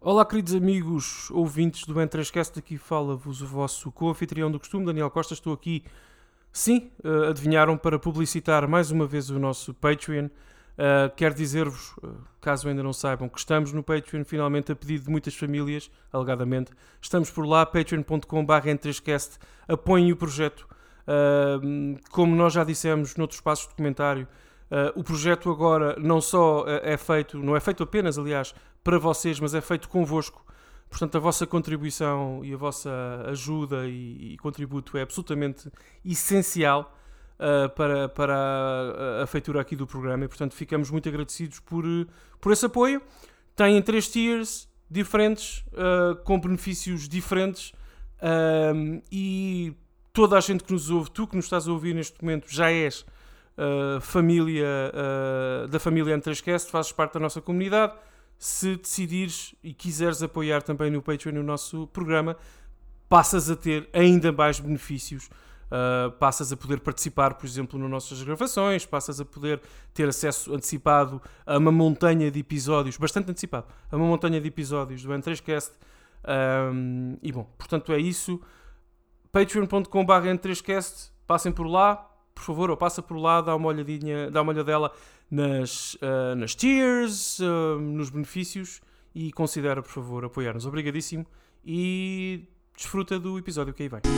Olá, queridos amigos ouvintes do N3Cast, aqui fala-vos o vosso co-anfitrião do costume, Daniel Costa. Estou aqui, sim, adivinharam, para publicitar mais uma vez o nosso Patreon. Quero dizer-vos, caso ainda não saibam, que estamos no Patreon, finalmente a pedido de muitas famílias, alegadamente. Estamos por lá, patreon.com/N3Cast. Apoiem o projeto. Como nós já dissemos noutros espaços de comentário, o projeto agora não só é feito, não é feito apenas, aliás, para vocês, mas é feito convosco. Portanto, a vossa contribuição e a vossa ajuda e contributo é absolutamente essencial para a feitura aqui do programa e, portanto, ficamos muito agradecidos por esse apoio. Têm 3 tiers diferentes, com benefícios diferentes, e toda a gente que nos ouve, tu que nos estás a ouvir neste momento, já és família da família N3Cast, fazes parte da nossa comunidade. Se decidires e quiseres apoiar também no Patreon o nosso programa, passas a ter ainda mais benefícios. Passas a poder participar, por exemplo, nas nossas gravações, passas a poder ter acesso antecipado a uma montanha de episódios, bastante antecipado, a uma montanha de episódios do N3Cast. E bom, portanto é isso. Patreon.com/N3Cast, passem por lá, por favor, ou passa por lá, dá uma olhadela nas tiers, nos benefícios e considera, por favor, apoiar-nos. Obrigadíssimo e desfruta do episódio que aí vem.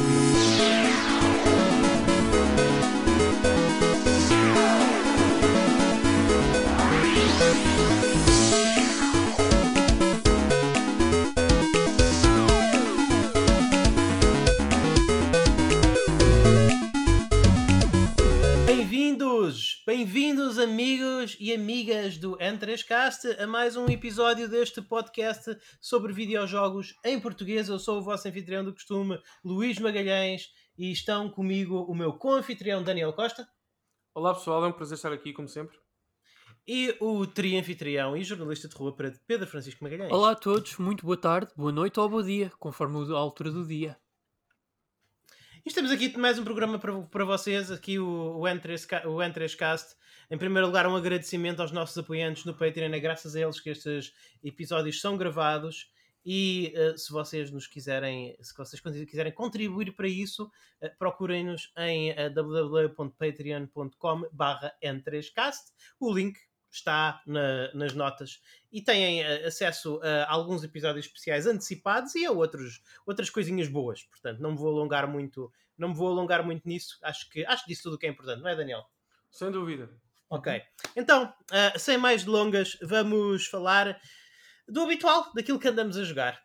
Bem-vindos amigos e amigas do N3Cast a mais um episódio deste podcast sobre videojogos em português. Eu sou o vosso anfitrião do costume, Luís Magalhães, e estão comigo o meu co-anfitrião Daniel Costa. Olá pessoal, é um prazer estar aqui como sempre. E o tri-anfitrião e jornalista de rua Pedro Francisco Magalhães. Olá a todos, muito boa tarde, boa noite ou bom dia, conforme a altura do dia. E estamos aqui mais um programa para vocês, aqui o N3Cast. Em primeiro lugar, um agradecimento aos nossos apoiantes no Patreon. É graças a eles que estes episódios são gravados. E se vocês quiserem contribuir para isso, procurem-nos em www.patreon.com/N3Cast. O link está nas notas e têm acesso a alguns episódios especiais antecipados e a outras coisinhas boas. Portanto, não me vou alongar muito nisso. Acho que disse tudo o que é importante, não é, Daniel? Sem dúvida. Ok. Então, sem mais delongas, vamos falar do habitual, daquilo que andamos a jogar.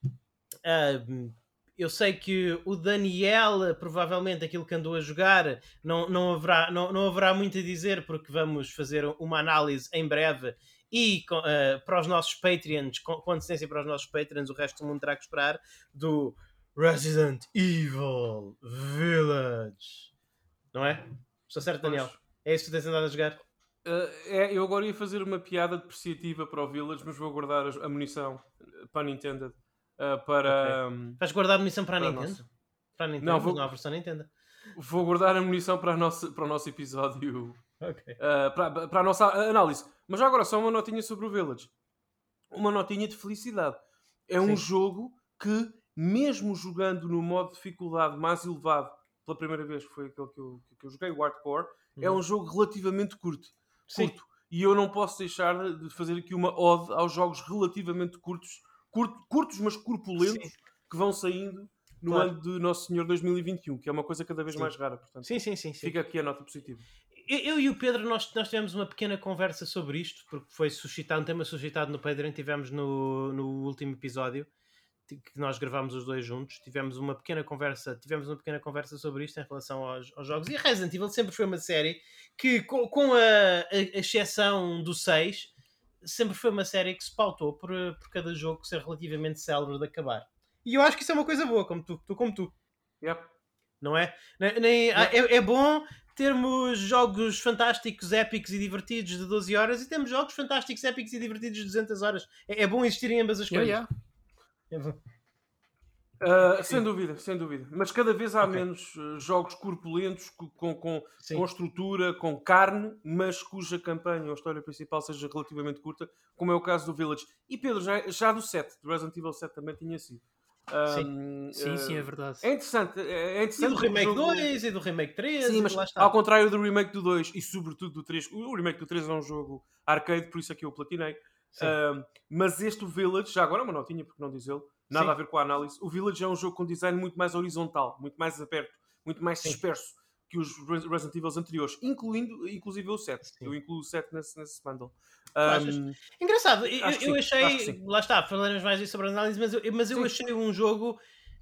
Eu sei que o Daniel, provavelmente, aquilo que andou a jogar, não haverá muito a dizer, porque vamos fazer uma análise em breve e para os nossos Patreons, com antecedência para os nossos Patreons, o resto do mundo terá que esperar, do Resident Evil Village. Não é? Estou certo, Daniel? É isso que tu tens andado a jogar? Eu agora ia fazer uma piada depreciativa para o Village, mas vou guardar a munição para a Nintendo. Okay. Vais guardar a munição para a Nintendo? Para a Nintendo? Não, a versão Nintendo. Vou guardar a munição para o nosso episódio. Okay. Para a nossa análise. Mas já agora só uma notinha sobre o Village. Uma notinha de felicidade. É um jogo que, mesmo jogando no modo de dificuldade mais elevado, pela primeira vez, que foi aquele que eu joguei, o Hardcore, é um jogo relativamente curto. E eu não posso deixar de fazer aqui uma ode aos jogos relativamente curtos, mas corpulentos, que vão saindo no ano de Nosso Senhor 2021, que é uma coisa cada vez mais rara. Portanto, sim. Fica aqui a nota positiva. Eu e o Pedro, nós tivemos uma pequena conversa sobre isto, porque foi um tema suscitado no Patreon, tivemos no último episódio, que nós gravámos os dois juntos, tivemos uma pequena conversa sobre isto em relação aos jogos. E a Resident Evil sempre foi uma série que, com a exceção do 6, sempre foi uma série que se pautou por cada jogo ser relativamente célebre de acabar. E eu acho que isso é uma coisa boa, como tu. Yep. Não é? É bom termos jogos fantásticos, épicos e divertidos de 12 horas e temos jogos fantásticos, épicos e divertidos de 200 horas. É bom existirem ambas as coisas. Yeah. Sem dúvida, sem dúvida. Mas cada vez há Ok. menos jogos corpulentos com Sim. estrutura, com carne, mas cuja campanha ou história principal seja relativamente curta, como é o caso do Village. E Pedro, já do 7, do Resident Evil 7 também tinha sido. Sim. Sim, é verdade. É interessante, é E interessante do porque o remake jogo... 2 e do remake 3 Sim, e mas lá está. ao contrário do remake do 2 e sobretudo do 3, o remake do 3 é um jogo arcade, por isso é que eu platinei. Sim. Mas este o Village, já agora uma notinha, porque não dizê-lo, nada Sim. a ver com a análise. O Village é um jogo com design muito mais horizontal, muito mais aberto, muito mais Sim. disperso que os Resident Evil anteriores, inclusive o 7. Sim. Eu incluo o 7 nesse bundle. Tu achas? Engraçado, Acho que eu sim, acho que achei. sim. Lá está, falaremos mais disso sobre a análise, mas eu Sim. achei um jogo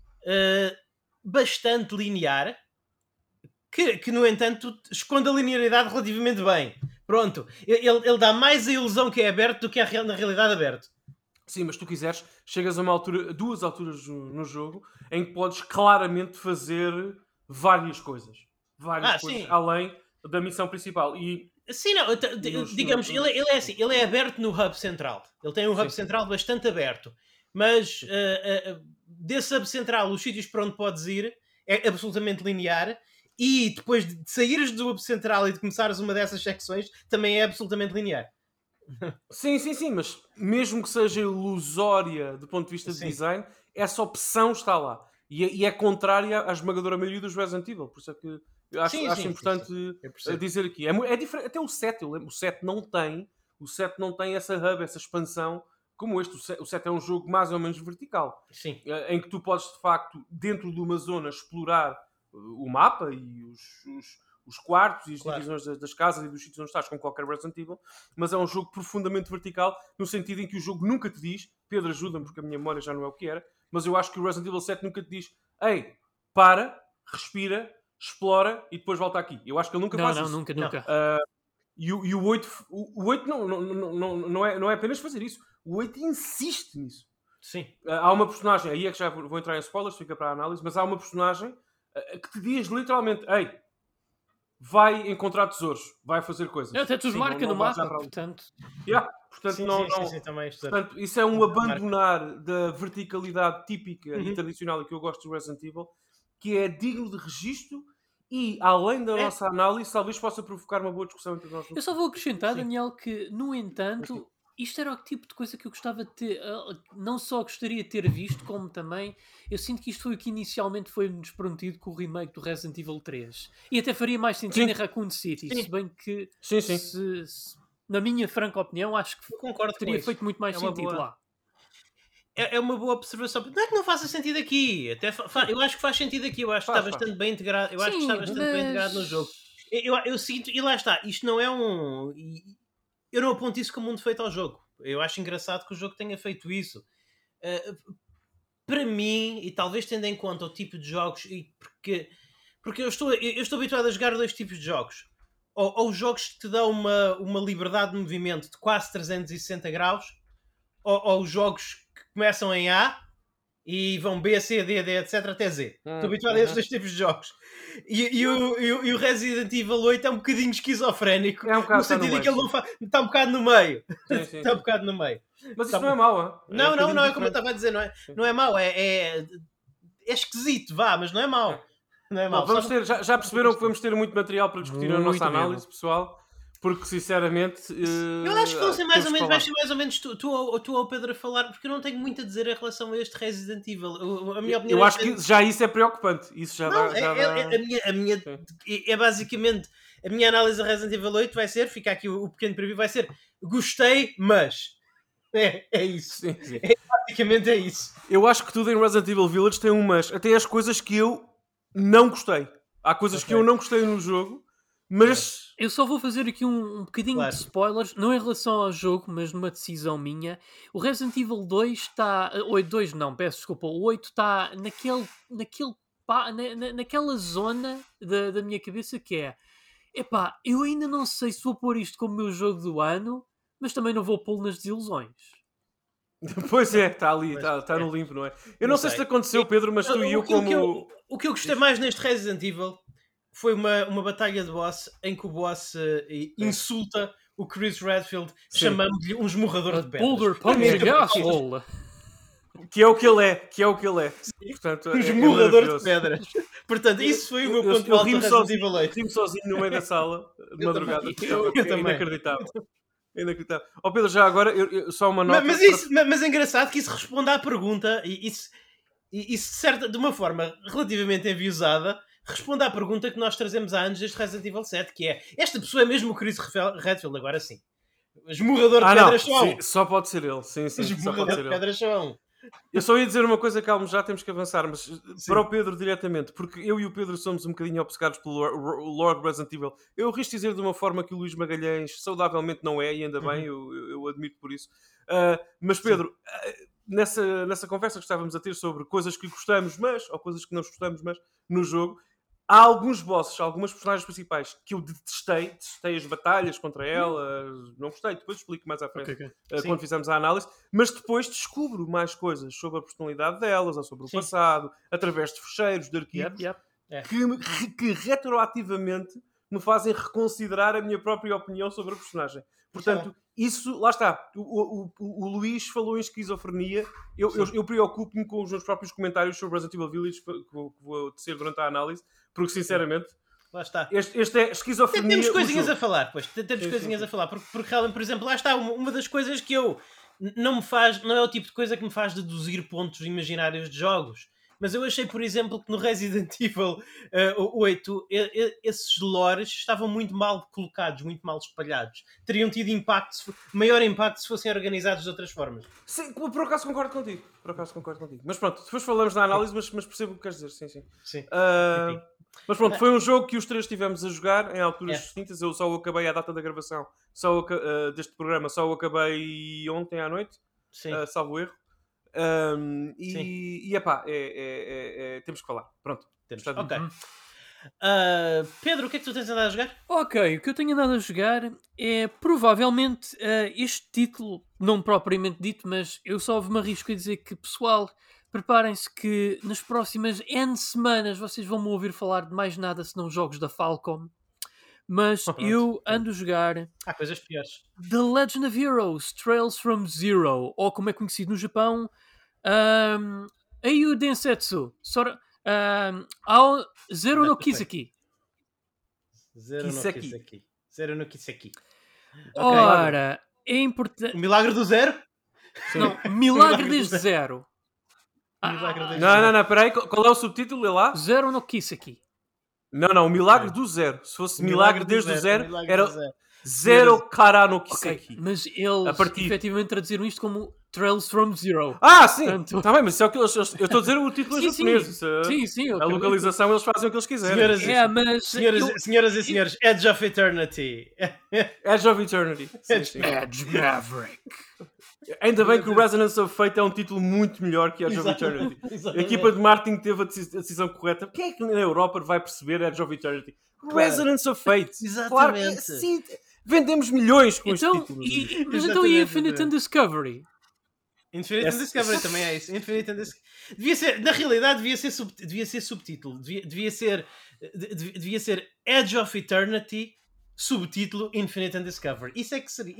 bastante linear que, no entanto, esconde a linearidade relativamente bem. Pronto, ele dá mais a ilusão que é aberto do que na realidade aberto. Sim, mas tu quiseres, chegas a uma altura, duas alturas no jogo em que podes claramente fazer várias coisas. Várias coisas, Sim. além da missão principal. E Sim, não, digamos, ele é assim, ele é aberto no hub central. Ele tem um hub Sim. central bastante aberto. Mas desse hub central, os sítios para onde podes ir é absolutamente linear. E depois de saíres do hub central e de começares uma dessas secções, também é absolutamente linear. Sim, mas mesmo que seja ilusória do ponto de vista de Sim. design, essa opção está lá. E é contrária à esmagadora maioria dos Resident Evil. Por isso é que eu acho importante Eu percebo. dizer aqui. É diferente. Até o 7, eu lembro, o 7 não tem essa hub, essa expansão como este. O 7 é um jogo mais ou menos vertical. Sim. Em que tu podes, de facto, dentro de uma zona, explorar o mapa e os quartos e as Claro. divisões das casas e dos sítios onde estás com qualquer Resident Evil, mas é um jogo profundamente vertical, no sentido em que o jogo nunca te diz, Pedro ajuda-me porque a minha memória já não é o que era, mas eu acho que o Resident Evil 7 nunca te diz, ei, para, respira, explora e depois volta aqui. Eu acho que ele nunca faz isso. Nunca. E o 8 não é apenas fazer isso. O 8 insiste nisso. Sim. Há uma personagem, aí é que já vou entrar em spoilers, fica para a análise, mas há uma personagem que te diz literalmente, ei, vai encontrar tesouros, vai fazer coisas. Até tu os marca no vais já mapa, para ali. portanto. Portanto, também portanto, isso é um abandonar da verticalidade típica e tradicional que eu gosto do Resident Evil, que é digno de registro e, além da nossa análise, talvez possa provocar uma boa discussão entre nós. Eu só vou acrescentar, Sim. Daniel, que, no entanto, isto era o tipo de coisa que eu gostava de ter, não só gostaria de ter visto, como também eu sinto que isto foi o que inicialmente foi-nos prometido com o remake do Resident Evil 3. E até faria mais sentido Sim. em Raccoon City, Sim. se bem que, Sim. na minha franca opinião, acho que Eu concordo com teria isso. feito muito mais É uma sentido boa- lá. É uma boa observação. Não é que não faça sentido aqui. Eu acho que faz sentido aqui. Eu acho que está bastante bem integrado. Eu acho que está bastante bem integrado no jogo. Eu sinto, e lá está, isto não é um. Eu não aponto isso como um defeito ao jogo. Eu acho engraçado que o jogo tenha feito isso. Para mim, e talvez tendo em conta o tipo de jogos, porque eu estou habituado a jogar dois tipos de jogos. Ou jogos que te dão uma liberdade de movimento de quase 360 graus, ou jogos que começam em A e vão B, C, D, etc. até Z. Estou habituado a esses dois tipos de jogos. E o Resident Evil 8 é um bocadinho esquizofrénico. É um bocado, no sentido em que ele não está um bocado no meio. Sim. Está um bocado no meio. Mas isso não é mau, hein? Não, um não é como eu estava a dizer. Não é mau. É esquisito, vá, mas não é mau. Não é mau. Bom, já perceberam que vamos ter muito material para discutir a nossa análise, pessoal? Porque, sinceramente... eu acho que vão ser mais ou menos, falar. vai ser mais ou menos tu ou Pedro a falar, porque eu não tenho muito a dizer em relação a este Resident Evil. A minha opinião Eu acho que já isso é preocupante. Isso já não, dá... a minha é basicamente a minha análise a Resident Evil 8 vai ser, fica aqui o pequeno preview, vai ser gostei, mas é isso. Sim. Basicamente é isso. Eu acho que tudo em Resident Evil Village tem um mas. Até as coisas que eu não gostei. Há coisas que eu não gostei no jogo, mas... Eu só vou fazer aqui um bocadinho Claro. de spoilers, não em relação ao jogo, mas numa decisão minha. O Resident Evil 2 está... 2 não, peço desculpa. O 8 está naquela zona da minha cabeça que é... Epá, eu ainda não sei se vou pôr isto como meu jogo do ano, mas também não vou pô-lo nas desilusões. Pois é, está ali, está no limpo, não é? Eu não sei se aconteceu, Pedro, mas tu e eu como... O que eu gostei mais neste Resident Evil foi uma batalha de boss em que o boss insulta o Chris Redfield chamando-lhe um esmurrador de pedras. Boulder Punching Asshole! Que é o que ele é. Portanto, Um é esmurrador de maravilhoso. pedras. Portanto, isso foi o meu ponto Eu alto do rimo Resident Evil 8. sozinho no meio da sala, de Eu madrugada. também. É Eu também. inacreditável. É inacreditável. Ó Pedro, já agora, só uma nota. Mas é engraçado que isso responde à pergunta e isso de uma forma relativamente enviosada responde à pergunta que nós trazemos há anos deste Resident Evil 7, que é: esta pessoa é mesmo o Chris Redfield? Agora sim. Esmurrador de pedras só. Sim, só pode ser ele. Sim, só pode Esmurrador ser de ele. pedras só. Eu só ia dizer uma coisa, calma, já temos que avançar, mas para o Pedro diretamente, porque eu e o Pedro somos um bocadinho obcecados pelo Lord Resident Evil. Eu risco dizer de uma forma que o Luís Magalhães saudavelmente não é, e ainda bem, eu admito por isso. Mas Pedro, nessa conversa que estávamos a ter sobre coisas que gostamos, ou coisas que não gostamos, mas no jogo, há alguns bosses, algumas personagens principais que eu detestei as batalhas contra elas, não gostei, depois explico mais à frente quando fizermos a análise, mas depois descubro mais coisas sobre a personalidade delas, ou sobre o passado, através de fecheiros, de arquivos, que retroativamente me fazem reconsiderar a minha própria opinião sobre a personagem. Portanto, isso, lá está, o Luís falou em esquizofrenia, eu preocupo-me com os meus próprios comentários sobre Resident Evil Village, que vou tecer durante a análise, porque sinceramente, lá está. Este é esquizofrenia. Temos coisinhas a falar, a falar, porque realmente, por exemplo, lá está uma das coisas que não é o tipo de coisa que me faz deduzir pontos imaginários de jogos. Mas eu achei, por exemplo, que no Resident Evil 8 esses lores estavam muito mal colocados, muito mal espalhados. Teriam tido maior impacto se fossem organizados de outras formas. Sim, por acaso concordo contigo. Mas pronto, depois falamos na análise, mas percebo o que queres dizer. Sim. Mas pronto, foi um jogo que os três estivemos a jogar em alturas distintas. Eu só acabei a data da gravação deste programa, só o acabei ontem à noite, salvo erro. Temos que falar. Pronto. Ok. Pedro, o que é que tu tens andado a jogar? Ok, o que eu tenho andado a jogar é provavelmente este título, não propriamente dito, mas eu só me arrisco a dizer que, pessoal, preparem-se que nas próximas N semanas vocês vão me ouvir falar de mais nada senão jogos da Falcom. Mas eu ando a jogar há coisas piores. The Legend of Heroes Trails from Zero, ou como é conhecido no Japão, Ayu Densetsu Zero no Kiseki. Zero no Kiseki. Ora, é importante. O milagre do zero? Não, milagre desde zero. Não, peraí, qual é o subtítulo? Lê lá? Zero no Kiseki. Não, o milagre do zero. Se fosse milagre desde o zero, era Zero Kara no Kiseki. Okay, mas eles efetivamente traduziram isto como Trails from Zero. Sim! Está bem, mas isso é o que eles... Eu estou a dizer o título em japonês. Sim. A localização eles fazem o que eles quiserem. Senhoras e senhores, Edge of Eternity. Edge of Eternity. Sim. Edge Maverick. Ainda bem que o Resonance of Fate é um título muito melhor que Edge of Eternity. A equipa de marketing teve a decisão correta. Quem é que na Europa vai perceber Edge of Eternity? Resonance of Fate. Exatamente. Claro, sim, vendemos milhões com este título. Mas então e Infinite and Discovery? Infinite and Discovery também é isso. Infinite and Discovery. Na realidade devia ser subtítulo. Devia ser Edge of Eternity, subtítulo Infinite and Discovery. Isso é que seria.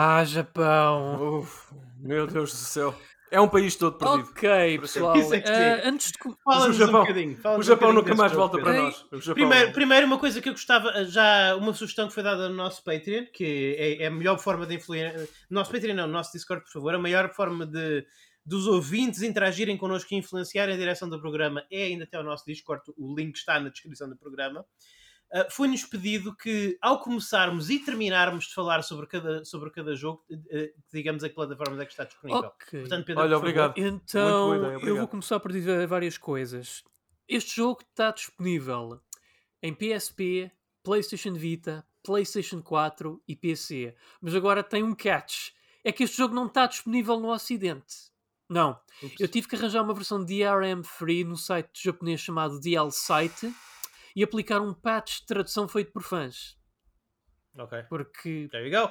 Japão. Meu Deus do céu. É um país todo perdido. Ok, pessoal. Antes de o Japão nunca mais volta para nós. Primeiro, uma coisa que eu gostava, já uma sugestão que foi dada no nosso Patreon, que é a melhor forma de influir. Nosso Patreon não, nosso Discord, por favor. A maior forma dos ouvintes interagirem connosco e influenciarem a direção do programa é ainda até o nosso Discord. O link está na descrição do programa. Foi-nos pedido que, ao começarmos e terminarmos de falar sobre cada jogo, digamos a que plataforma é que está disponível. Okay. Portanto, Pedro, olha, obrigado. Então, eu vou começar por dizer várias coisas. Este jogo está disponível em PSP, PlayStation Vita, PlayStation 4 e PC. Mas agora tem um catch. É que este jogo não está disponível no Ocidente. Não. Ups. Eu tive que arranjar uma versão DRM free no site japonês chamado DL Site e aplicar um patch de tradução feito por fãs. Ok. Porque, there you go.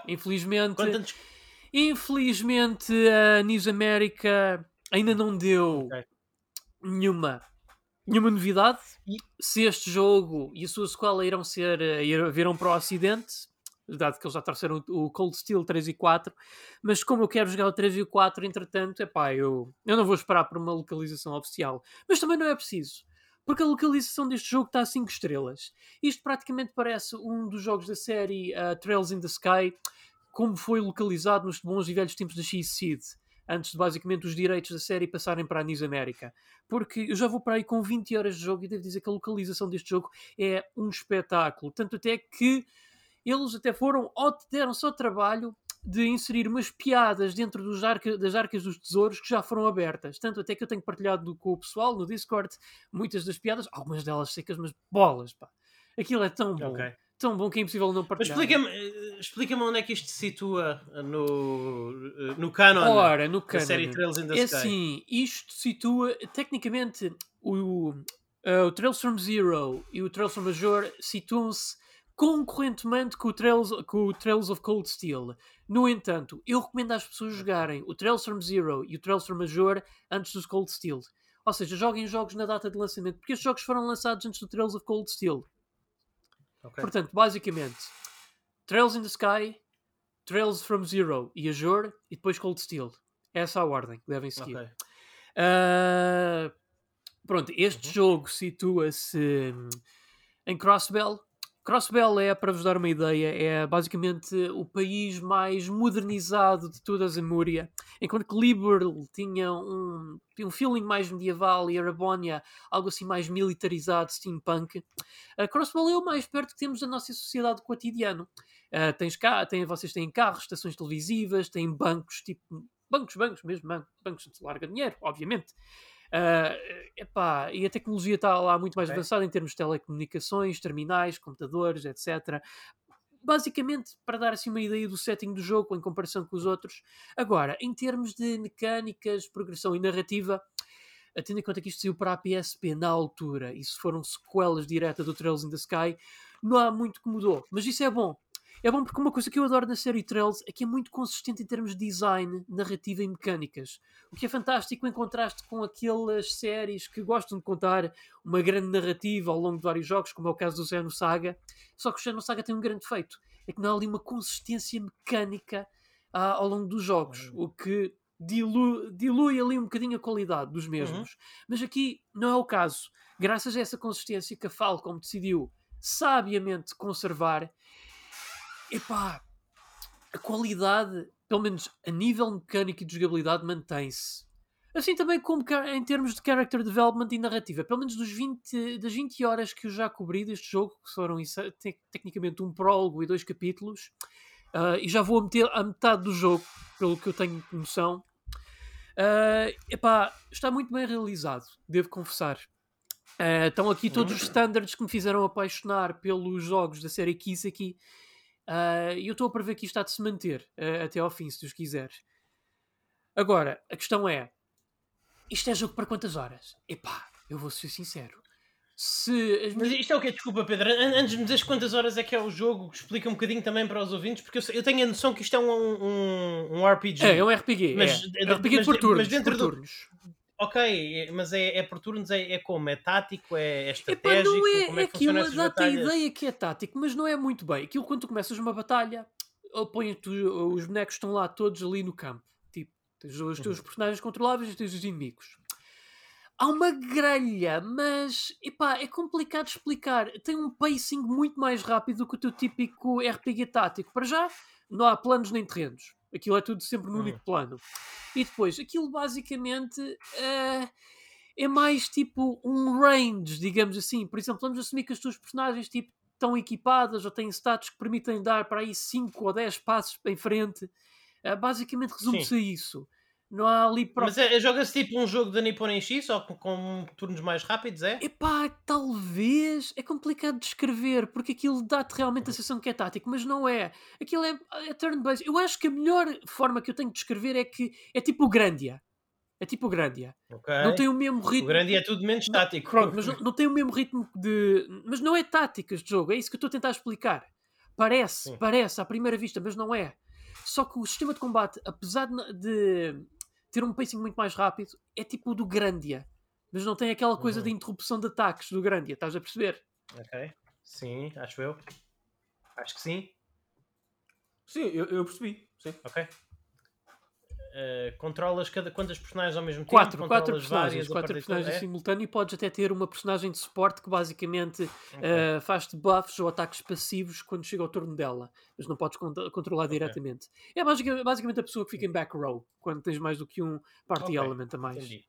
infelizmente a News America ainda não deu nenhuma novidade. Se este jogo e a sua sequela virão para o Ocidente, dado que eles já trouxeram o Cold Steel 3 e 4, mas como eu quero jogar o 3 e o 4, entretanto, eu não vou esperar por uma localização oficial. Mas também não é preciso, porque a localização deste jogo está a 5 estrelas. Isto praticamente parece um dos jogos da série Trails in the Sky, como foi localizado nos bons e velhos tempos da X-Seed, antes de basicamente os direitos da série passarem para a Niz América. Porque eu já vou para aí com 20 horas de jogo e devo dizer que a localização deste jogo é um espetáculo. Tanto até que eles até deram só trabalho de inserir umas piadas dentro das arcas dos tesouros que já foram abertas. Tanto até que eu tenho partilhado com o pessoal no Discord muitas das piadas, algumas delas secas, mas bolas, pá. Aquilo é tão bom. Ok. Tão bom que é impossível não Mas partilhar. explica-me onde é que isto se situa no canon Ora, no da canon. série Trails in the É Sky. assim, isto situa, tecnicamente, o Trails from Zero e o Trails from Major situam-se concorrentemente com o Trails of Cold Steel. No entanto, eu recomendo às pessoas jogarem o Trails from Zero e o Trails from Major antes dos Cold Steel. Ou seja, joguem jogos na data de lançamento, porque estes jogos foram lançados antes do Trails of Cold Steel. Ok. Portanto, basicamente, Trails in the Sky, Trails from Zero e Azure, e depois Cold Steel. Essa é a ordem que devem seguir. Ok. Pronto, este jogo situa-se em Crossbell. Crossbell é, para vos dar uma ideia, é basicamente o país mais modernizado de toda a Zamúria, enquanto que Liberl tinha um feeling mais medieval e Arabonia algo assim mais militarizado, steampunk. Crossbell é o mais perto que temos da nossa sociedade cotidiana. Vocês têm carros, estações televisivas, têm bancos, tipo bancos mesmo, bancos de larga dinheiro, obviamente. E a tecnologia está lá muito mais avançada em termos de telecomunicações, terminais, computadores, etc. Basicamente, para dar assim uma ideia do setting do jogo em comparação com os outros. Agora, em termos de mecânicas, progressão e narrativa, tendo em conta que isto saiu para a PSP na altura e se foram sequelas diretas do Trails in the Sky, não há muito que mudou. Mas isso é bom. É bom porque uma coisa que eu adoro na série Trails é que é muito consistente em termos de design, narrativa e mecânicas. O que é fantástico em contraste com aquelas séries que gostam de contar uma grande narrativa ao longo de vários jogos, como é o caso do Xenosaga. Só que o Xenosaga tem um grande defeito. É que não há ali uma consistência mecânica ao longo dos jogos. O que dilui ali um bocadinho a qualidade dos mesmos. Mas aqui não é o caso. Graças a essa consistência que a Falcom decidiu sabiamente conservar, a qualidade, pelo menos a nível mecânico e de jogabilidade, mantém-se. Assim também como em termos de character development e narrativa. Pelo menos das 20 horas que eu já cobri deste jogo, que foram tecnicamente um prólogo e 2 capítulos, e já vou a meter a metade do jogo, pelo que eu tenho noção. Está muito bem realizado, devo confessar. Estão aqui todos os standards que me fizeram apaixonar pelos jogos da série Kiseki. E eu estou a prever que isto há de se manter até ao fim, se Deus quiser. Agora, a questão é: isto é jogo para quantas horas? Eu vou ser sincero. Mas isto é o quê? Desculpa, Pedro. Antes de me dizeres quantas horas é que é o jogo, explica um bocadinho também para os ouvintes, porque eu tenho a noção que isto é um RPG. É um RPG. É um RPG por turnos. Mas dentro por turnos. Ok, mas é por turnos, é como? É tático? É estratégico? Não é, como é que aquilo funciona essas dá-te a batalhas? ideia que é tático, mas não é muito bem. Aquilo quando tu começas uma batalha, os bonecos estão lá todos ali no campo. Tipo, tens os teus personagens controláveis e tens os inimigos. Há uma grelha, mas é complicado de explicar. Tem um pacing muito mais rápido do que o teu típico RPG tático. Para já, não há planos nem terrenos. Aquilo é tudo sempre no único plano. E depois, aquilo basicamente é mais tipo um range, digamos assim. Por exemplo, vamos assumir que as tuas personagens estão equipadas ou têm status que permitem dar para aí 5 ou 10 passos em frente. Basicamente resume-se a isso. Não há ali Mas joga-se tipo um jogo da Nippon NX, só com turnos mais rápidos, é? Talvez. É complicado de descrever, porque aquilo dá-te realmente a sensação que é tático, mas não é. Aquilo é turn-based. Eu acho que a melhor forma que eu tenho de descrever é que é tipo o Grandia. É tipo o Grandia. Ok. Não tem o mesmo ritmo. O Grandia é tudo menos tático. Pronto, mas não tem o mesmo ritmo de... Mas não é tático este jogo, é isso que eu estou a tentar explicar. Parece à primeira vista, mas não é. Só que o sistema de combate, apesar de ter um pacing muito mais rápido, é tipo o do Grandia. Mas não tem aquela coisa de interrupção de ataques do Grandia, estás a perceber? Ok. Sim, acho eu. Acho que sim. Sim, eu percebi. Sim. Ok. Controlas quantas personagens ao mesmo tempo? Quatro Controlas personagens, várias a quatro partir de personagens em simultâneo e podes até ter uma personagem de suporte que basicamente Ok. faz-te buffs ou ataques passivos quando chega ao turno dela, mas não podes controlar Ok. diretamente. É basicamente a pessoa que fica em back row quando tens mais do que um party Ok. element a mais. Entendi.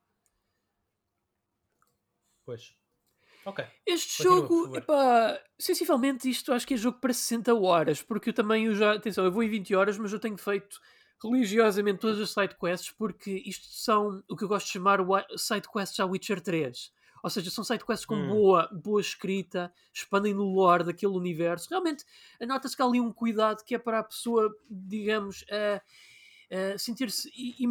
Pois. Ok. Este Continua, por jogo, favor. epá, sensivelmente isto acho que é jogo para 60 horas, porque eu já, atenção, eu vou em 20 horas, mas eu tenho feito religiosamente todas as sidequests, porque isto são o que eu gosto de chamar sidequests à Witcher 3. Ou seja, são sidequests com boa escrita, expandem no lore daquele universo. Realmente, nota-se que há ali um cuidado que é para a pessoa, digamos, sentir-se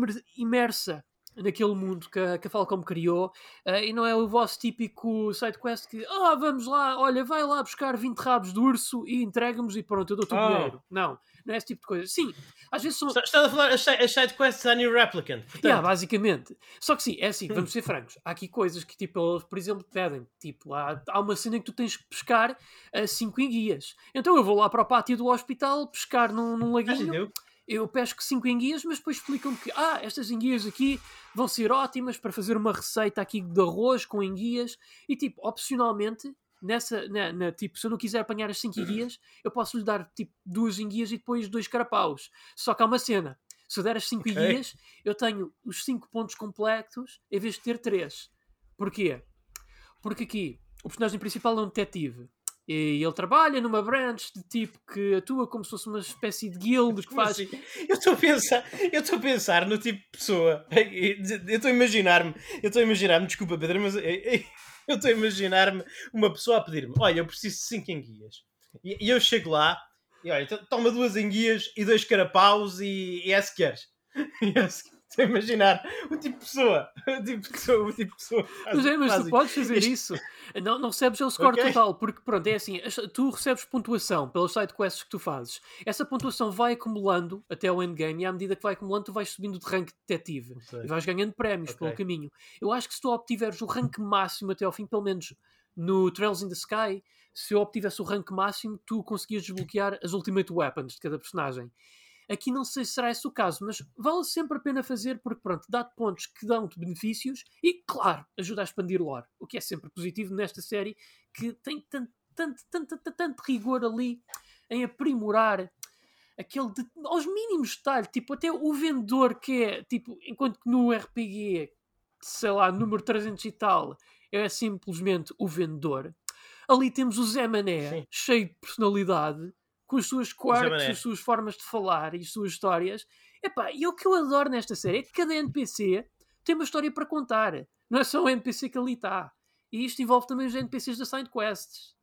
imersa naquele mundo que a Falcom criou, e não é o vosso típico sidequest que vamos lá, olha, vai lá buscar 20 rabos de urso e entrega-nos e pronto, eu dou-te o dinheiro. Não é esse tipo de coisa. Sim, às vezes são... Estás a falar as sidequests a New Replicant, portanto. basicamente. Só que sim, é assim, vamos ser francos. Há aqui coisas que, tipo, eles, por exemplo, pedem. Tipo, há uma cena em que tu tens que pescar 5 enguias. Então eu vou lá para o pátio do hospital pescar num laguinho. Eu pesco 5 enguias, mas depois explicam-me que estas enguias aqui vão ser ótimas para fazer uma receita aqui de arroz com enguias. E tipo, opcionalmente, tipo, se eu não quiser apanhar as 5 enguias, eu posso lhe dar tipo 2 enguias e depois 2 carapaus. Só que há uma cena. Se eu der as 5 enguias, eu tenho os 5 pontos completos em vez de ter 3. Porquê? Porque aqui o personagem principal é um detetive. E ele trabalha numa branch de tipo que atua como se fosse uma espécie de guild que faz. Assim? Eu estou a pensar no tipo de pessoa. Eu estou a imaginar-me, desculpa, Pedro, mas eu estou a imaginar-me uma pessoa a pedir-me: olha, eu preciso de 5 enguias. E eu chego lá e olha, toma 2 enguias e 2 carapaus e é se queres. Estou a imaginar o tipo de pessoa. O tipo de pessoa que Mas tu podes fazer isto. isso. Não recebes o score Ok. total, porque pronto, é assim, tu recebes pontuação pelas sidequests que tu fazes. Essa pontuação vai acumulando até o endgame e à medida que vai acumulando tu vais subindo de rank de detetive e vais ganhando prémios Ok. pelo caminho. Eu acho que se tu obtiveres o rank máximo até ao fim, pelo menos no Trails in the Sky, se eu obtivesse o rank máximo, tu conseguias desbloquear as Ultimate Weapons de cada personagem. Aqui não sei se será esse o caso, mas vale sempre a pena fazer porque, pronto, dá-te pontos que dão-te benefícios e, claro, ajuda a expandir lore. O que é sempre positivo nesta série, que tem tanto rigor ali em aprimorar aos mínimos detalhes. Tipo, até o vendedor que é, tipo, enquanto que no RPG, sei lá, número 300 e tal, é simplesmente o vendedor. Ali temos o Zé Mané, Sim. cheio de personalidade, com as suas quirks, Mané. as suas formas de falar e as suas histórias. Epá, e o que eu adoro nesta série é que cada NPC tem uma história para contar. Não é só o NPC que ali está. E isto envolve também os NPCs da Side Quests.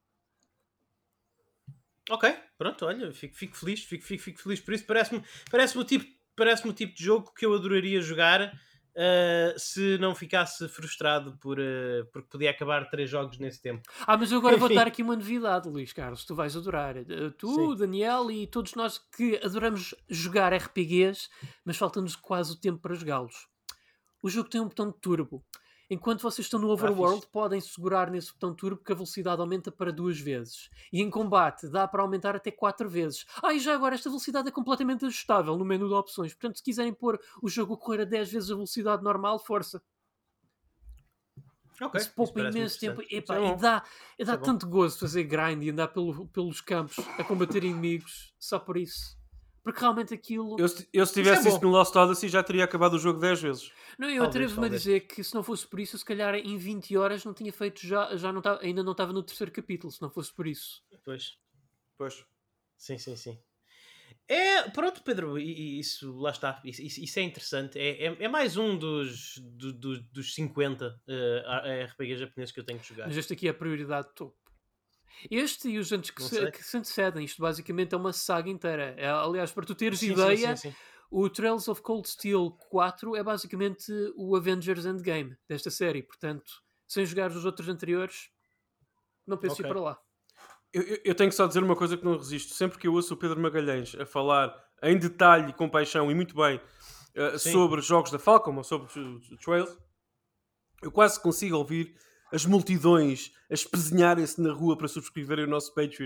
Ok, pronto, olha, fico feliz por isso. Parece-me o tipo de jogo que eu adoraria jogar se não ficasse frustrado porque podia acabar 3 jogos nesse tempo. Mas eu agora vou Enfim. dar aqui uma novidade, Luís Carlos. Tu vais adorar. Tu, Sim. Daniel e todos nós que adoramos jogar RPGs, mas falta-nos quase o tempo para jogá-los. O jogo tem um botão de turbo. Enquanto vocês estão no Overworld, Fixe. podem segurar nesse botão turbo que a velocidade aumenta para 2 vezes. E em combate dá para aumentar até 4 vezes. E já agora esta velocidade é completamente ajustável no menu de opções. Portanto, se quiserem pôr o jogo a correr a 10 vezes a velocidade normal, força. Ok, Isso poupa imenso tempo. Isso é E bom. dá Isso é tanto gozo fazer grind e andar pelos campos a combater inimigos só por isso. Porque realmente aquilo... Eu se tivesse bom. isso no Lost Odyssey já teria acabado o jogo 10 vezes. Não, eu Talvez, atrevo-me a talvez. dizer que se não fosse por isso, se calhar em 20 horas não tinha feito já não tava, ainda não estava no 3º capítulo, se não fosse por isso. Pois. Sim. Pronto, Pedro, isso lá está. Isso é interessante. É mais um dos 50 RPG japoneses que eu tenho que jogar. Mas este aqui é a prioridade de topo. Este e os antes que se antecedem. Isto basicamente é uma saga inteira. Aliás, para tu teres ideia, Sim. o Trails of Cold Steel 4 é basicamente o Avengers Endgame desta série. Portanto, sem jogar os outros anteriores, não penso ir para lá. Eu tenho que só dizer uma coisa que não resisto. Sempre que eu ouço o Pedro Magalhães a falar em detalhe, com paixão e muito bem sobre jogos da Falcom ou sobre o Trails, eu quase consigo ouvir as multidões a espezinharem-se na rua para subscreverem o nosso Patreon.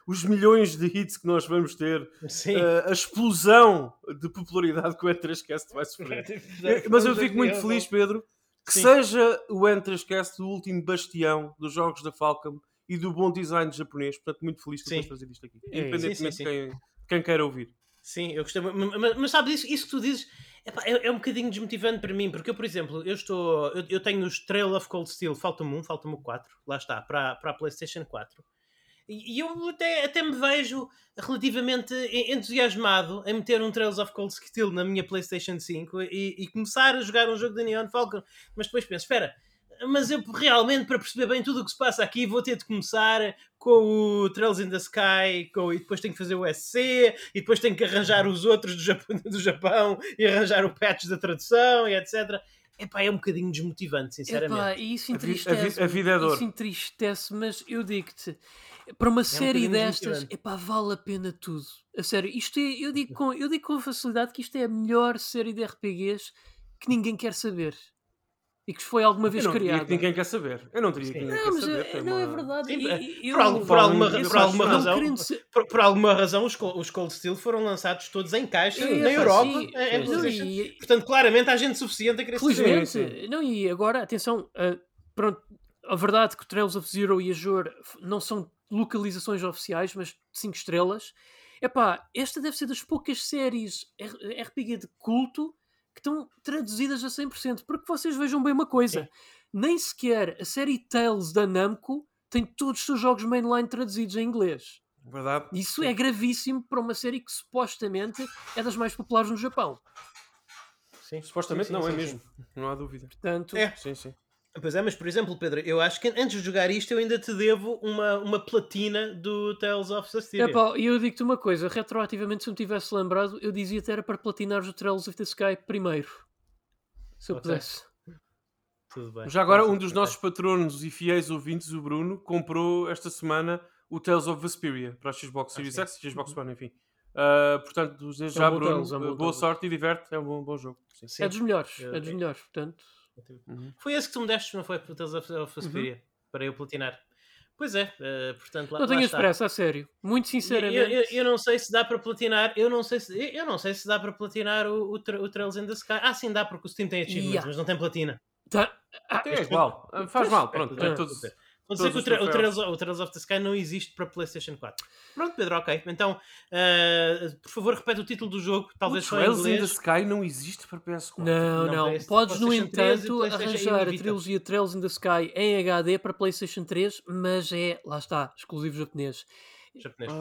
os milhões de hits que nós vamos ter, Sim. a explosão de popularidade que o N3Cast vai sofrer. Mas eu fico muito feliz, Pedro, que Sim. seja o N3Cast o último bastião dos jogos da Falcom e do bom design japonês. Portanto, muito feliz por Sim. teres trazido isto aqui. É, Independentemente sim. de quem queira ouvir. Sim, eu gostei muito. Mas sabes, isso que tu dizes é um bocadinho desmotivante para mim, porque eu, por exemplo, eu tenho os Trail of Cold Steel, falta-me o 4, lá está, para a PlayStation 4. E eu até me vejo relativamente entusiasmado em meter um Trails of Cold Steel na minha PlayStation 5 e começar a jogar um jogo da Neon Falcon. Mas depois penso, espera, mas eu realmente, para perceber bem tudo o que se passa aqui, vou ter de começar com o Trails in the Sky, e depois tenho que fazer o SC, e depois tenho que arranjar os outros do Japão, e arranjar o patch da tradução, e etc. Epá, é um bocadinho desmotivante, sinceramente. Epá, e isso entristece. A vida é dor. Isso entristece, mas eu digo-te, para uma série bocadinho destas, desmotivante. epá, vale a pena tudo. A sério, isto é, eu digo com facilidade que isto é a melhor série de RPGs que ninguém quer saber. E que foi alguma vez Eu não diria criada. que ninguém quer saber. Eu não diria que Sim. ninguém Não, quer mas saber. Tem não é uma- verdade. Sim, E por alguma não razão, querendo ser- por alguma razão os Cold Steel foram lançados todos em caixa Epá, na Europa, sim, em não, PlayStation. e- Portanto, claramente há gente suficiente a querer saber. Felizmente, Sim. não, e agora, atenção, pronto, a verdade é que o Trails of Zero e Azure não são localizações oficiais, mas 5 estrelas. Epá, esta deve ser das poucas séries RPG de culto que estão traduzidas a 100%, porque vocês vejam bem uma coisa, Sim. nem sequer a série Tales da Namco tem todos os seus jogos mainline traduzidos em inglês. Verdade. Isso é gravíssimo para uma série que supostamente é das mais populares no Japão. Sim. Supostamente Sim, não é sim, mesmo. Não há dúvida. Portanto, É. Sim. Pois é, mas por exemplo, Pedro, eu acho que antes de jogar isto eu ainda te devo uma platina do Tales of Systeria. epá, e eu digo-te uma coisa, retroativamente, se eu me tivesse lembrado, eu dizia até era para platinar o Trails of the Sky primeiro. Se eu Ok. pudesse. Tudo bem. Já agora, Parece um dos ok. nossos patronos e fiéis ouvintes, o Bruno, comprou esta semana o Tales of Vesperia para a Xbox Series sim. X e Xbox One, enfim. Portanto, desde É já, um bom Bruno, Tales, é um bom boa Tales. sorte e diverte. É um bom jogo. Sim. Sim. É dos melhores, Eu- é dos melhores, portanto. Foi esse que tu me deste, não foi? O Tales of Systeria, para eu platinar. Pois é, portanto, lá Não tenhas está. pressa, a sério. Muito sinceramente. Eu não sei se dá para platinar. Eu não sei se dá para platinar o Trails in the Sky. Ah, sim, dá, porque o Steam tem achievements, Yeah. mas não tem platina. Tá. É igual. Faz mal. Pronto. É, Todos, Vou dizer todos que os troféus. o Trails of the Sky não existe para PlayStation 4. Pronto, Pedro, ok. Então, por favor, repete o título do jogo, O talvez só em Trails in the inglês. Sky não existe para PS4. Não, Não, não. para este Podes, no PlayStation 3 e entanto, PlayStation arranjar a Vita. trilogia Trails in the Sky em HD para PlayStation 3, mas é, lá está, exclusivo japonês. Japonês.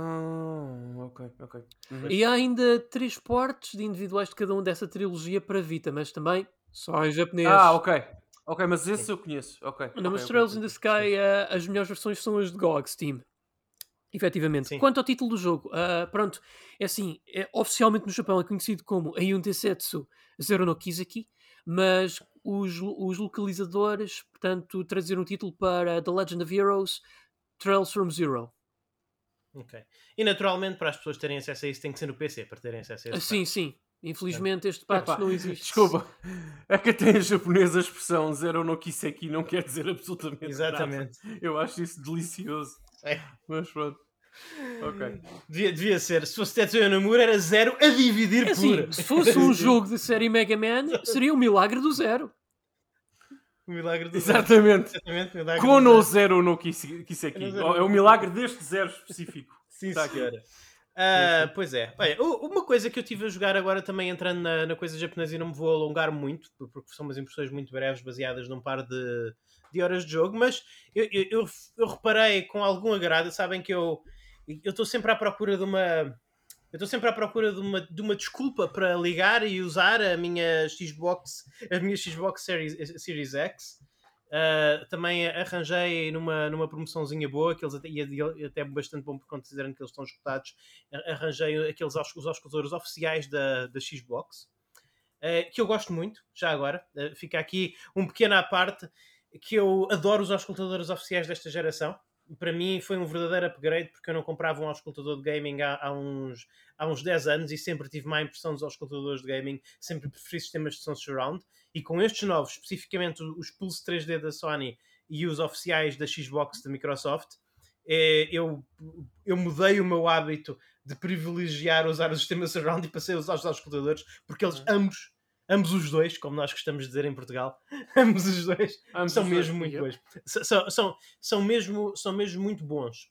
Ok. E há ainda 3 portes de individuais de cada um dessa trilogia para Vita, mas também só em japonês. Ok, mas esse eu conheço. Ok. Não, mas ok, Trails ok. in the Sky, as melhores versões são as de GOG, Steam. Efetivamente. Sim. Quanto ao título do jogo, pronto, é assim, oficialmente no Japão é conhecido como Ayun Densetsu Zero no Kizaki, mas os localizadores, portanto, traduziram o título para The Legend of Heroes Trails from Zero. Ok. E naturalmente, para as pessoas terem acesso a isso, tem que ser no PC para terem acesso a isso. Sim. Infelizmente este patch Epá, não existe. Desculpa, é que até em japonês a expressão Zero no Kiseki não quer dizer absolutamente Exatamente. nada. Eu acho isso delicioso. É. Mas pronto. Ok. Devia ser. Se fosse Tetsuya Nomura, era 0 a dividir É por. assim, se fosse um jogo de série Mega Man, seria um milagre do zero. O milagre do Exatamente. Exatamente. o milagre do Kono zero. Zero no Kiseki. Kono Zero É o milagre deste zero específico. Sim, Está aqui. senhora. Pois é. Olha, uma coisa que eu estive a jogar agora também entrando na coisa japonesa e não me vou alongar muito, porque são umas impressões muito breves baseadas num par de horas de jogo, mas eu reparei com algum agrado, sabem que eu estou sempre à procura de uma... Eu estou sempre à procura de uma desculpa para ligar e usar a minha Xbox Series X. Também arranjei numa promoçãozinha boa, que eles até bastante bom, considerando que eles estão esgotados. Arranjei os auscultadores oficiais da Xbox, que eu gosto muito, já agora. Fica aqui um pequeno à parte, que eu adoro os auscultadores oficiais desta geração. Para mim foi um verdadeiro upgrade, porque eu não comprava um auscultador de gaming há uns 10 anos e sempre tive má impressão dos auscultadores de gaming, sempre preferi sistemas de som surround, e com estes novos, especificamente os Pulse 3D da Sony e os oficiais da Xbox da Microsoft, eu mudei o meu hábito de privilegiar usar o sistema surround e passei a usar os auscultadores, porque eles ambos os dois, como nós gostamos de dizer em Portugal, ambos os dois são mesmo muito bons. São mesmo muito bons.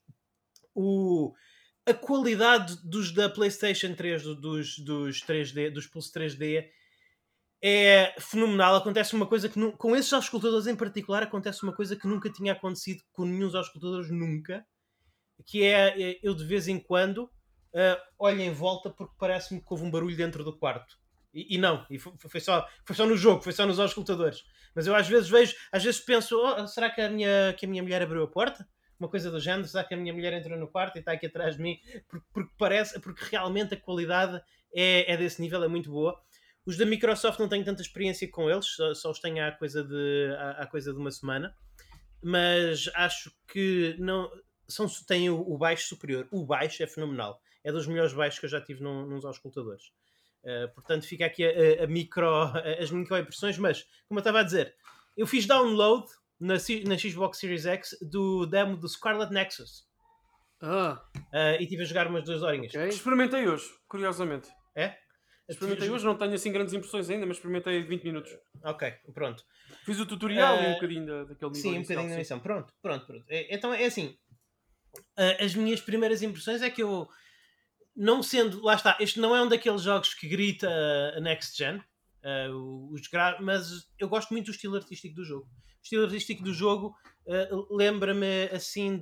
A qualidade da PlayStation 3, dos 3D, dos Pulse 3D, é fenomenal. Acontece uma coisa que com esses auscultadores em particular acontece uma coisa que nunca tinha acontecido com nenhum dos auscultadores nunca, que é eu de vez em quando olho em volta porque parece-me que houve um barulho dentro do quarto. E não, foi só no jogo, foi só nos auscultadores. Mas eu às vezes penso, será que a minha mulher abriu a porta? Uma coisa do género, será que a minha mulher entrou no quarto e está aqui atrás de mim? Porque realmente a qualidade é desse nível, é muito boa. Os da Microsoft não tenho tanta experiência com eles, só os tenho há coisa de uma semana, mas acho que não têm o baixo superior. O baixo é fenomenal, é dos melhores baixos que eu já tive nos auscultadores. Portanto, fica aqui as micro impressões, mas como eu estava a dizer, eu fiz download na Xbox Series X do demo do Scarlet Nexus e estive a jogar umas 2 horinhas. Okay. Experimentei hoje, curiosamente. É? Experimentei hoje, não tenho assim grandes impressões ainda, mas experimentei 20 minutos. Ok, pronto. Fiz o tutorial e um bocadinho daquele nível. Sim, um bocadinho da missão. Pronto. Então é assim, as minhas primeiras impressões é que eu, não sendo, lá está, este não é um daqueles jogos que grita a next gen, mas eu gosto muito do estilo artístico do jogo. O estilo artístico do jogo lembra-me assim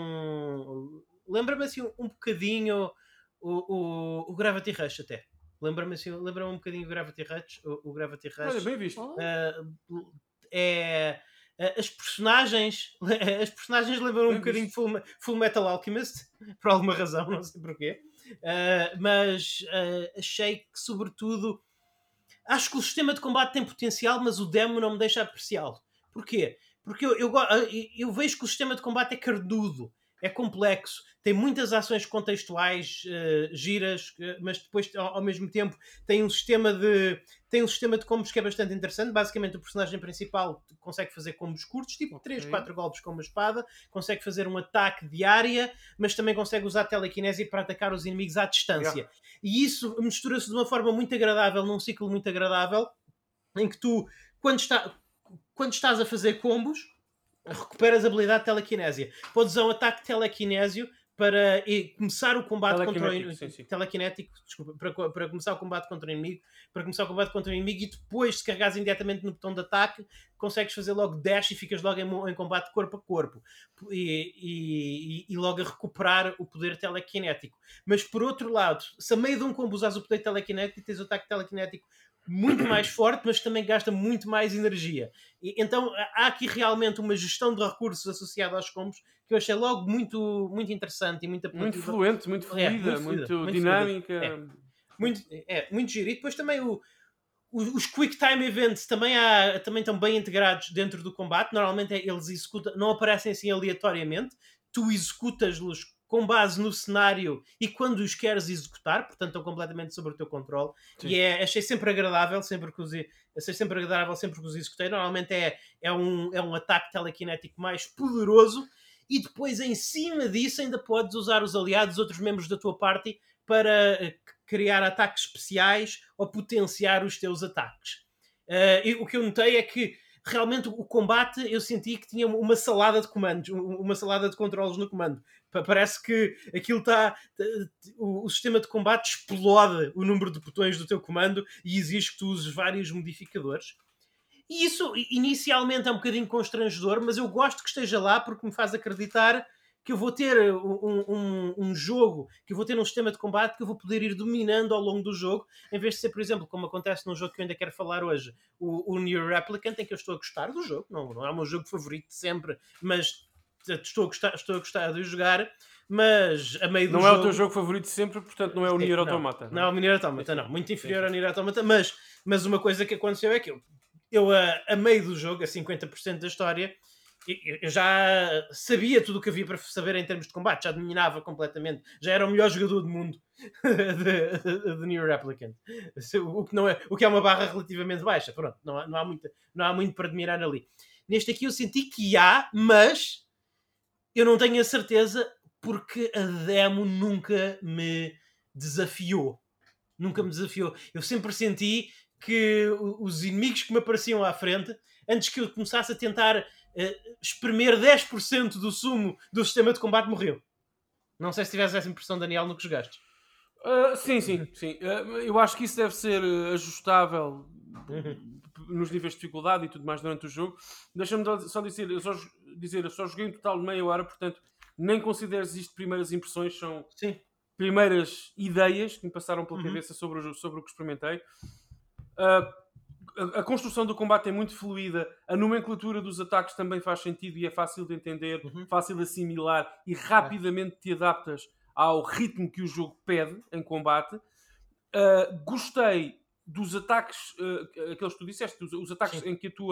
um bocadinho o Gravity Rush até. Lembra-me um bocadinho o Gravity Rush. O Gravity Rush. Olha, bem visto. As personagens lembram um bocadinho de Full Metal Alchemist, por alguma razão, não sei porquê. Mas achei que, sobretudo, acho que o sistema de combate tem potencial, mas o demo não me deixa apreciá-lo. Porquê? Porque eu vejo que o sistema de combate é carnudo, é complexo, tem muitas ações contextuais giras, mas depois ao mesmo tempo tem um sistema de combos que é bastante interessante. Basicamente o personagem principal consegue fazer combos curtos, tipo 3, 4 golpes com uma espada, consegue fazer um ataque de área, mas também consegue usar telecinese para atacar os inimigos à distância. E isso mistura-se de uma forma muito agradável, num ciclo muito agradável, em que tu, quando estás a fazer combos, recuperas a habilidade de telequinésia. Podes usar um ataque de telequinésio para começar o combate contra o inimigo. Telequinético, desculpa, para começar o combate contra o inimigo. E depois, se carregares imediatamente no botão de ataque, consegues fazer logo dash e ficas logo em combate corpo a corpo. E logo a recuperar o poder telequinético. Mas por outro lado, se a meio de um combo usas o poder telequinético, tens o ataque telequinético muito mais forte, mas também gasta muito mais energia. Então há aqui realmente uma gestão de recursos associada aos combos que eu achei logo muito, muito interessante e muito fluente, muito fluida, muito dinâmica. Muito giro. E depois também os Quick Time Events também estão bem integrados dentro do combate. Normalmente eles não aparecem assim aleatoriamente. Tu executas-los com base no cenário e quando os queres executar, portanto estão completamente sob o teu controle. Sim. E achei sempre agradável sempre que os executei. Normalmente é um ataque telequinético mais poderoso e depois em cima disso ainda podes usar os aliados, outros membros da tua party, para criar ataques especiais ou potenciar os teus ataques. E o que eu notei é que realmente o combate eu senti que tinha uma salada de comandos, uma salada de controles no comando. Parece que aquilo o sistema de combate explode o número de botões do teu comando e exige que tu uses vários modificadores. E isso inicialmente é um bocadinho constrangedor, mas eu gosto que esteja lá porque me faz acreditar que eu vou ter um jogo, que eu vou ter um sistema de combate que eu vou poder ir dominando ao longo do jogo, em vez de ser, por exemplo, como acontece num jogo que eu ainda quero falar hoje, o Nier Replicant, em que eu estou a gostar do jogo, não é o meu jogo favorito de sempre, mas estou a gostar de jogar, mas a meio do jogo... Não é o teu jogo favorito de sempre, portanto não é o Nier Automata. Não é o Nier Automata, não. Muito inferior ao Nier Automata, mas uma coisa que aconteceu é que eu a meio do jogo, a 50% da história, eu já sabia tudo o que havia para saber em termos de combate, já dominava completamente, já era o melhor jogador do mundo de Nier Replicant, o que é uma barra relativamente baixa. Pronto, não há muito para admirar ali. Neste aqui eu senti que mas Eu não tenho a certeza porque a demo nunca me desafiou. Nunca me desafiou. Eu sempre senti que os inimigos que me apareciam à frente, antes que eu começasse a tentar espremer 10% do sumo do sistema de combate, morreu. Não sei se tivesse essa impressão, Daniel, no que jogaste. Sim. Eu acho que isso deve ser ajustável nos níveis de dificuldade e tudo mais durante o jogo. Deixa-me só dizer, eu só joguei um total de meia hora, portanto, nem consideres isto primeiras impressões, são primeiras ideias que me passaram pela cabeça sobre o que experimentei. A construção do combate é muito fluida, a nomenclatura dos ataques também faz sentido e é fácil de entender, fácil de assimilar e rapidamente te adaptas ao ritmo que o jogo pede em combate. Gostei dos ataques, aqueles que tu disseste, os ataques em que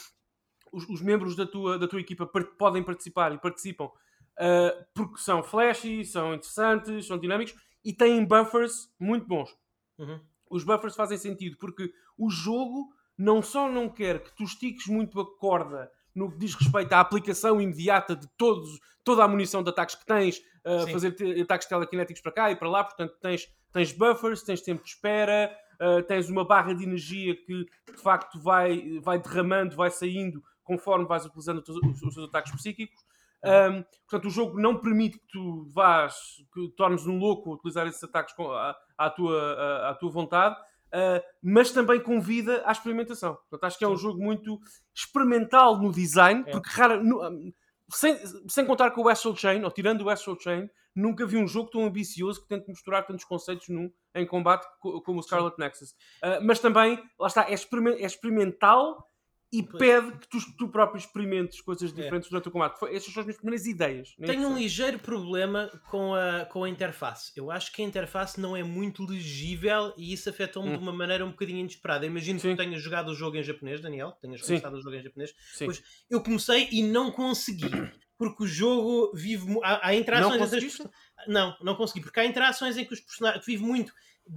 os membros da tua equipa podem participar e participam, porque são flashy, são interessantes, são dinâmicos e têm buffers muito bons. Os buffers fazem sentido porque o jogo não só não quer que tu estiques muito a corda no que diz respeito à aplicação imediata de toda a munição de ataques que tens, fazer ataques telekinéticos para cá e para lá, portanto tens buffers, tens tempo de espera, tens uma barra de energia que de facto vai derramando, vai saindo conforme vais utilizando os teus ataques psíquicos. Portanto, o jogo não permite que tu tornes um louco a utilizar esses ataques à tua vontade, mas também convida à experimentação. Portanto, acho que é um jogo muito experimental no design, porque sem contar com o Astral Chain, ou tirando o Astral Chain, nunca vi um jogo tão ambicioso que tente misturar tantos conceitos em combate como o Scarlet Nexus. Mas também, lá está, é experimental e pede que tu próprio experimentes coisas diferentes durante o combate. Essas são as minhas primeiras ideias. Tenho um ligeiro problema com a interface. Eu acho que a interface não é muito legível e isso afetou-me de uma maneira um bocadinho inesperada. Imagino que tu tenhas jogado o jogo em japonês, Daniel. Tenhas começado o jogo em japonês. Pois eu comecei e não consegui. Porque o jogo vive... Há interações... Não conseguiste? Não consegui. Porque há interações em que os personagens... Vive muito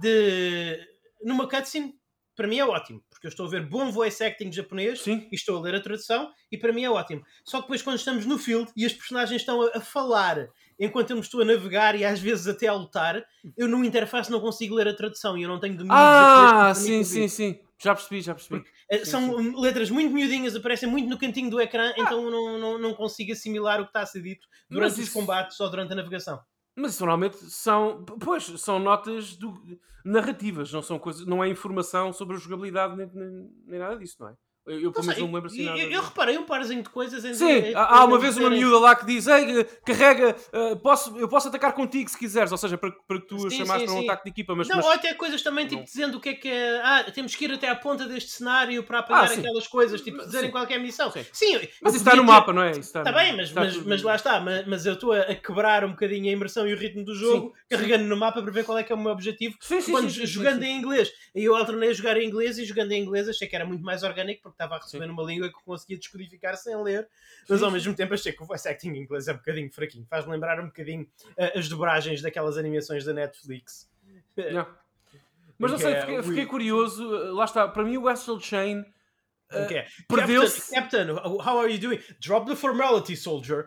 numa cutscene. Para mim é ótimo, porque eu estou a ver bom voice acting japonês e estou a ler a tradução e para mim é ótimo. Só que depois quando estamos no field e as personagens estão a falar enquanto eu me estou a navegar e às vezes até a lutar, eu no interface não consigo ler a tradução e eu não tenho domínio sim. Já percebi. São letras muito miudinhas, aparecem muito no cantinho do ecrã, então não consigo assimilar o que está a ser dito durante os combates ou durante a navegação. Mas isso normalmente são notas narrativas, não é informação sobre a jogabilidade nem nada disso, não é? Eu pelo menos não me lembro assim nada. Eu reparei um parzinho de coisas em sim, há uma vez uma miúda lá que diz: ei, carrega, eu posso atacar contigo se quiseres, ou seja, para que tu chamares para um ataque de equipa. Mas, ou até coisas também, tipo, dizendo o que é. Temos que ir até à ponta deste cenário para apagar aquelas coisas, tipo, dizerem qualquer missão. Sim, mas isso está no mapa, não é? Está bem, mas lá está. Mas eu estou a quebrar um bocadinho a imersão e o ritmo do jogo, carregando no mapa para ver qual é que é o meu objetivo. Jogando em inglês. E eu alternei a jogar em inglês e jogando em inglês achei que era muito mais orgânico porque estava a receber numa língua que conseguia descodificar sem ler, mas ao mesmo tempo achei que o voice acting em inglês é um bocadinho fraquinho. Faz-me lembrar um bocadinho as dobragens daquelas animações da Netflix. Mas não sei, fiquei curioso. Lá está, para mim o Astral Chain perdeu-se. Captain, how are you doing? Drop the formality, soldier.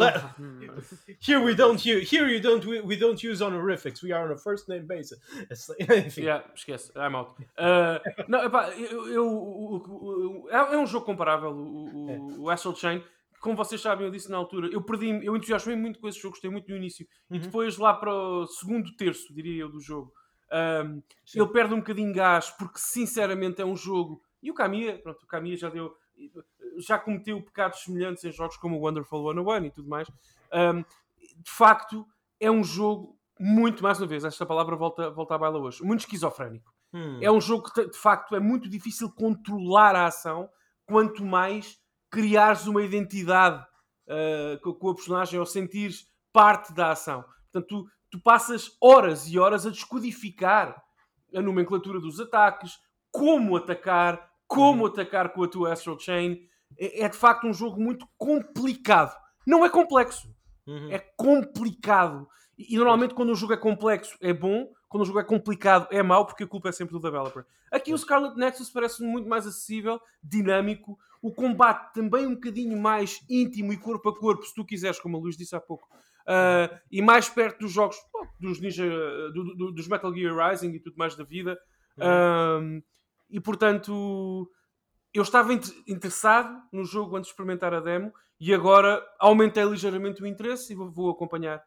Here we don't use honorifics. We are on a first name basis. Esquece. I'm out. É um jogo comparável, o Astral Chain. Como vocês sabem, eu disse na altura, eu entusiasmei muito com esse jogo, gostei muito no início. E depois lá para o segundo terço, diria eu, do jogo, ele perde um bocadinho de gás, porque sinceramente é um jogo. E o Kamiya já cometeu pecados semelhantes em jogos como o Wonderful 101 e tudo mais. De facto, é um jogo muito, mais uma vez, esta palavra volta à baila hoje, muito esquizofrénico. É um jogo que, de facto, é muito difícil controlar a ação, quanto mais criares uma identidade com a personagem ou sentires parte da ação. Portanto, tu passas horas e horas a descodificar a nomenclatura dos ataques, como atacar com a tua Astral Chain. É de facto um jogo muito complicado. Não é complexo. É complicado. E normalmente quando um jogo é complexo é bom, quando um jogo é complicado é mau, porque a culpa é sempre do developer. Aqui o Scarlet Nexus parece muito mais acessível, dinâmico. o combate também um bocadinho mais íntimo e corpo a corpo, se tu quiseres, como a Luís disse há pouco, e mais perto dos jogos dos Ninja, dos Metal Gear Rising e tudo mais da vida. E portanto, eu estava interessado no jogo antes de experimentar a demo e agora aumentei ligeiramente o interesse e vou acompanhar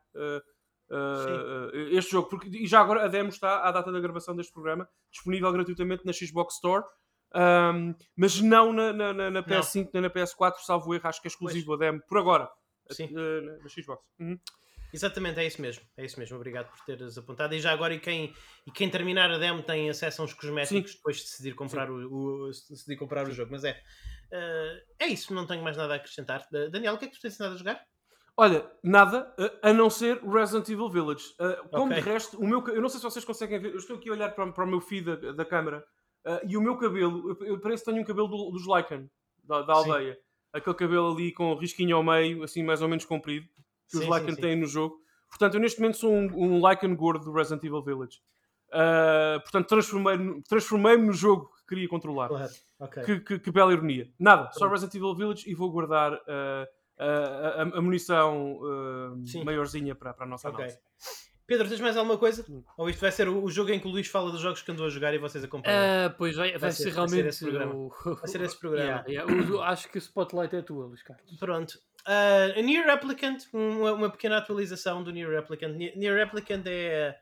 este jogo. E já agora a demo está, à data da gravação deste programa, disponível gratuitamente na Xbox Store. Mas não na PS5 nem na PS4, salvo erro, acho que é exclusivo a demo por agora. Na Xbox. Exatamente, é isso mesmo, obrigado por teres apontado. E já agora, e quem terminar a demo tem acesso a uns cosméticos depois de decidir comprar o jogo. Mas é isso, não tenho mais nada a acrescentar. Daniel, o que é que tu tens andado a jogar? Olha, nada, a não ser Resident Evil Village. Como de resto, eu não sei se vocês conseguem ver, eu estou aqui a olhar para o meu feed da câmara e o meu cabelo, eu parece que tenho um cabelo dos Lycan, da aldeia. Aquele cabelo ali com risquinho ao meio, assim mais ou menos comprido, que os Lycan têm no jogo. Portanto, eu neste momento sou um Lycan gordo do Resident Evil Village. Portanto, transformei-me no jogo que queria controlar. Claro. Okay. Que bela ironia. Nada, só Resident Evil Village e vou guardar a munição maiorzinha para a nossa análise. Pedro, tens mais alguma coisa? Ou isto vai ser o jogo em que o Luís fala dos jogos que andou a jogar e vocês acompanham? Pois vai ser realmente vai ser esse programa. Acho que o spotlight é tua, Luís Carlos. Pronto. A Nier Replicant, uma pequena atualização do Nier Replicant. Nier Replicant é...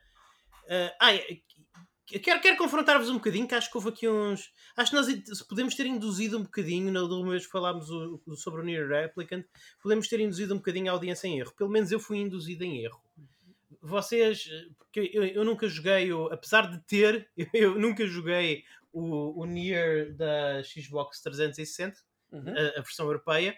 Quero confrontar-vos um bocadinho, que acho que houve aqui uns... Acho que nós podemos ter induzido um bocadinho, na última vez que falámos sobre o Nier Replicant, podemos ter induzido um bocadinho a audiência em erro. Pelo menos eu fui induzido em erro. Vocês... Porque eu nunca joguei... Apesar de ter... Eu nunca joguei o Nier da Xbox 360, a versão europeia.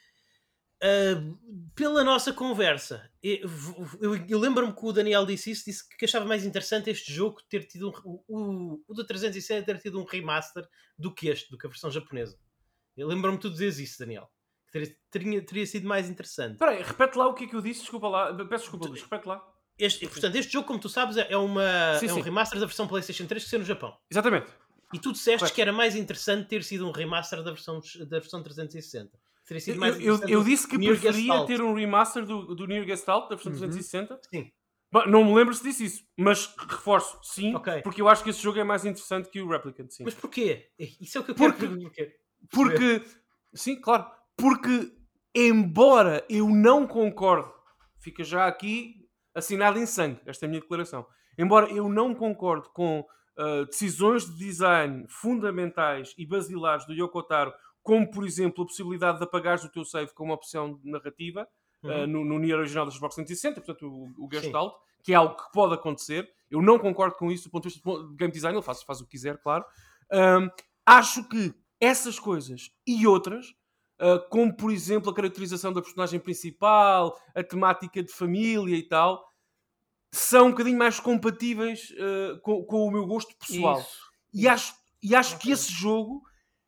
Pela nossa conversa, eu lembro-me que o Daniel disse que achava mais interessante este jogo ter tido o da 360 ter tido um remaster do que a versão japonesa. Eu lembro-me que tu dizes isso, Daniel, que teria sido mais interessante. Espera aí, repete lá o que é que eu disse, desculpa lá, peço desculpa, Luís, repete lá. Portanto, este jogo, como tu sabes, é um remaster da versão PlayStation 3 que saiu no Japão. Exatamente. E tu disseste que era mais interessante ter sido um remaster da versão 360. Eu disse que preferia ter um remaster do Nier Gestalt da versão 360. Sim. Não me lembro se disse isso, mas reforço, sim, porque eu acho que esse jogo é mais interessante que o Replicant, sim. Mas porquê? Isso é o que eu quero porque sim, claro, porque embora eu não concorde, fica já aqui assinado em sangue, esta é a minha declaração, embora eu não concorde com decisões de design fundamentais e basilares do Yoko Taro, como, por exemplo, a possibilidade de apagares o teu save com uma opção narrativa no Nier original da Xbox 360, portanto, o Gestalt, que é algo que pode acontecer. Eu não concordo com isso do ponto de vista de game design, ele faz o que quiser, claro. Acho que essas coisas e outras, como, por exemplo, a caracterização da personagem principal, a temática de família e tal, são um bocadinho mais compatíveis com o meu gosto pessoal. Isso. E acho que esse jogo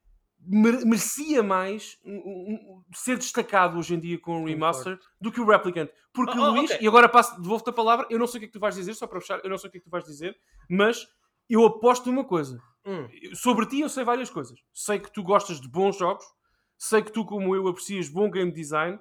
merecia mais ser destacado hoje em dia com o remaster do que o Replicant. Porque Luís, e agora devolvo-te a palavra, eu não sei o que é que tu vais dizer, só para fechar, eu não sei o que é que tu vais dizer, mas eu aposto uma coisa. Sobre ti eu sei várias coisas. Sei que tu gostas de bons jogos, sei que tu, como eu, aprecias bom game design,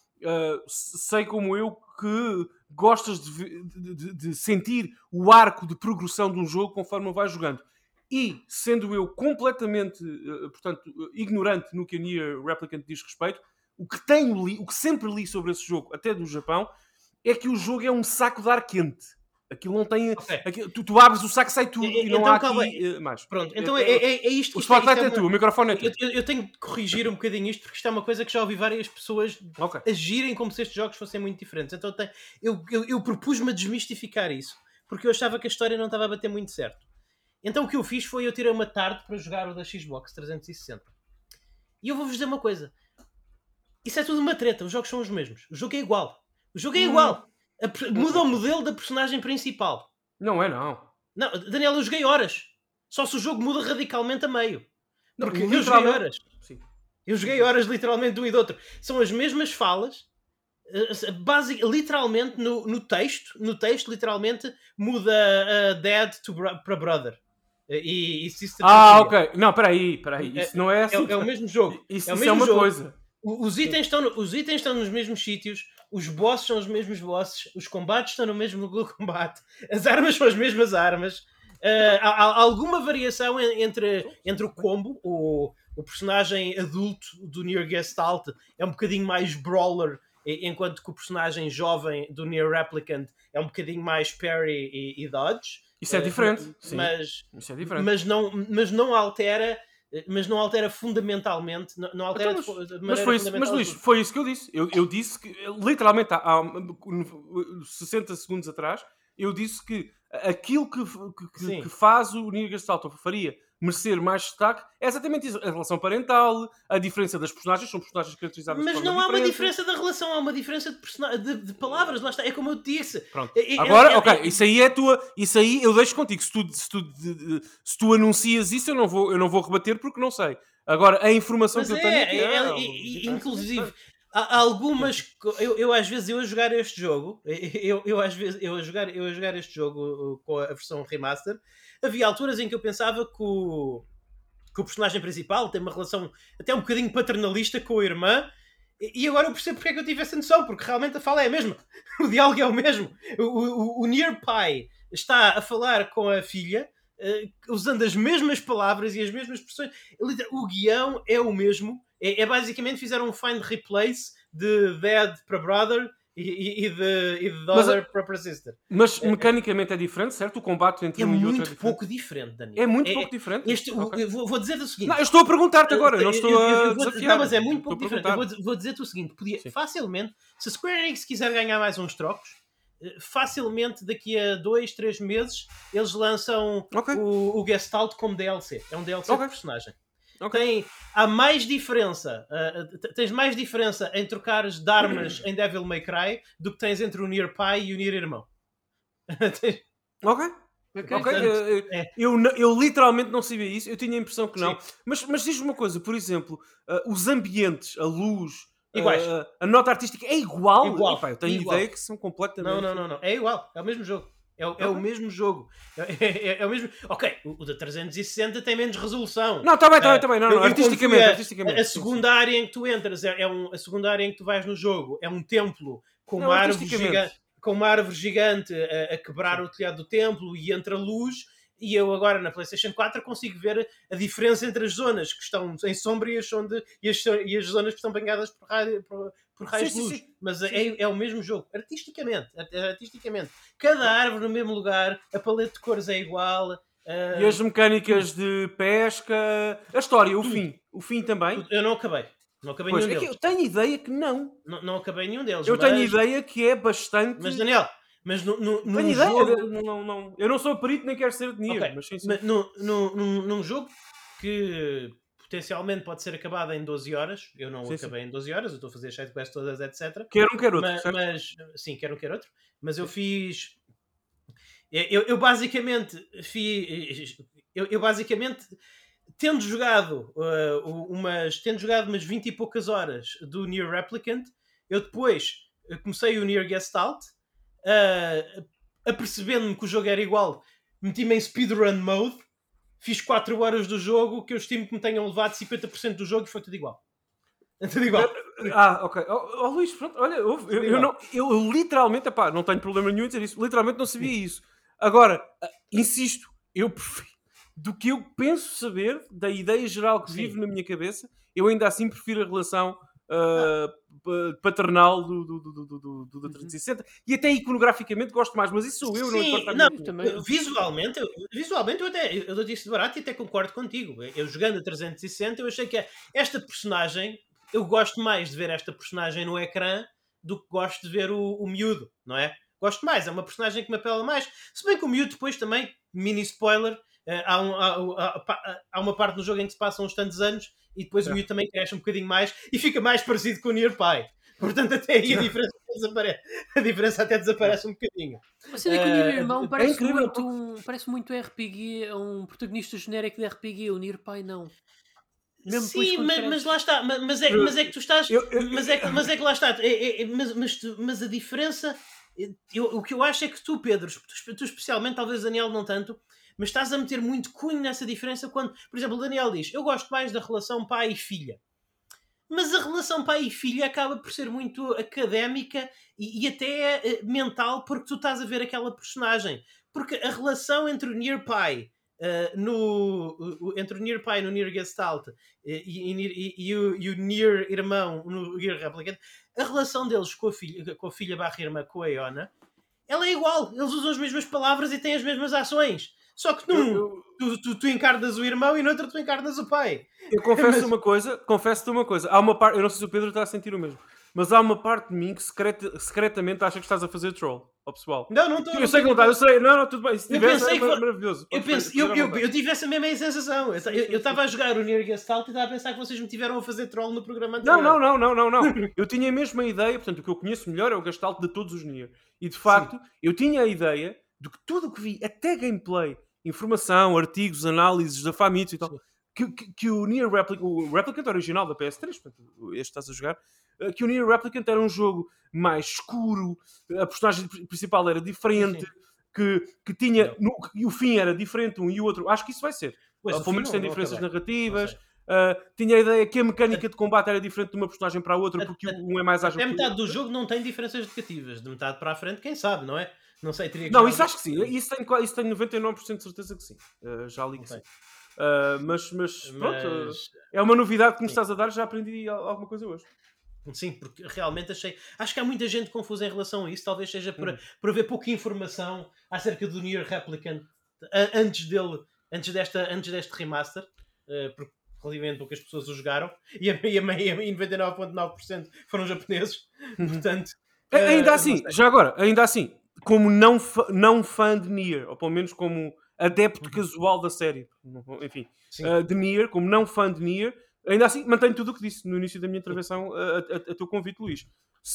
sei como eu que gostas de sentir o arco de progressão de um jogo conforme o vais jogando. E, sendo eu completamente, portanto, ignorante no que a Nier Replicant diz respeito, o que sempre li sobre esse jogo, até do Japão, é que o jogo é um saco de ar quente. Aquilo não tem... Tu abres o saco, sai tudo e não há aqui mais. Pronto, então é isto. O spotlight é tu, o microfone é tu. Eu tenho de corrigir um bocadinho isto, porque isto é uma coisa que já ouvi várias pessoas agirem como se estes jogos fossem muito diferentes. Então eu propus-me a desmistificar isso, porque eu achava que a história não estava a bater muito certo. Então o que eu fiz foi eu tirei uma tarde para jogar o da Xbox 360. E eu vou-vos dizer uma coisa. Isso é tudo uma treta. Os jogos são os mesmos. O jogo é igual. Muda o modelo da personagem principal. Não é, não. Não, Daniel, eu joguei horas. Só se o jogo muda radicalmente a meio. Porque não, eu joguei horas. Sim. Eu joguei horas literalmente de um e do outro. São as mesmas falas. Literalmente no texto literalmente muda dad para brother. E se isso ok. Não, espera aí. Isso não é assim. É o mesmo jogo. Isso é o é mesmo uma jogo. coisa. Os itens estão nos mesmos sítios, os bosses são os mesmos bosses, os combates estão no mesmo combate, as armas são as mesmas armas. Há alguma variação entre o combo. O personagem adulto do Nier Gestalt é um bocadinho mais brawler, enquanto que o personagem jovem do Nier Replicant é um bocadinho mais parry e dodge. Isso é diferente. Sim. Isso é diferente. Mas não altera fundamentalmente. Não altera mas Luís, foi isso que eu disse. Eu disse que, literalmente, há 60 segundos atrás, eu disse que aquilo que faz o Nier Gestalt faria merecer mais destaque é exatamente isso. A relação parental, a diferença das personagens, são personagens caracterizadas mas de forma não há diferente. uma diferença da relação, há uma diferença de palavras, lá está, é como eu te disse. Pronto. Agora, isso aí é tua, isso aí eu deixo contigo. Se tu anuncias isso, eu não vou rebater porque não sei. Agora, a informação que eu tenho inclusive, há algumas. Eu às vezes, eu a jogar este jogo, eu a jogar este jogo com a versão remaster, havia alturas em que eu pensava que o personagem principal tem uma relação até um bocadinho paternalista com a irmã, e agora eu percebo porque é que eu tive essa noção, porque realmente a fala é a mesma, o diálogo é o mesmo. O Nier pai está a falar com a filha, usando as mesmas palavras e as mesmas expressões. O guião é o mesmo. É basicamente fizeram um find replace de dad para brother e de daughter para sister. Mas mecanicamente é diferente, certo? O combate entre um e outro é muito pouco diferente, Daniel. É muito pouco diferente? Eu vou dizer-te o seguinte. Não, eu estou a perguntar-te agora, eu não estou a desafiar. Não, mas é muito pouco diferente. Eu vou dizer-te o seguinte. Podia facilmente, se a Square Enix quiser ganhar mais uns trocos, facilmente daqui a 2-3 meses eles lançam o Gestalt como DLC. É um DLC de personagem. Há mais diferença. Tens mais diferença em trocares de armas em Devil May Cry do que tens entre o Nier pai e o Nier irmão. Eu literalmente não sabia isso. Eu tinha a impressão que não. Mas diz-me uma coisa, por exemplo, os ambientes, a luz, a nota artística é igual? Epá, eu tenho ideia que são completamente... Não. É igual. É o mesmo jogo. É o mesmo jogo. É o mesmo... Ok, o da 360 tem menos resolução. Não, está bem. Não, artisticamente. A segunda área em que tu entras a segunda área em que tu vais no jogo é um templo com uma árvore gigante a quebrar o telhado do templo e entra luz. E eu agora na PlayStation 4 consigo ver a diferença entre as zonas que estão em sombra e as zonas que estão banhadas por raios de luz. Mas é o mesmo jogo, artisticamente. Cada árvore no mesmo lugar, a paleta de cores é igual. E as mecânicas de pesca, a história, o fim também. Eu não acabei. Não acabei nenhum deles. Eu tenho ideia que não. Não acabei nenhum deles. Eu tenho ideia que é bastante... Mas Daniel... Mas num jogo... Não. Eu não sou perito nem quero ser de Nier. Mas sim. Mas num jogo que potencialmente pode ser acabado em 12 horas. Eu não acabei em 12 horas. Eu estou a fazer as side quests todas, etc. Quer outro. Sim, quer outro. Mas eu fiz... Eu basicamente fiz... Eu basicamente... Tendo jogado umas 20 e poucas horas do Nier Replicant, eu depois comecei o Nier Gestalt, apercebendo-me que o jogo era igual, meti-me em speedrun mode, fiz 4 horas do jogo, que eu estimo que me tenham levado 50% do jogo e foi tudo igual. Tudo igual. Ok. Luís, pronto, olha, eu literalmente, não tenho problema nenhum em dizer isso, literalmente não sabia isso. Agora, insisto, eu prefiro, do que eu penso saber, da ideia geral que vive na minha cabeça, eu ainda assim prefiro a relação paternal do 360 e até iconograficamente gosto mais, mas isso sou eu. Visualmente eu dou-te isso de barato e até concordo contigo. Eu jogando a 360 eu achei que esta personagem, eu gosto mais de ver esta personagem no ecrã do que gosto de ver o miúdo, não é? Gosto mais, é uma personagem que me apela mais, se bem que o miúdo depois também, mini spoiler, há uma parte do jogo em que se passam uns tantos anos e depois o miúdo também cresce um bocadinho mais e fica mais parecido com o Nier Pai. Portanto, até aí a diferença até desaparece um bocadinho. Você vê que o Nier Irmão parece muito RPG, é um protagonista genérico de RPG, o Nier Pai não. Mesmo sim, mas lá está. Mas é que tu estás. Mas é que lá está. Mas a diferença. O que eu acho é que tu, Pedro, tu especialmente, talvez Daniel não tanto, mas estás a meter muito cunho nessa diferença quando, por exemplo, o Daniel diz, eu gosto mais da relação pai e filha. Mas a relação pai e filha acaba por ser muito académica e até mental, porque tu estás a ver aquela personagem. Porque a relação entre o Nier Pai entre o Nier Pai no Nier Gestalt e o Nier Irmão no Nier Replicant, a relação deles com a filha barra irmã, com a Iona, ela é igual. Eles usam as mesmas palavras e têm as mesmas ações. Só que num tu encarnas o irmão e no outro tu encarnas o pai. Eu confesso-te uma coisa. Há uma parte, eu não sei se o Pedro está a sentir o mesmo, mas há uma parte de mim que secretamente acha que estás a fazer troll ao pessoal. Não estou. Eu sei que não está, eu sei. Não, tudo bem. Se tivesse, é maravilhoso. Eu tive essa mesma sensação. Eu estava a jogar o Nier Gestalt e estava a pensar que vocês me tiveram a fazer troll no programa anterior. Não. Eu tinha a mesma ideia, portanto, o que eu conheço melhor é o Gestalt de todos os Nier. E de facto, eu tinha a ideia de que tudo o que vi, até gameplay, informação, artigos, análises da Famitsu e tal, que o Nier Replicant original da PS3, portanto, este estás a jogar, que o Nier Replicant era um jogo mais escuro, a personagem principal era diferente, que tinha, e o fim era diferente um e o outro. Acho que isso vai ser. Pelo menos tem diferenças narrativas. Tinha a ideia que a mecânica de combate era diferente de uma personagem para a outra, porque um é mais ágil. Até metade do jogo não tem diferenças negativas. De metade para a frente, quem sabe, não é? Não sei, teria que Não, isso acho que sim. Isso tenho 99% de certeza que sim. Já li que sim. Mas pronto, é uma novidade que me estás a dar. Já aprendi alguma coisa hoje. Sim, porque realmente acho que há muita gente confusa em relação a isso. Talvez seja por haver pouca informação acerca do Nier Replicant antes deste remaster, porque relativamente poucas pessoas o jogaram e 99,9% foram japoneses. Portanto, ainda assim, como não fã de Nier, ou pelo menos como adepto casual da série, enfim, de Nier, como não fã de Nier, ainda assim mantenho tudo o que disse no início da minha intervenção a teu convite, Luís.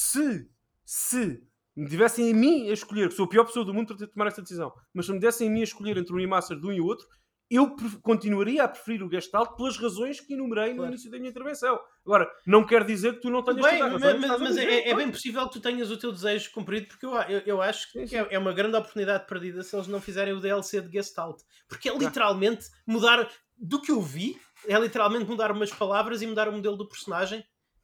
Se me tivessem a mim a escolher, que sou a pior pessoa do mundo para tomar esta decisão, mas se me dessem a mim a escolher entre o remaster de um e o outro, eu continuaria a preferir o Gestalt pelas razões que enumerei no início da minha intervenção. Agora, não quer dizer que tu não tenhas bem, mas é bem possível que tu tenhas o teu desejo cumprido, porque eu acho que é uma grande oportunidade perdida se eles não fizerem o DLC de Gestalt. Porque é literalmente mudar, do que eu vi, é literalmente mudar umas palavras e mudar o modelo do personagem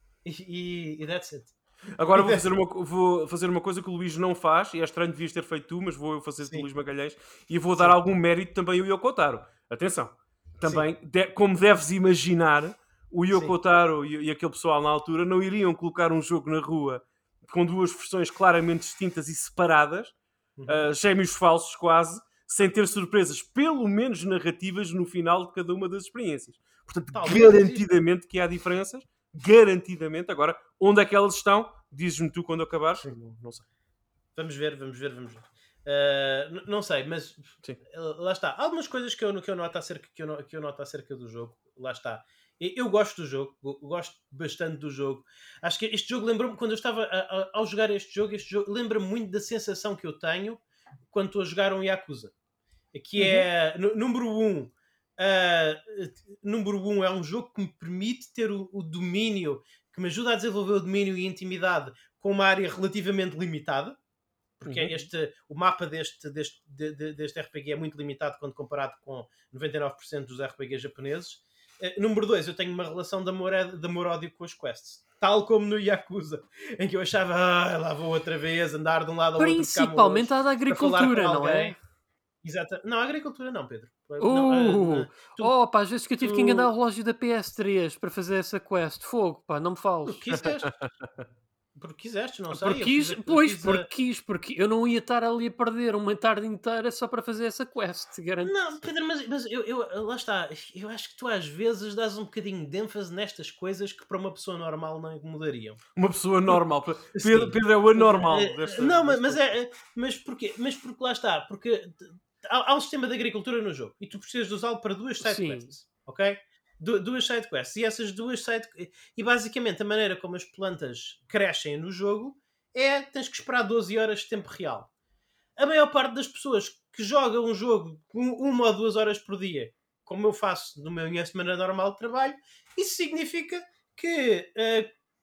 e that's it. Agora vou fazer uma coisa que o Luís não faz, e é estranho, devias ter feito tu, mas vou eu fazer de Luís Magalhães, e vou dar algum mérito também ao Yoko Taro. Atenção, também, como deves imaginar, o Yoko Taro e aquele pessoal na altura não iriam colocar um jogo na rua com duas versões claramente distintas e separadas, gêmeos falsos quase, sem ter surpresas, pelo menos narrativas, no final de cada uma das experiências. Portanto, garantidamente que há diferenças, garantidamente. Agora, onde é que elas estão? Dizes-me tu quando acabares. Não sei. Vamos ver. Não sei, mas lá está. Há algumas coisas que eu noto acerca do jogo. Lá está. Eu gosto do jogo, gosto bastante do jogo. Acho que este jogo lembra-me, quando eu estava ao jogar este jogo lembra-me muito da sensação que eu tenho quando estou a jogar um Yakuza. Que é, número 1, é um jogo que me permite ter o domínio, que me ajuda a desenvolver o domínio e a intimidade com uma área relativamente limitada, porque o mapa deste RPG é muito limitado quando comparado com 99% dos RPGs japoneses. Número 2, eu tenho uma relação de amor-ódio com as quests, tal como no Yakuza, em que eu achava, lá vou outra vez andar de um lado ao outro, principalmente a da agricultura, não é? Exato. Não, a agricultura não, Pedro. Pá, às vezes que eu tive que enganar o relógio da PS3 para fazer essa quest. Fogo, pá, não me fales. Porque quiseste, não sei. Porque eu não ia estar ali a perder uma tarde inteira só para fazer essa quest, garanto. Não, Pedro, mas eu lá está. Eu acho que tu às vezes dás um bocadinho de ênfase nestas coisas que para uma pessoa normal não incomodariam. Uma pessoa normal. Pedro é o anormal. Mas porquê? Mas porque lá está. Porque há um sistema de agricultura no jogo e tu precisas de usá-lo para duas sidequests, ok? Duas sidequests, e essas e basicamente a maneira como as plantas crescem no jogo tens que esperar 12 horas de tempo real. A maior parte das pessoas que jogam um jogo 1 ou 2 horas por dia, como eu faço na minha semana normal de trabalho, isso significa que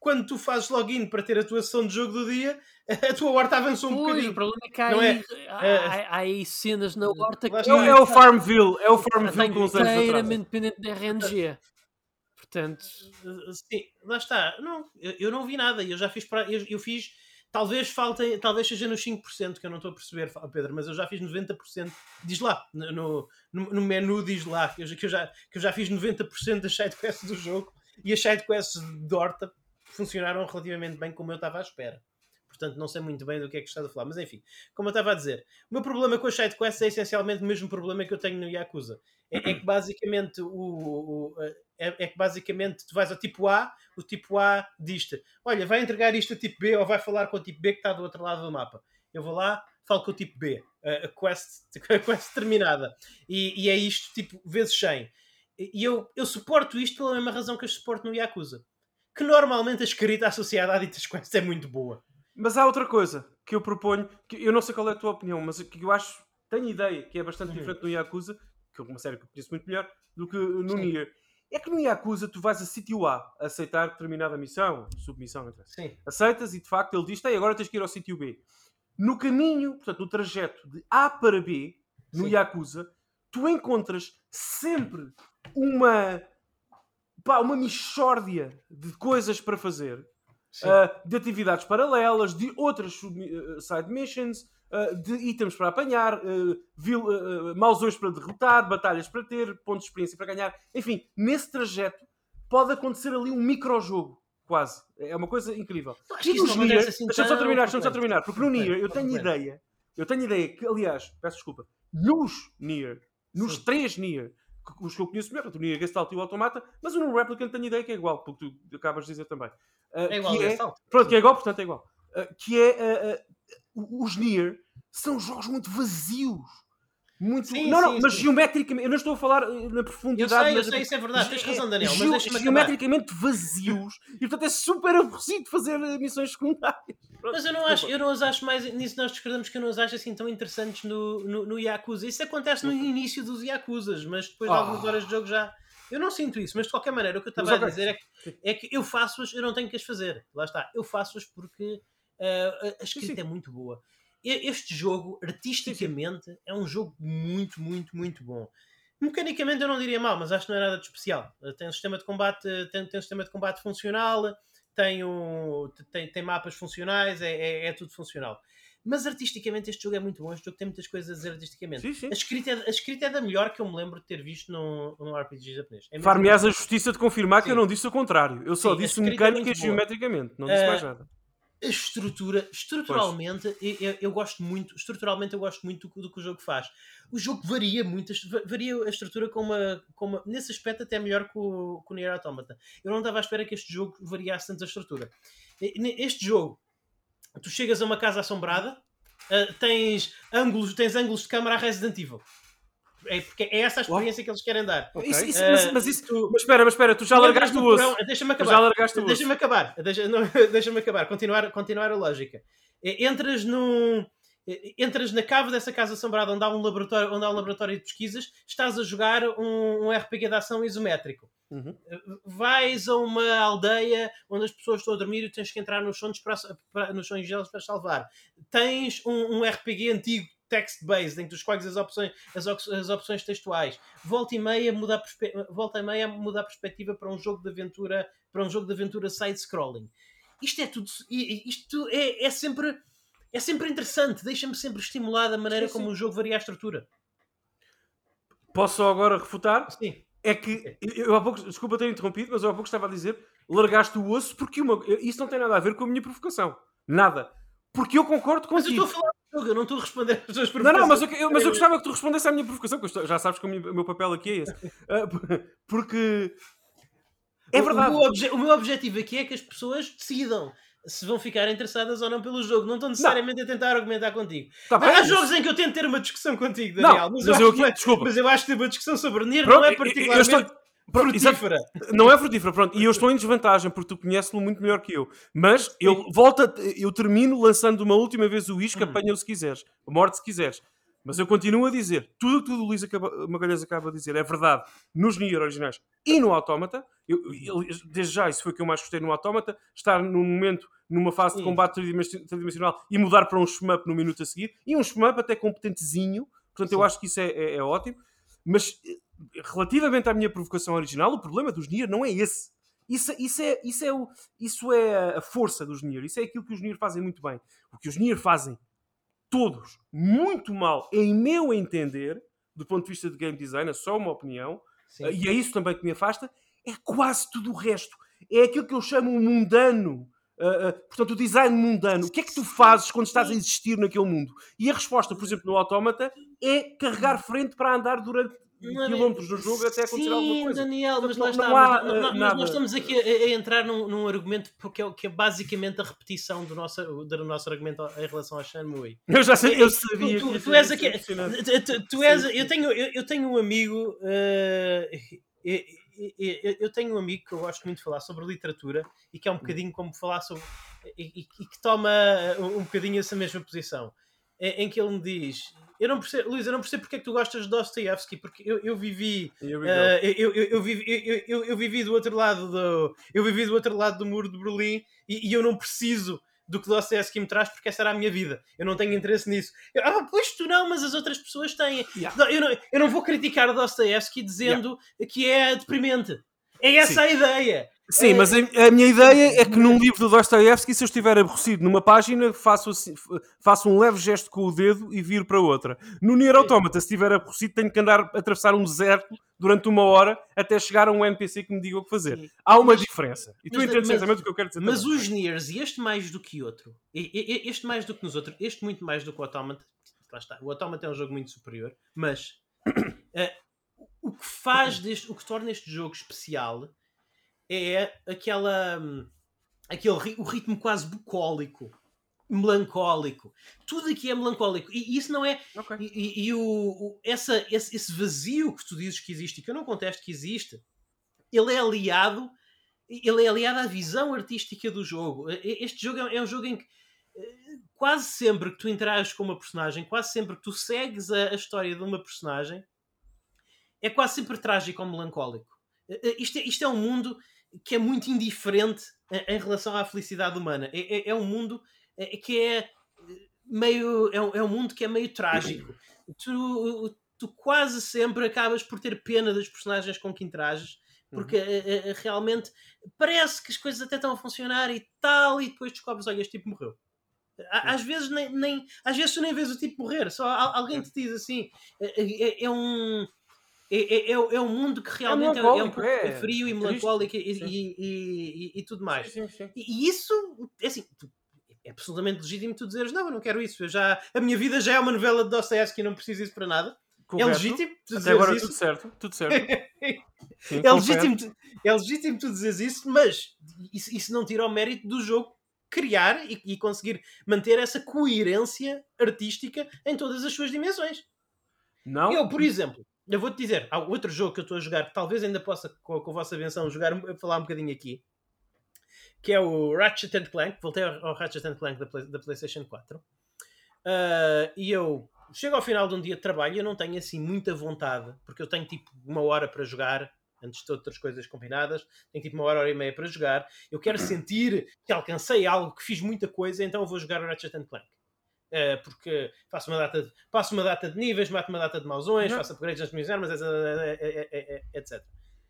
quando tu fazes login para ter a tua sessão de jogo do dia, a tua horta avançou um Pois, o bocadinho. problema é que há Não aí, é? há aí cenas na horta Lá que está. É o Farmville com os anos atrás. inteiramente dependente da RNG. Portanto, Sim, lá está. Não, eu não vi nada. Eu já fiz eu fiz. Talvez seja nos 5% que eu não estou a perceber, Pedro, mas eu já fiz 90%. Diz lá, no menu diz lá que eu já fiz 90% das sidequests do jogo, e as sidequests de horta funcionaram relativamente bem como eu estava à espera. Portanto, não sei muito bem do que é que estás a falar. Mas enfim, como eu estava a dizer, o meu problema com as sidequests é essencialmente o mesmo problema que eu tenho no Yakuza. É que basicamente é que basicamente tu vais ao tipo A, o tipo A diz-te: olha, vai entregar isto a tipo B, ou vai falar com o tipo B que está do outro lado do mapa. Eu vou lá, falo com o tipo B, a quest terminada. E é isto, tipo, vezes 100. E eu suporto isto pela mesma razão que eu suporto no Yakuza. Que normalmente a escrita associada a ditas quests é muito boa. Mas há outra coisa que eu proponho, que eu não sei qual é a tua opinião, mas que eu acho, tenho ideia que é bastante diferente no Yakuza, que é uma série que eu conheço muito melhor do que no Nier. É que no Yakuza tu vais a sítio A aceitar determinada missão, submissão, não sei. Sim. Aceitas e de facto ele diz: agora tens que ir ao sítio B. No caminho, portanto, no trajeto de A para B, no Yakuza, tu encontras sempre uma mixórdia de coisas para fazer, de atividades paralelas, de outras side missions, de itens para apanhar, mausões para derrotar, batalhas para ter, pontos de experiência para ganhar. Enfim, nesse trajeto pode acontecer ali um microjogo, quase. É uma coisa incrível. E nos Nier, deixa-me só terminar, porque no Nier eu tenho ideia que, aliás, peço desculpa, nos 3 Nier, os que eu conheço melhor, o Nier Gestalt e o Automata, mas o No Replicant tenho ideia que é igual, porque tu acabas de dizer também. É igual, pronto, que é igual, portanto é igual. Os Nier são jogos muito vazios. Mas geometricamente, eu não estou a falar na profundidade. Eu sei, isso é verdade, tens razão, Daniel, mas deixa-me geometricamente vazios, e portanto é super aborrecido fazer missões secundárias. Mas eu não as acho mais, nisso nós discordamos, que eu não as acho assim tão interessantes no Yakuza. Isso acontece no início dos Yakuzas, mas depois de algumas horas de jogo já... Eu não sinto isso, mas de qualquer maneira o que eu estava a dizer é que eu faço-as, eu não tenho que as fazer. Lá está, eu faço-as porque a escrita é muito boa. Este jogo, artisticamente, é um jogo muito, muito, muito bom. Mecanicamente eu não diria mal, mas acho que não é nada de especial. Tem um sistema de combate, tem um sistema de combate funcional, tem mapas funcionais, é tudo funcional. Mas artisticamente este jogo é muito bom. Este jogo tem muitas coisas a dizer artisticamente. Sim. A escrita é da melhor que eu me lembro de ter visto num RPG japonês. Far-me-ás a justiça de confirmar que eu não disse o contrário. Eu só disse mecânica e geometricamente. Não disse mais nada. A estrutura, estruturalmente eu gosto muito. Estruturalmente eu gosto muito do que o jogo faz. O jogo varia muito, varia a estrutura com uma nesse aspecto até melhor que o Nier Automata. Eu não estava à espera que este jogo variasse tanto a estrutura. Este jogo, tu chegas a uma casa assombrada, tens ângulos de câmara a Resident Evil. Porque é essa a experiência que eles querem dar. Okay. Mas espera, tu já largaste o osso. Deixa-me acabar. Deixa-me acabar. Continuar a lógica. Entras na cave dessa casa assombrada onde há um laboratório de pesquisas, estás a jogar um RPG de ação isométrico. Uhum. Vais a uma aldeia onde as pessoas estão a dormir e tens que entrar nos sonhos deles para salvar. Tens um RPG antigo text-based, em que tu escolhes as opções textuais. Volta e meia muda a perspectiva para um jogo de aventura side-scrolling. Isto é tudo. Isto é sempre interessante. Deixa-me sempre estimular da maneira como o jogo varia a estrutura. Posso só agora refutar? Sim. É que eu há pouco, desculpa ter interrompido, mas eu há pouco estava a dizer: largaste o osso porque isso não tem nada a ver com a minha provocação. Nada. Porque eu concordo contigo. Mas eu estou a falar do jogo, eu não estou a responder às tuas provocações. Não, mas eu gostava que tu respondesse à minha provocação, porque já sabes que o meu papel aqui é esse. Porque é verdade. O meu objetivo aqui é que as pessoas decidam se vão ficar interessadas ou não pelo jogo. Não estão necessariamente a tentar argumentar contigo. Há jogos em que eu tento ter uma discussão contigo, Daniel. Mas eu acho que ter uma discussão sobre Nier não é particularmente frutífera. Não é frutífera, pronto. E eu estou em desvantagem porque tu conheces-lo muito melhor que eu. Mas eu termino lançando uma última vez o isco, apanha-o se quiseres. Morte se quiseres. Mas eu continuo a dizer, tudo o que o Luís Magalhães acaba de dizer é verdade nos Nier originais e no Autómata. Desde já, isso foi o que eu mais gostei no Autómata, estar num momento, numa fase de combate tridimensional e mudar para um shmup no minuto a seguir, e um shmup até competentezinho, portanto eu acho que isso é ótimo. Mas relativamente à minha provocação original, o problema dos Nier não é esse. Isso é a força dos Nier. Isso é aquilo que os Nier fazem muito bem. O que os Nier fazem todos muito mal, em meu entender, do ponto de vista de game design, é só uma opinião, e é isso também que me afasta, é quase tudo o resto. É aquilo que eu chamo o mundano. Portanto, o design mundano. O que é que tu fazes quando estás a existir naquele mundo? E a resposta, por exemplo, no Autómata, é carregar frente para andar durante quilómetros no jogo até acontecer alguma coisa. Daniel, portanto, mas lá está. Mas nós estamos aqui a entrar num argumento que é basicamente a repetição do nosso argumento em relação a Shenmue. Eu já sei, eu sabia. Tu és aqui. Eu tenho um amigo. Eu tenho um amigo que eu gosto muito de falar sobre literatura e que é um bocadinho como falar sobre. E que toma um bocadinho essa mesma posição. Em que ele me diz: Luís, eu não percebo porque é que tu gostas de Dostoiévski, porque eu vivi eu vivi do outro lado do muro de Berlim e eu não preciso do que Dostoiévski me traz porque essa era a minha vida, eu não tenho interesse nisso. Pois tu não, mas as outras pessoas têm. Eu não vou criticar Dostoiévski dizendo que é deprimente. É essa a ideia. Sim, mas a minha ideia é que num livro do Dostoiévski, se eu estiver aborrecido numa página, faço um leve gesto com o dedo e viro para outra. No Nier Automata, se estiver aborrecido, tenho que andar a atravessar um deserto durante 1 hora até chegar a um NPC que me diga o que fazer. Sim. Há uma diferença. E tu entendes exatamente o que eu quero dizer. Mas também. Os Niers, e este mais do que outro, este mais do que nos outros, este muito mais do que o Automata, lá está. O Automata é um jogo muito superior, mas o que torna este jogo especial é o ritmo quase bucólico, melancólico. Tudo aqui é melancólico. E isso não é... Okay. Esse vazio que tu dizes que existe e que eu não contesto que existe, ele é aliado à visão artística do jogo. Este jogo é um jogo em que quase sempre que tu interages com uma personagem, quase sempre que tu segues a história de uma personagem, é quase sempre trágico ou melancólico. Isto é um mundo que é muito indiferente em relação à felicidade humana. É um mundo que é meio... É um mundo que é meio trágico. Tu quase sempre acabas por ter pena das personagens com que interages, porque realmente parece que as coisas até estão a funcionar e tal, e depois descobres, olha, este tipo morreu. Às vezes às vezes tu nem vês o tipo morrer, só alguém te diz assim, é um mundo que realmente é um pouco frio e melancólico e tudo mais. Sim. E isso, é assim, é absolutamente legítimo tu dizeres, não, eu não quero isso. A minha vida já é uma novela de Dostoiévski, não preciso disso para nada. Correto. É legítimo tu dizeres até agora isso. Tudo certo. Sim, é legítimo tu dizeres isso, mas isso não tira o mérito do jogo criar e conseguir manter essa coerência artística em todas as suas dimensões. Não? Eu, por exemplo, eu vou-te dizer, há outro jogo que eu estou a jogar que talvez ainda possa, com a vossa benção, falar um bocadinho aqui, que é o Ratchet & Clank. Voltei ao Ratchet & Clank da PlayStation 4. E eu chego ao final de um dia de trabalho e eu não tenho assim muita vontade, porque eu tenho tipo 1 hora para jogar, antes de outras coisas combinadas, tenho tipo 1 hora e meia para jogar. Eu quero sentir que alcancei algo, que fiz muita coisa, então eu vou jogar o Ratchet & Clank. Porque passo uma data de níveis, mato uma data de mausões, faço upgrades nas minhas armas, etc.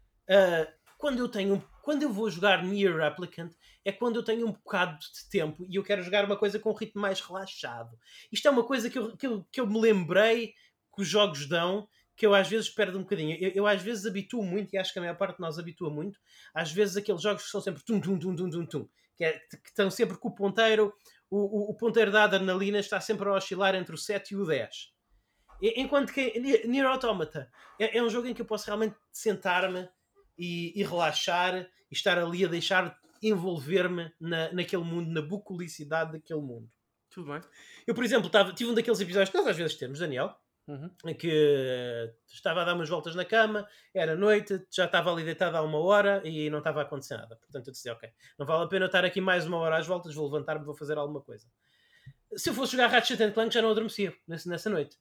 Quando eu vou jogar Nier Replicant é quando eu tenho um bocado de tempo e eu quero jogar uma coisa com um ritmo mais relaxado. Isto é uma coisa que eu me lembrei que os jogos dão, que eu às vezes perdo um bocadinho. Eu às vezes habituo muito, e acho que a maior parte de nós habitua muito, às vezes aqueles jogos que são sempre tum, que estão sempre com o ponteiro. O ponteiro da adrenalina está sempre a oscilar entre o 7 e o 10. Enquanto que Nier Automata é um jogo em que eu posso realmente sentar-me e relaxar e estar ali a deixar envolver-me naquele mundo, na bucolicidade daquele mundo. Tudo bem. Eu, por exemplo, tive um daqueles episódios que nós às vezes temos, Daniel, em que estava a dar umas voltas na cama, era noite, já estava ali deitado há 1 hora e não estava a acontecer nada. Portanto eu disse, ok, não vale a pena estar aqui mais 1 hora às voltas, vou levantar-me, vou fazer alguma coisa. Se eu fosse jogar Ratchet & Clank já não adormecia nessa noite.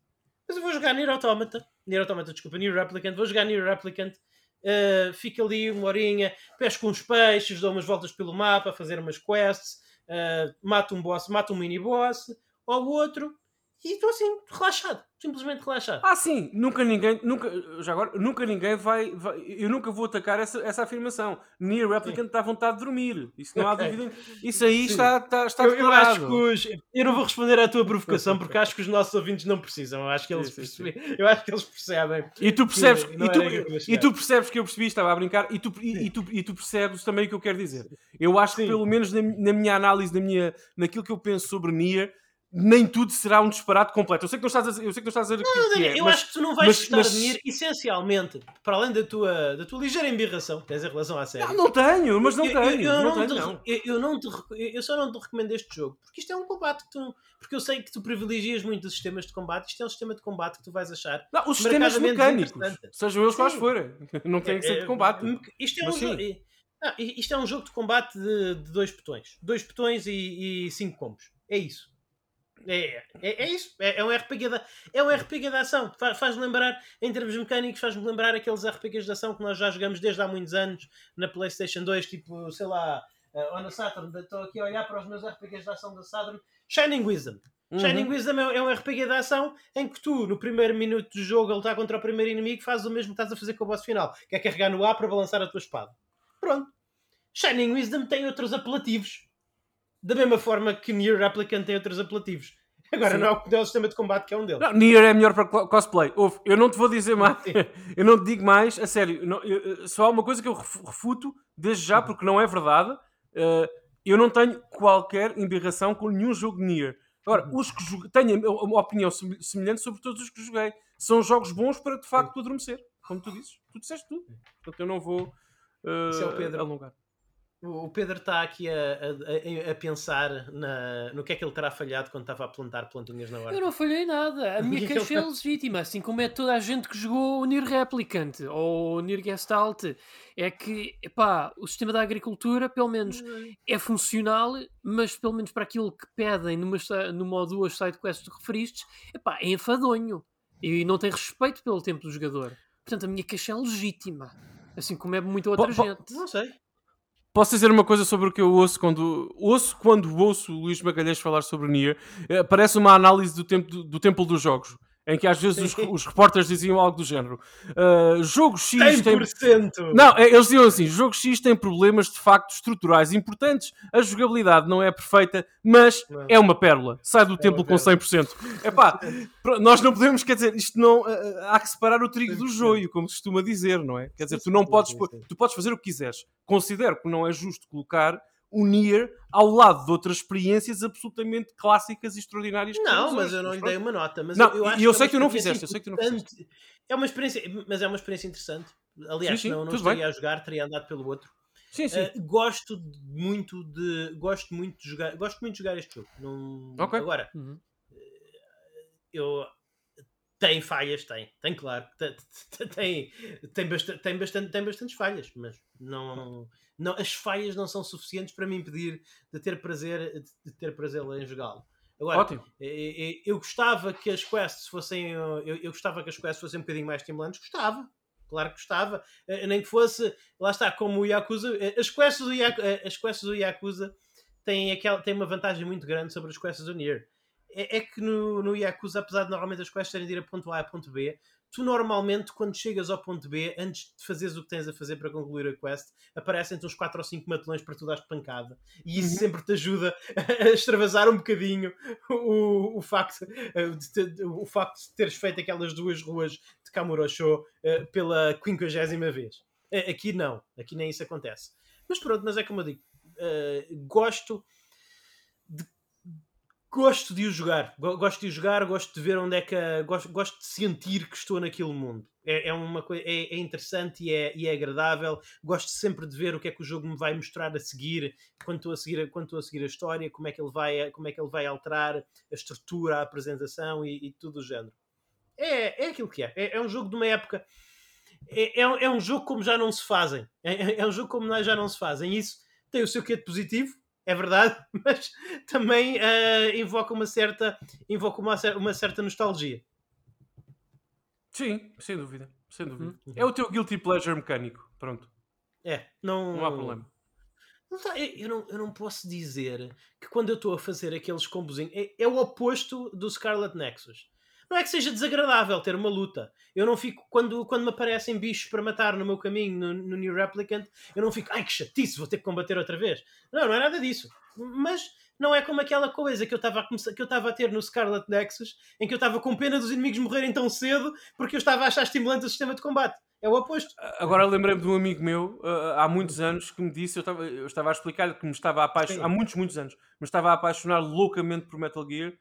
Mas eu vou jogar Nier Automata, desculpa, Nier Replicant, vou jogar Nier Replicant, fico ali uma horinha, pesco uns peixes, dou umas voltas pelo mapa, fazer umas quests, mato um boss, mato um mini-boss, ou outro, e estou assim, relaxado, simplesmente relaxado. Sim, já agora, nunca ninguém vai eu nunca vou atacar essa afirmação. Nier Replicant dá vontade de dormir. Isso não há Ok. dúvida. Isso aí Sim. está Eu acho declarado. que eu não vou responder à tua provocação porque acho que os nossos ouvintes não precisam. Eu acho que eles Sim. eu acho que eles percebem. E tu percebes, que não era aí que eu ia chegar. tu percebes que eu percebi, estava a brincar, e tu percebes também o que eu quero dizer. Eu acho que Sim. pelo menos na minha análise, naquilo que eu penso sobre Nier, nem tudo será um disparate completo. Eu sei que não estás a dizer que é, Eu mas, acho que tu não vais gostar mas- de Nier, essencialmente, para além da tua ligeira embirração que tens em relação à série. não tenho, mas não Eu- tenho. eu não não tenho, te- não. eu só não te recomendo este jogo porque isto é um combate porque eu sei que tu privilegias muito os sistemas de combate. Isto é um sistema de combate que tu vais achar Não, os sistemas marcadamente mecânicos, desinteressante. sejam eles quais Sim. forem, não tem que ser de combate. Isto é Mas um sim. jogo. Isto é um jogo de combate de 2 botões. 2 botões e 5 combos. É isso. É isso. É um RPG de ação. Faz lembrar, em termos mecânicos, faz-me lembrar aqueles RPGs de ação que nós já jogamos desde há muitos anos na PlayStation 2, tipo, sei lá, ou na Saturn. Estou aqui a olhar para os meus RPGs de ação da Saturn. Shining Wisdom. Shining Wisdom é um RPG de ação em que tu, no primeiro minuto do jogo, a lutar contra o primeiro inimigo, fazes o mesmo que estás a fazer com o boss final, que é carregar no A para balançar a tua espada. Pronto. Shining Wisdom tem outros apelativos. Da mesma forma que Nier Replicant tem outros apelativos. Agora não é o sistema de combate que é um deles. Não, Nier é melhor para cosplay. Eu não te vou dizer mais. Sim. Eu não te digo mais. A sério. Só há uma coisa que eu refuto desde já, porque não é verdade. Eu não tenho qualquer embirração com nenhum jogo de Nier. Agora, os que joguei, tenho uma opinião semelhante sobre todos os que joguei. São jogos bons para, de facto, adormecer. Como tu dizes. Tu disseste tudo. Portanto, eu não vou Isso é o Pedro. alongar. O Pedro está aqui a pensar no que é que ele terá falhado quando estava a plantar plantinhas na horta. Eu não falhei nada. A minha queixa é legítima, assim como é toda a gente que jogou o Nier Replicant ou o Nier Gestalt. É que, epá, o sistema da agricultura, pelo menos, é funcional, mas pelo menos para aquilo que pedem numa ou duas sidequests que referiste, epá, é enfadonho. E não tem respeito pelo tempo do jogador. Portanto, a minha queixa é legítima. Assim como é muita outra gente. Não sei. Posso dizer uma coisa sobre o que eu ouço quando ouço o Luís Magalhães falar sobre Nier? Parece uma análise do tempo dos jogos, em que às vezes os repórteres diziam algo do género. Jogo X 100%! Não, eles diziam assim, jogo X tem problemas de facto estruturais importantes, a jogabilidade não é perfeita, mas é uma pérola. Sai do templo com 100%. Epá, nós não podemos, quer dizer, isto não... há que separar o trigo do joio, como se costuma dizer, não é? Quer dizer, tu não podes... Tu podes fazer o que quiseres. Considero que não é justo colocar o Nier ao lado de outras experiências absolutamente clássicas e extraordinárias. Não, mas eu não lhe dei uma nota. Mas não, eu acho eu que sei que tu não fizeste. É uma experiência, mas é uma experiência interessante. Aliás, sim, não estaria a jogar, teria andado pelo outro. Sim. Gosto muito de jogar este jogo. Okay. Agora, tem falhas, tem claro. Tem bastantes falhas, mas não, as falhas não são suficientes para me impedir de ter prazer em jogá-lo. Agora, ótimo. Eu gostava que as quests fossem um bocadinho mais estimulantes. Gostava. Claro que gostava. Nem que fosse, lá está, como o Yakuza. As quests do Yakuza têm uma vantagem muito grande sobre as quests do Nier. É que no Yakuza, apesar de normalmente as quests terem de ir a ponto A a ponto B, tu normalmente, quando chegas ao ponto B, antes de fazeres o que tens a fazer para concluir a quest, aparecem-te uns 4 ou 5 matelões para tu dares pancada. E isso sempre te ajuda a extravasar um bocadinho o facto de teres feito aquelas 2 ruas de Kamurocho pela 50ª vez. Aqui não. Aqui nem isso acontece. Mas pronto, mas é como eu digo. Gosto de o jogar. Gosto de ver onde é que... Gosto de sentir que estou naquele mundo. É interessante e é agradável. Gosto sempre de ver o que é que o jogo me vai mostrar a seguir, quando estou a seguir a história, como é que ele vai alterar a estrutura, a apresentação e tudo o género. É aquilo que é. É um jogo de uma época... É um jogo como já não se fazem. É um jogo como já não se fazem. Isso tem o seu quê de positivo, é verdade, mas também invoca uma certa nostalgia. Sim, sem dúvida. Sem dúvida. Uhum. É o teu guilty pleasure mecânico. Pronto. Não há problema. Eu não posso dizer que quando eu estou a fazer aqueles combozinhos é o oposto do Scarlet Nexus. Não é que seja desagradável ter uma luta. Eu não fico, quando me aparecem bichos para matar no meu caminho no New Replicant, eu não fico, ai que chatice, vou ter que combater outra vez. Não é nada disso. Mas não é como aquela coisa que eu estava a ter no Scarlet Nexus, em que eu estava com pena dos inimigos morrerem tão cedo porque eu estava a achar estimulante o sistema de combate. É o oposto. Agora lembrei-me de um amigo meu, há muitos anos, que me disse, eu estava a explicar-lhe que me estava a apaixonar, há muitos anos, me estava a apaixonar loucamente por Metal Gear,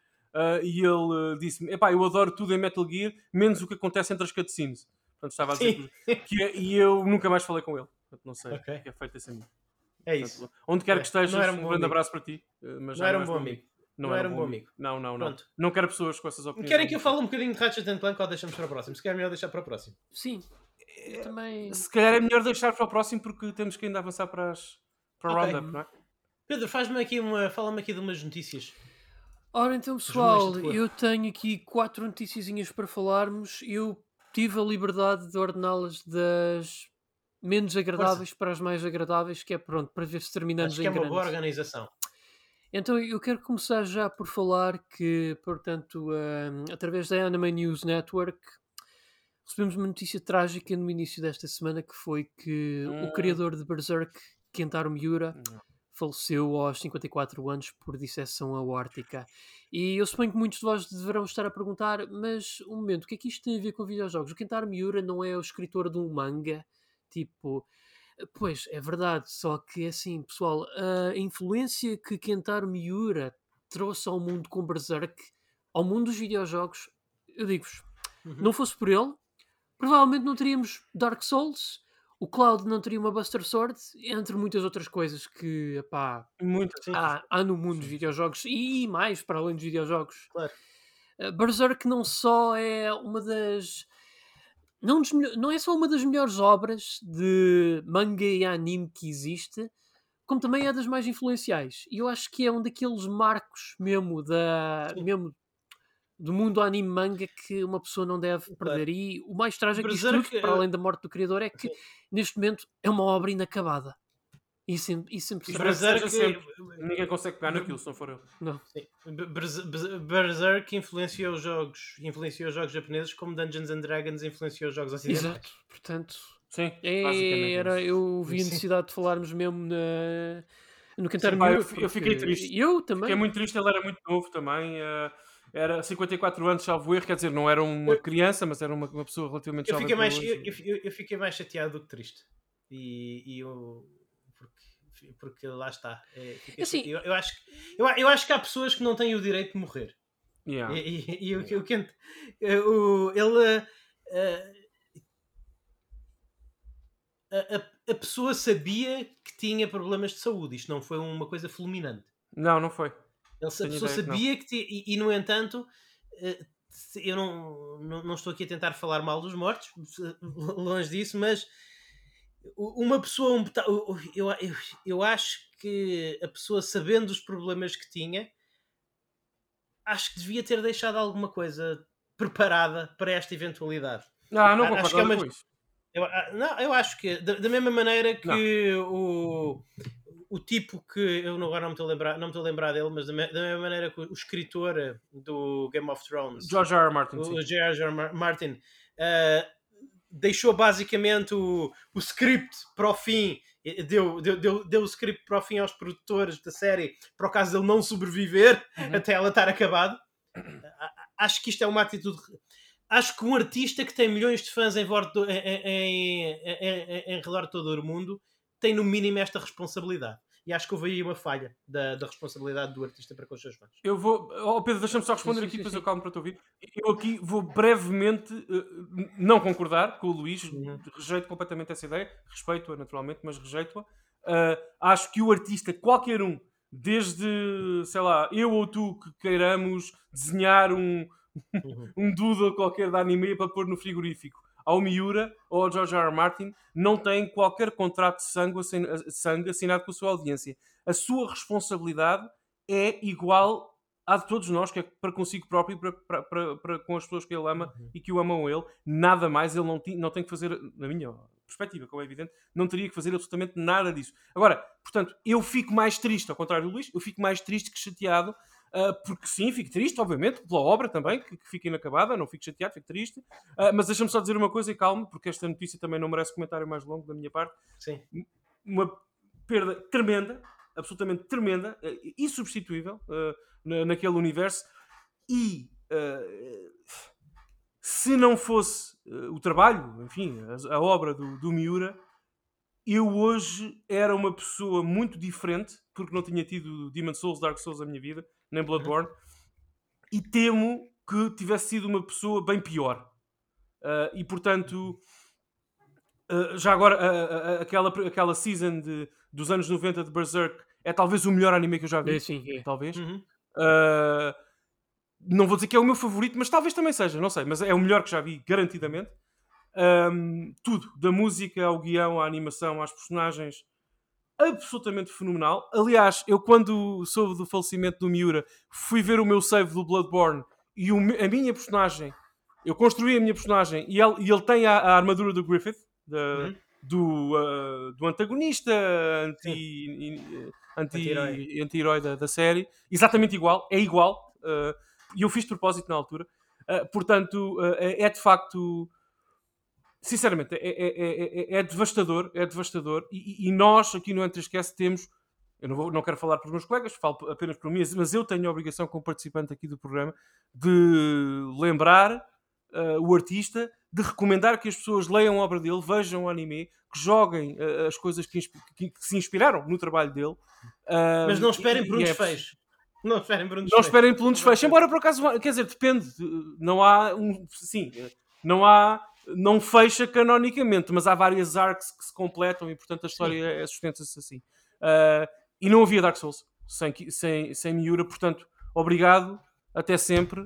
e ele disse-me, epá, eu adoro tudo em Metal Gear, menos o que acontece entre as cutscenes. Portanto, estava a dizer e eu nunca mais falei com ele. Portanto, não sei o que é feito esse amigo. É isso. Portanto, onde quer que estejas, um grande abraço para ti. Mas não era um bom amigo. Não era um bom amigo. Não. Não quero pessoas com essas opiniões. Querem que eu fale um bocadinho de Ratchet & Clank ou deixamos para o próximo? Se calhar é melhor deixar para o próximo. Sim. Eu também... Se calhar é melhor deixar para o próximo porque temos que ainda avançar para o roundup, não é? Pedro, fala-me aqui de umas notícias. Ora então, pessoal, eu tenho aqui 4 noticiazinhas para falarmos. Eu tive a liberdade de ordená-las das menos agradáveis para as mais agradáveis, que é pronto, para ver se terminamos Acho que em grande. É uma boa organização. Então eu quero começar já por falar que, portanto, através da Anime News Network, recebemos uma notícia trágica no início desta semana, que foi que o criador de Berserk, Kentaro Miura, faleceu aos 54 anos por disseção aórtica. E eu suponho que muitos de vós deverão estar a perguntar, mas um momento, o que é que isto tem a ver com videojogos? O Kentaro Miura não é o escritor de um manga? Tipo... Pois, é verdade, só que assim, pessoal, a influência que Kentaro Miura trouxe ao mundo com Berserk, ao mundo dos videojogos, eu digo-vos, não fosse por ele, provavelmente não teríamos Dark Souls, o Cloud não teria uma Buster Sword, entre muitas outras coisas que, epá, há no mundo dos videojogos e mais para além dos videojogos. Claro. Berserk não só é uma das... Não é só uma das melhores obras de manga e anime que existe, como também é das mais influenciais. E eu acho que é um daqueles marcos mesmo do mundo anime manga que uma pessoa não deve perder. E o mais trágico disto tudo, para além da morte do criador, é que neste momento é uma obra inacabada. E sempre ninguém consegue pegar naquilo se não for eu. Não. Berserk influenciou jogos japoneses como Dungeons and Dragons influenciou jogos ocidentais. Exato, portanto, sim, eu vi a necessidade de falarmos mesmo no Kentaro Miura. Eu fiquei triste. Eu também. Fiquei muito triste, ele era muito novo também. Era 54 anos, salvo erro, quer dizer, não era uma criança, mas era uma pessoa relativamente jovem. Eu fiquei mais chateado do que triste. Porque lá está. Assim, eu acho que há pessoas que não têm o direito de morrer. Yeah. A pessoa sabia que tinha problemas de saúde. Isto não foi uma coisa fulminante. Não foi. A pessoa sabia que e no entanto, eu não estou aqui a tentar falar mal dos mortos, longe disso, mas uma pessoa, eu acho que a pessoa, sabendo os problemas que tinha, acho que devia ter deixado alguma coisa preparada para esta eventualidade. Não concordo com isso. Eu acho que da mesma maneira que o tipo que eu agora não me estou a lembrar dele, mas da mesma maneira que o escritor do Game of Thrones, George R. R. Martin, o George R. R. Martin, deixou basicamente o script para o fim, deu o script para o fim aos produtores da série para o caso dele não sobreviver até ela estar acabado. Acho que isto é uma atitude. Acho que um artista que tem milhões de fãs em redor de todo o mundo tem no mínimo esta responsabilidade. E acho que houve aí uma falha da responsabilidade do artista para com os seus fãs. Eu vou... Pedro, deixa-me só responder aqui, depois eu calmo para te ouvir. Eu aqui vou brevemente não concordar com o Luís. Rejeito completamente essa ideia. Respeito-a naturalmente, mas rejeito-a. Acho que o artista, qualquer um, desde, sei lá, eu ou tu que queiramos desenhar um doodle qualquer de anime para pôr no frigorífico, ao Miura ou ao George R. R. Martin, não tem qualquer contrato de sangue assinado com a sua audiência. A sua responsabilidade é igual há de todos nós, que é para consigo próprio e para com as pessoas que ele ama e que o amam a ele. Nada mais, ele não tem que fazer, na minha perspectiva, como é evidente, não teria que fazer absolutamente nada disso. Agora, portanto, eu fico mais triste, ao contrário do Luís, eu fico mais triste que chateado, porque sim, fico triste, obviamente, pela obra também, que fica inacabada, não fico chateado, fico triste, mas deixa-me só dizer uma coisa e calma, porque esta notícia também não merece comentário mais longo da minha parte. Sim. Uma perda tremenda, absolutamente tremenda, insubstituível naquele universo, e se não fosse o trabalho, enfim, a obra do Miura, eu hoje era uma pessoa muito diferente, porque não tinha tido Demon's Souls, Dark Souls na minha vida, nem Bloodborne, e temo que tivesse sido uma pessoa bem pior. E portanto, já agora, aquela season dos anos 90 de Berserk é talvez o melhor anime que eu já vi. Sim, é. Talvez. Não vou dizer que é o meu favorito, mas talvez também seja, não sei, mas é o melhor que já vi, garantidamente. Tudo, da música ao guião, à animação, às personagens, absolutamente fenomenal. Aliás, eu quando soube do falecimento do Miura, fui ver o meu save do Bloodborne e a minha personagem, eu construí a minha personagem e ele tem a armadura do Griffith, do antagonista anti-herói da série, exatamente igual, é igual, e eu fiz de propósito na altura. Portanto, é de facto, sinceramente, é devastador, e nós aqui no Entre Esquece temos, eu não quero falar pelos meus colegas, falo apenas por mim, mas eu tenho a obrigação como participante aqui do programa de lembrar o artista, de recomendar que as pessoas leiam a obra dele, vejam o anime, que joguem as coisas que se inspiraram no trabalho dele. Mas não esperem por um desfecho. Não esperem por um desfecho. Embora, por acaso, quer dizer, depende. Não há não fecha canonicamente, mas há várias arcs que se completam e, portanto, a história sustenta-se assim. E não havia Dark Souls sem Miura, portanto, obrigado, até sempre.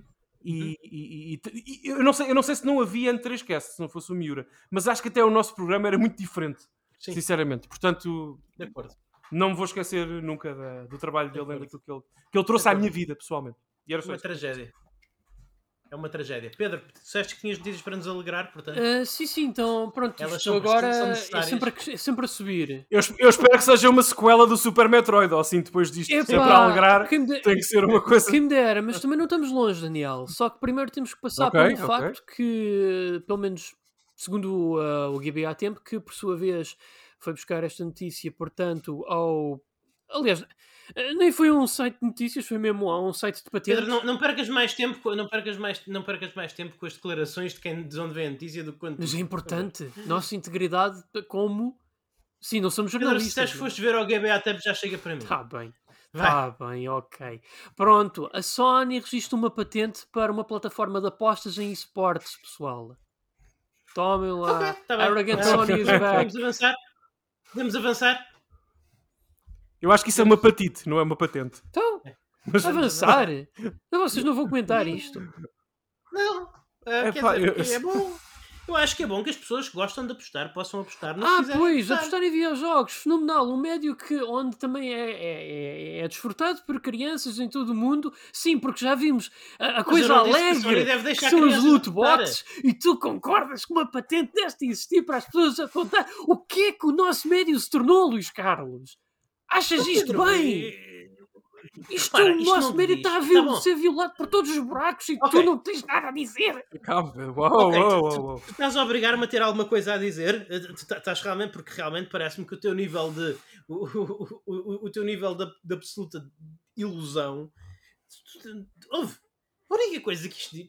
E eu não sei se não havia Entre Esquece, se não fosse o Miura, mas acho que até o nosso programa era muito diferente, sinceramente. Portanto, de acordo, não me vou esquecer nunca do trabalho dele, nem daquilo que ele trouxe à minha vida, pessoalmente. E era só uma tragédia. É uma tragédia. Pedro, disseste que tinhas notícias para nos alegrar, portanto... Sim, então pronto, elas isto agora é necessárias. sempre a subir. Eu espero que seja uma sequela do Super Metroid, ou assim, depois disto, sempre a alegrar, tem que ser uma coisa... Quem me dera, mas também não estamos longe, Daniel. Só que primeiro temos que passar pelo facto que, pelo menos segundo o GBA há tempo, que por sua vez foi buscar esta notícia, portanto, aliás, nem foi um site de notícias, foi mesmo um site de patentes. Pedro, não percas mais tempo com as declarações de onde vem a notícia do que quando... Mas é importante. Nossa integridade como... Sim, não somos jornalistas. Pedro, se foste ver ao GBA Tab, já chega para mim. Está bem, ok. Pronto, a Sony registra uma patente para uma plataforma de apostas em esportes, pessoal. Tomem lá. Okay, tá Arrogant Sony is back. Podemos avançar? Eu acho que isso é uma patite, não é uma patente. Então, avançar? Vocês não vão comentar isto? Não. É bom. Eu acho que é bom que as pessoas que gostam de apostar possam apostar. Apostar em videojogos, fenomenal. Um médio onde também é desfrutado por crianças em todo o mundo. Sim, porque já vimos a coisa alegre que são os loot boxes, e tu concordas que uma patente desta existir para as pessoas a contar o que é que o nosso médio se tornou, Luís Carlos? Achas isto bem? O nosso médio está a ver ser violado por todos os buracos e tu não tens nada a dizer. Uau. Tu estás a obrigar-me a ter alguma coisa a dizer? Estás realmente, porque realmente parece-me que o teu nível de de absoluta ilusão, a única coisa que isto diz,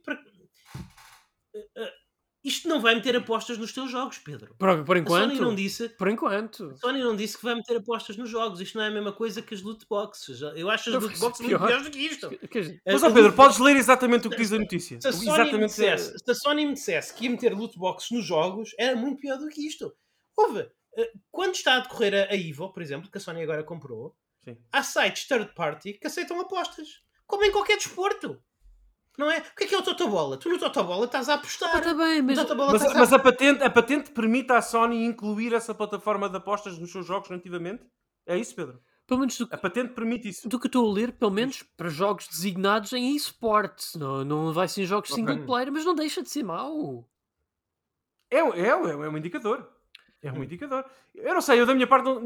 isto não vai meter apostas nos teus jogos, Pedro. Por enquanto. A Sony não disse. Por enquanto. A Sony não disse que vai meter apostas nos jogos. Isto não é a mesma coisa que as loot boxes. Eu acho as loot boxes muito piores do que isto. Mas, Pedro, podes ler exatamente o que diz a notícia. Se a Sony me dissesse que ia meter loot boxes nos jogos, era muito pior do que isto. Quando está a decorrer a EVO, por exemplo, que a Sony agora comprou, há sites third party que aceitam apostas. Como em qualquer desporto. Não é? O que é o Totobola? Tu no Totobola estás a apostar. Tá bem, mas a patente permite à Sony incluir essa plataforma de apostas nos seus jogos nativamente? É isso, Pedro? Pelo menos A patente permite isso. do que eu estou a ler, pelo menos para jogos designados em esportes. Não vai ser em jogos single player, mas não deixa de ser mau. É um indicador. É um indicador. Eu não sei, eu da minha parte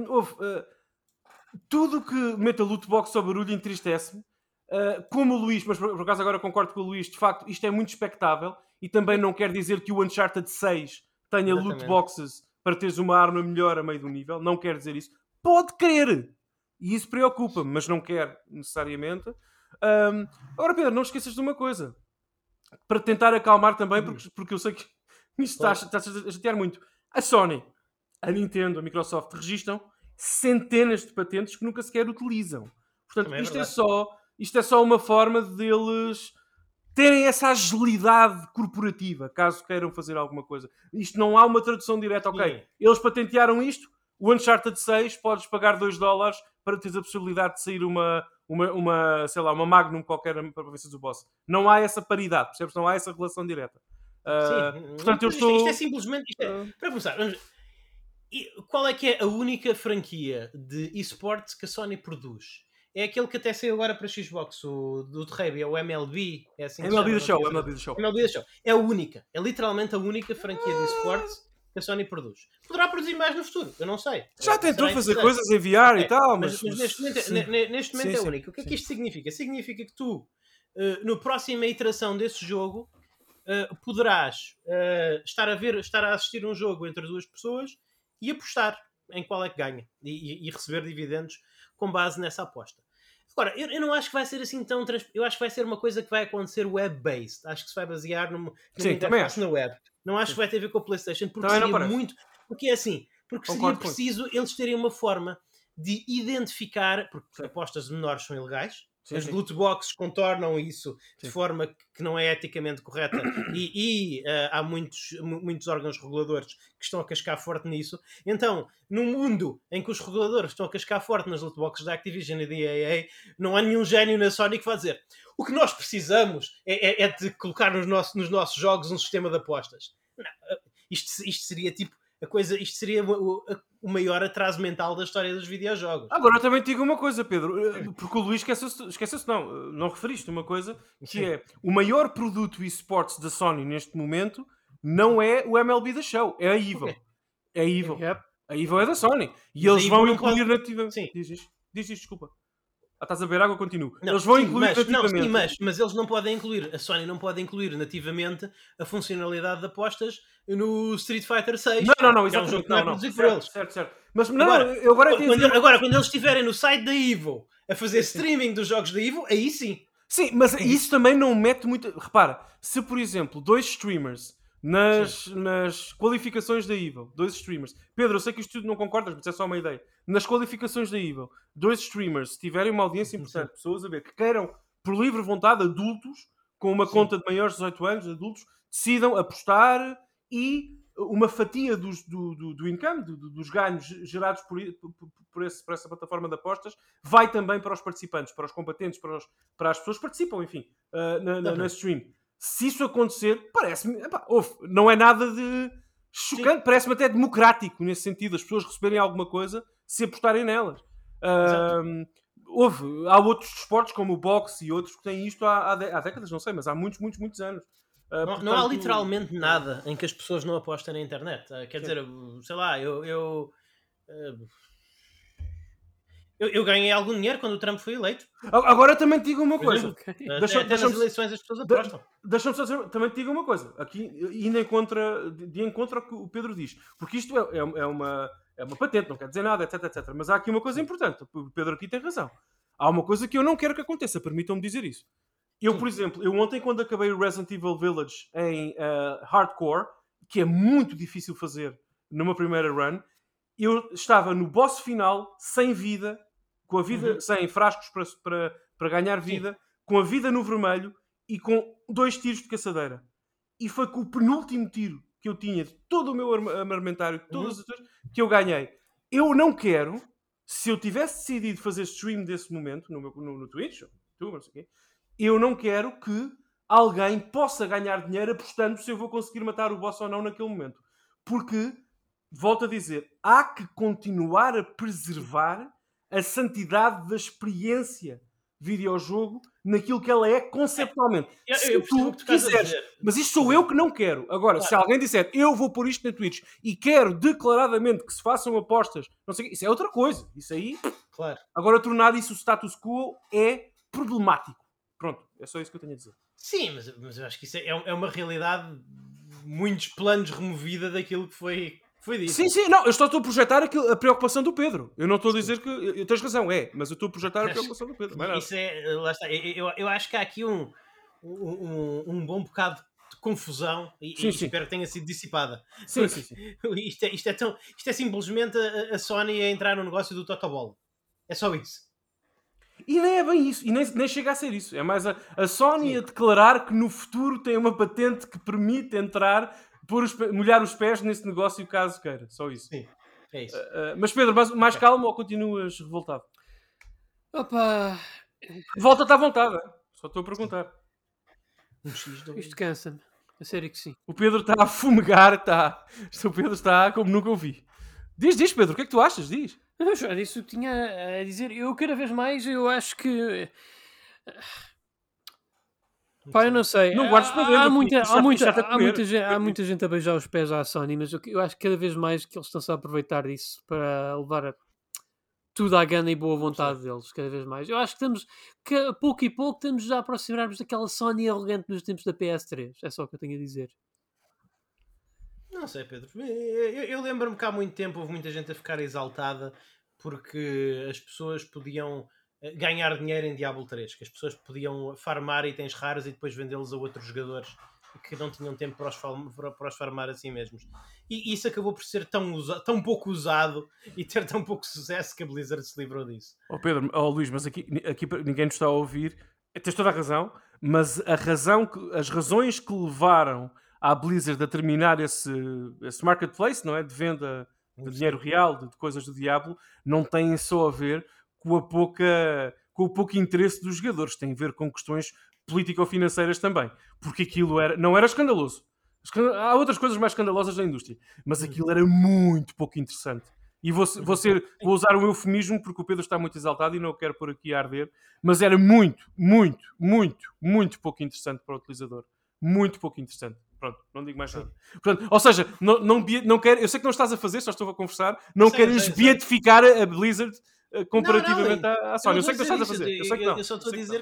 tudo que meta loot box ao barulho entristece-me. Como o Luís, mas por acaso agora concordo com o Luís, de facto, isto é muito expectável e também não quer dizer que o Uncharted 6 tenha loot boxes para teres uma arma melhor a meio do nível. Não quer dizer isso. Pode querer. E isso preocupa-me, mas não quer necessariamente. Agora, Pedro, não esqueças de uma coisa. Para tentar acalmar também, porque eu sei que isto está a chatear muito. A Sony, a Nintendo, a Microsoft registram centenas de patentes que nunca sequer utilizam. Portanto, isto é só uma forma deles terem essa agilidade corporativa, caso queiram fazer alguma coisa. Isto não há uma tradução direta, ok? Sim. Eles patentearam isto, o Uncharted 6, podes pagar $2 para teres a possibilidade de sair uma Magnum qualquer para vencer o boss. Não há essa paridade, percebes? Não há essa relação direta. Portanto, eu estou... Isto é simplesmente... para começar, qual é que é a única franquia de esportes que a Sony produz? É aquele que até saiu agora para Xbox, do Terraria, o MLB. É assim que MLB se chama, The Show. MLB The Show. É a única. É literalmente a única franquia de esportes que a Sony produz. Poderá produzir mais no futuro, eu não sei. Já tentou fazer coisas em VR e tal, mas neste momento é único. O que é que isto significa? Significa que tu, na próxima iteração desse jogo, poderás estar a assistir um jogo entre duas pessoas e apostar em qual é que ganha e receber dividendos com base nessa aposta. Agora, eu não acho que vai ser assim tão... Eu acho que vai ser uma coisa que vai acontecer web-based. Acho que se vai basear numa interface na web. Não acho que vai ter a ver com a PlayStation, porque também seria muito... Porque é assim, porque seria preciso eles terem uma forma de identificar... Porque apostas menores são ilegais. As loot boxes contornam isso de forma que não é eticamente correta e há muitos órgãos reguladores que estão a cascar forte nisso. Então, num mundo em que os reguladores estão a cascar forte nas loot boxes da Activision e da EA, não há nenhum gênio na Sony que vá dizer o que nós precisamos é de colocar nos nossos jogos um sistema de apostas. Não, isto seria tipo isto seria o maior atraso mental da história dos videojogos. Agora eu também te digo uma coisa, Pedro, porque o Luís esqueceu-se não referiste uma coisa, que é o maior produto esportes da Sony neste momento não é o MLB The Show, é a EVO. É a EVO. A EVO é da Sony. E eles vão incluir nativamente. Diz isto, desculpa. Estás a beber água? Continuo. Eles vão incluir nativamente. Mas eles não podem incluir, a Sony não pode incluir nativamente a funcionalidade de apostas no Street Fighter 6. Não, exatamente. É um jogo que não é produzido por eles. Certo. Mas agora quando eles estiverem no site da EVO a fazer streaming dos jogos da EVO, aí sim. Sim, mas isso também não mete muito... Repara, se por exemplo, 2 streamers nas qualificações da EVO, 2 streamers... Pedro, eu sei que isto tudo não concordas, mas é só uma ideia. Nas qualificações da EVO, 2 streamers, se tiverem uma audiência importante, pessoas a ver, que queiram, por livre vontade, adultos, com uma conta de maiores de 18 anos, adultos, decidam apostar e uma fatia do income, dos ganhos gerados por essa plataforma de apostas, vai também para os participantes, para os combatentes, para as pessoas que participam, enfim, na stream. Se isso acontecer, parece-me... não é nada de chocante, parece-me até democrático, nesse sentido, as pessoas receberem alguma coisa se apostarem nelas. Há outros desportos, como o boxe e outros, que têm isto há décadas, não sei, mas há muitos anos. Portanto, não há literalmente nada em que as pessoas não apostem na internet. Quer dizer, sei lá, eu ganhei algum dinheiro quando o Trump foi eleito. Agora também te digo uma coisa. Até nas eleições as pessoas apostam. Deixa-me só dizer, também te digo uma coisa. Aqui, indo de encontro ao que o Pedro diz. Porque isto é uma patente, não quer dizer nada, etc. Mas há aqui uma coisa importante. O Pedro aqui tem razão. Há uma coisa que eu não quero que aconteça. Permitam-me dizer isso. Por exemplo, ontem quando acabei o Resident Evil Village em Hardcore, que é muito difícil fazer numa primeira run, eu estava no boss final, sem vida, com a vida, sem frascos para ganhar vida, com a vida no vermelho e com 2 tiros de caçadeira. E foi com o penúltimo tiro que eu tinha de todo o meu armamentário, todas as coisas, que eu ganhei. Eu não quero, se eu tivesse decidido fazer stream desse momento, no Twitch, YouTube, não sei o quê, eu não quero que alguém possa ganhar dinheiro apostando se eu vou conseguir matar o boss ou não naquele momento. Porque, volto a dizer, há que continuar a preservar a santidade da experiência videojogo naquilo que ela é conceptualmente. Se Eu percebo o tu que tu estás a quiseres, dizer. mas isto sou eu que não quero. Agora, se alguém disser eu vou pôr isto na Twitch e quero declaradamente que se façam apostas, não sei o quê, isso é outra coisa. Isso aí, Claro. agora tornar isso o status quo é problemático. Pronto, é só isso que eu tenho a dizer. Sim, mas eu acho que isso é uma realidade muitos planos removida daquilo que foi dito. Sim, não, eu estou a projetar a preocupação do Pedro. Eu não estou a dizer que tens razão, mas eu estou a projetar a preocupação do Pedro. Isso lá está. Eu acho que há aqui um bom bocado de confusão e espero que tenha sido dissipada. Sim. Isto é simplesmente a Sony a entrar no negócio do Totoball. É só isso. E nem é bem isso, e nem chega a ser isso. É mais a Sony a declarar que no futuro tem uma patente que permite entrar, molhar os pés nesse negócio caso queira. Só isso. Sim, é isso. Mas Pedro, mais calmo ou continuas revoltado? Opa! Volta-te à vontade. Só estou a perguntar. Isto cansa-me. A sério que sim. O Pedro está a fumegar, está. O Pedro está como nunca ouvi. Diz, Pedro, o que é que tu achas? Diz. Eu já disse o que tinha a dizer. Eu cada vez mais, eu acho que... Pá, eu não sei. Não guardes para dentro. Há muita gente a beijar os pés à Sony, mas eu acho que cada vez mais que eles estão-se a aproveitar disso para levar tudo à gana e boa vontade deles, cada vez mais. Eu acho que estamos, a pouco e pouco, estamos já a aproximar-nos daquela Sony arrogante nos tempos da PS3. É só o que eu tenho a dizer. Não sei, Pedro. Eu lembro-me que há muito tempo houve muita gente a ficar exaltada porque as pessoas podiam ganhar dinheiro em Diablo 3, que as pessoas podiam farmar itens raros e depois vendê-los a outros jogadores que não tinham tempo para os farmar a si mesmos. E isso acabou por ser tão pouco usado e ter tão pouco sucesso que a Blizzard se livrou disso. Pedro, Luís, mas aqui ninguém nos está a ouvir. Tens toda a razão, mas as razões que levaram à Blizzard a terminar esse marketplace, não é? De venda de dinheiro real, de coisas do Diablo, não têm só a ver com o pouco interesse dos jogadores. Tem a ver com questões político-financeiras também. Porque aquilo não era escandaloso. Há outras coisas mais escandalosas na indústria. Mas aquilo era muito pouco interessante. E vou usar um eufemismo porque o Pedro está muito exaltado e não o quero pôr aqui a arder. Mas era muito, muito, muito, muito pouco interessante para o utilizador. Muito pouco interessante. Pronto, não digo mais nada. Portanto, ou seja, não quero, eu sei que não estás a fazer, só estou a conversar. Não queres beatificar a Blizzard comparativamente à Sony. Eu sei que não estás a fazer. Eu só estou a dizer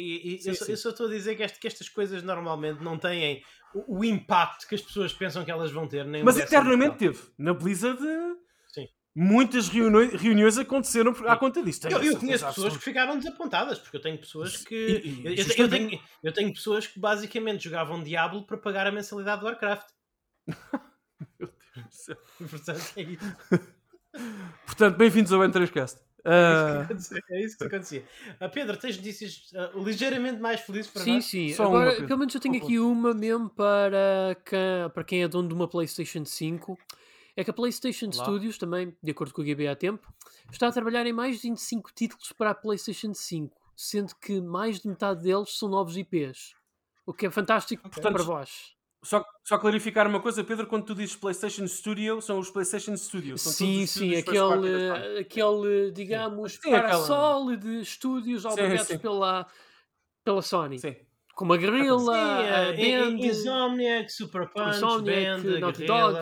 que estas coisas normalmente não têm o impacto que as pessoas pensam que elas vão ter. Mas eternamente teve. Na Blizzard, muitas reuniões aconteceram à conta disso. Eu conheço pessoas que ficaram desapontadas, porque eu tenho pessoas que... Eu tenho pessoas que basicamente jogavam Diablo para pagar a mensalidade do Warcraft. Meu Deus do céu. Portanto, é isso. Portanto, bem-vindos ao N3Cast. É isso que acontecia. Pedro, tens notícias ligeiramente mais felizes para nós? Sim. Agora, pelo menos eu tenho aqui uma mesmo para quem é dono de uma PlayStation 5. É que a PlayStation Studios, também, de acordo com o GB há tempo, está a trabalhar em mais de 25 títulos para a PlayStation 5, sendo que mais de metade deles são novos IPs. O que é fantástico para vós. Só clarificar uma coisa, Pedro, quando tu dizes PlayStation Studio, são os PlayStation Studios. São sim, aquele digamos, parasol de estúdios albergados pela Sony. Sim. Como a Guerrilla, a Band, Insomniac, Super Punch, Band, Naughty Dog.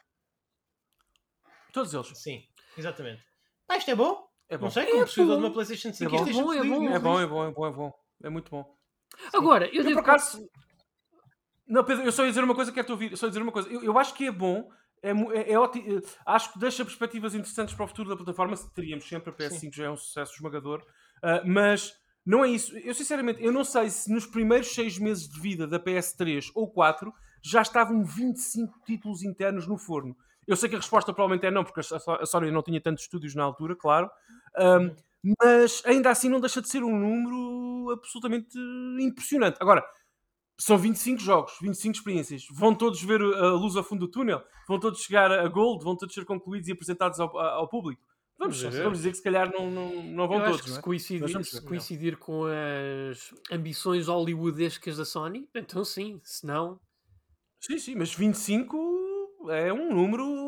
Todos eles. Sim, exatamente. Isto é bom? É bom. Não sei, como possível de uma PlayStation 5 é bom. É muito bom. Agora, eu por acaso... Não, Pedro, eu só ia dizer uma coisa que quero-te ouvir. Só ia dizer uma coisa. Eu acho que é bom. É ótimo. Acho que deixa perspectivas interessantes para o futuro da plataforma. Teríamos sempre. A PS5 já é um sucesso esmagador. Mas não é isso. Eu, sinceramente, eu não sei se nos primeiros 6 meses de vida da PS3 ou 4 já estavam 25 títulos internos no forno. Eu sei que a resposta provavelmente é não, porque a Sony não tinha tantos estúdios na altura, claro. Mas ainda assim não deixa de ser um número absolutamente impressionante. Agora, são 25 jogos, 25 experiências. Vão todos ver a luz ao fundo do túnel? Vão todos chegar a Gold? Vão todos ser concluídos e apresentados ao público? Vamos dizer que se calhar não vão todos. Se coincidir com as ambições hollywoodescas da Sony, então sim, se não... Sim, mas 25 é um número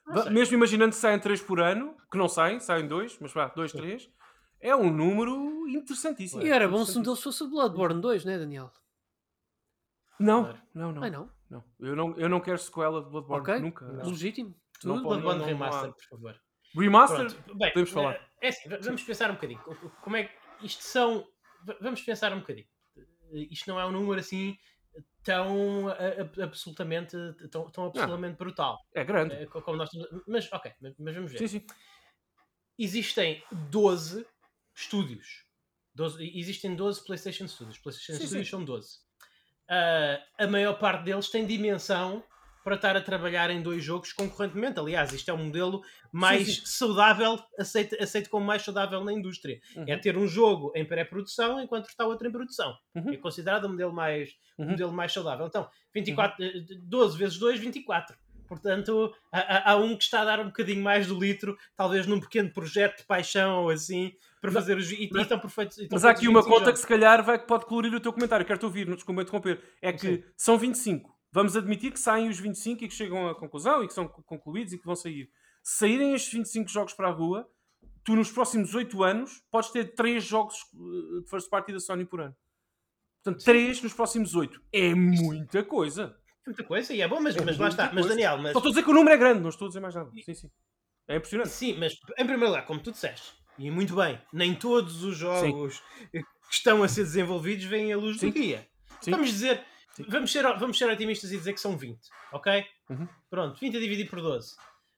Não sei. Mesmo imaginando que saem 3 por ano, que não saem 2, mas vá, 2, 3, é um número interessantíssimo. E era bom se um deles fosse o Bloodborne 2, não é, Daniel? Não, Claro. não. Ai não? Não. Eu não quero sequela de Bloodborne, Ok, nunca. Não. legítimo. Não Tudo. pode. Bloodborne não Remaster, há- por favor. Remaster? Pronto. Bem, Podemos falar. é assim, vamos pensar um bocadinho. Como é que isto são... Vamos pensar um bocadinho. Isto não é um número assim tão absolutamente brutal. É grande. Como nós mas ok, mas vamos ver. Sim. Existem 12 estúdios. Existem 12 PlayStation Studios. PlayStation Sim, Studios sim. são 12. A maior parte deles tem dimensão para estar a trabalhar em 2 jogos concorrentemente. Aliás, isto é um modelo mais Sim. saudável, aceito como mais saudável na indústria. Uhum. É ter um jogo em pré-produção enquanto está outro em produção. Uhum. É considerado um modelo mais, Uhum. modelo mais saudável. Então, 12 vezes 2, 24. Portanto, há um que está a dar um bocadinho mais do litro, talvez num pequeno projeto de paixão ou assim, para fazer os... E estão perfeitos. Mas há aqui uma conta que se calhar pode colorir o teu comentário. Quero-te ouvir, não desculpa interromper. É que Sim. são 25. Vamos admitir que saem os 25 e que chegam à conclusão e que são concluídos e que vão sair. Se saírem estes 25 jogos para a rua, tu nos próximos 8 anos podes ter 3 jogos de first party da Sony por ano. Portanto, 3 nos próximos 8. É muita coisa. Muita coisa, e é bom, mas lá muita está. Mas coisa. Daniel, Só estou a dizer que o número é grande, não estou a dizer mais nada. Sim. É impressionante. Sim, mas em primeiro lugar, como tu disseste, e muito bem, nem todos os jogos que estão a ser desenvolvidos veem a luz do dia. Sim. Vamos dizer, vamos ser otimistas e dizer que são 20, ok? Uhum. Pronto, 20 a dividir por 12.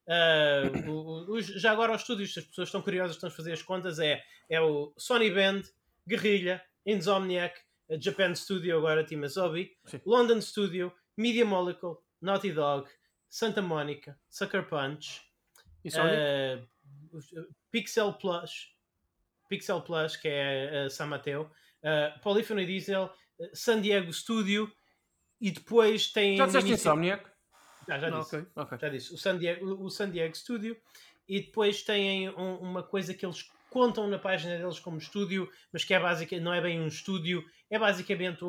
Já agora aos estúdios, se as pessoas estão curiosas, estão a fazer as contas, é o Sony Band, Guerrilla, Insomniac, Japan Studio, agora Team Asobi, London Studio, Media Molecule, Naughty Dog, Santa Monica, Sucker Punch, Pixel Plus, que é San Mateo, Polyphony Diesel, San Diego Studio, e depois tem... Já disseste Insomniac? Já disse. Okay. Já disse. O San Diego Studio, e depois têm uma coisa que eles contam na página deles como estúdio, mas que não é bem um estúdio, é basicamente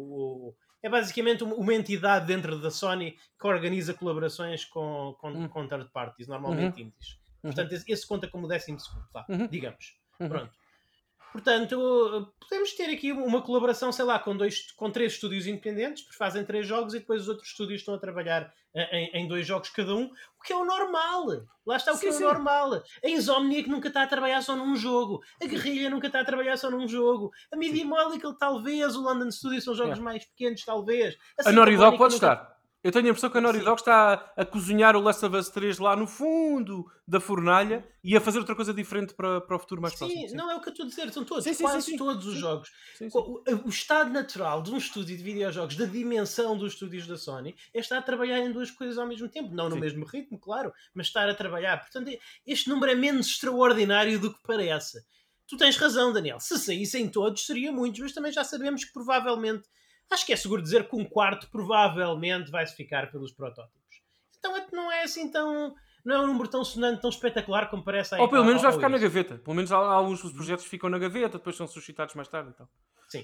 uma entidade dentro da Sony que organiza colaborações com third parties, normalmente indies. Portanto, esse conta como 12º, digamos. Pronto. Portanto, podemos ter aqui uma colaboração, sei lá, com 3 estúdios independentes, que fazem 3 jogos e depois os outros estúdios estão a trabalhar em 2 jogos cada um, o que é o normal. Lá está o que é o normal. A Insomniac nunca está a trabalhar só num jogo. A Guerrilla nunca está a trabalhar só num jogo. A Media Molecule, talvez. O London Studio são jogos mais pequenos, talvez. A Naughty Dog pode estar. Eu tenho a impressão que a Naughty Dog está a cozinhar o Last of Us 3 lá no fundo da fornalha e a fazer outra coisa diferente para o futuro mais próximo. Sim, não é o que eu estou a dizer, são todos, todos os jogos. O estado natural de um estúdio de videojogos, da dimensão dos estúdios da Sony, é estar a trabalhar em 2 coisas ao mesmo tempo. Não no mesmo ritmo, claro, mas estar a trabalhar. Portanto, este número é menos extraordinário do que parece. Tu tens razão, Daniel. Se saíssem todos, seria muitos, mas também já sabemos que provavelmente... Acho que é seguro dizer que um quarto provavelmente vai-se ficar pelos protótipos. Então não é assim tão... Não é um número tão sonante, tão espetacular como parece aí. Ou pelo menos vai ficar na gaveta. Pelo menos alguns dos projetos ficam na gaveta, depois são suscitados mais tarde. Então. Sim.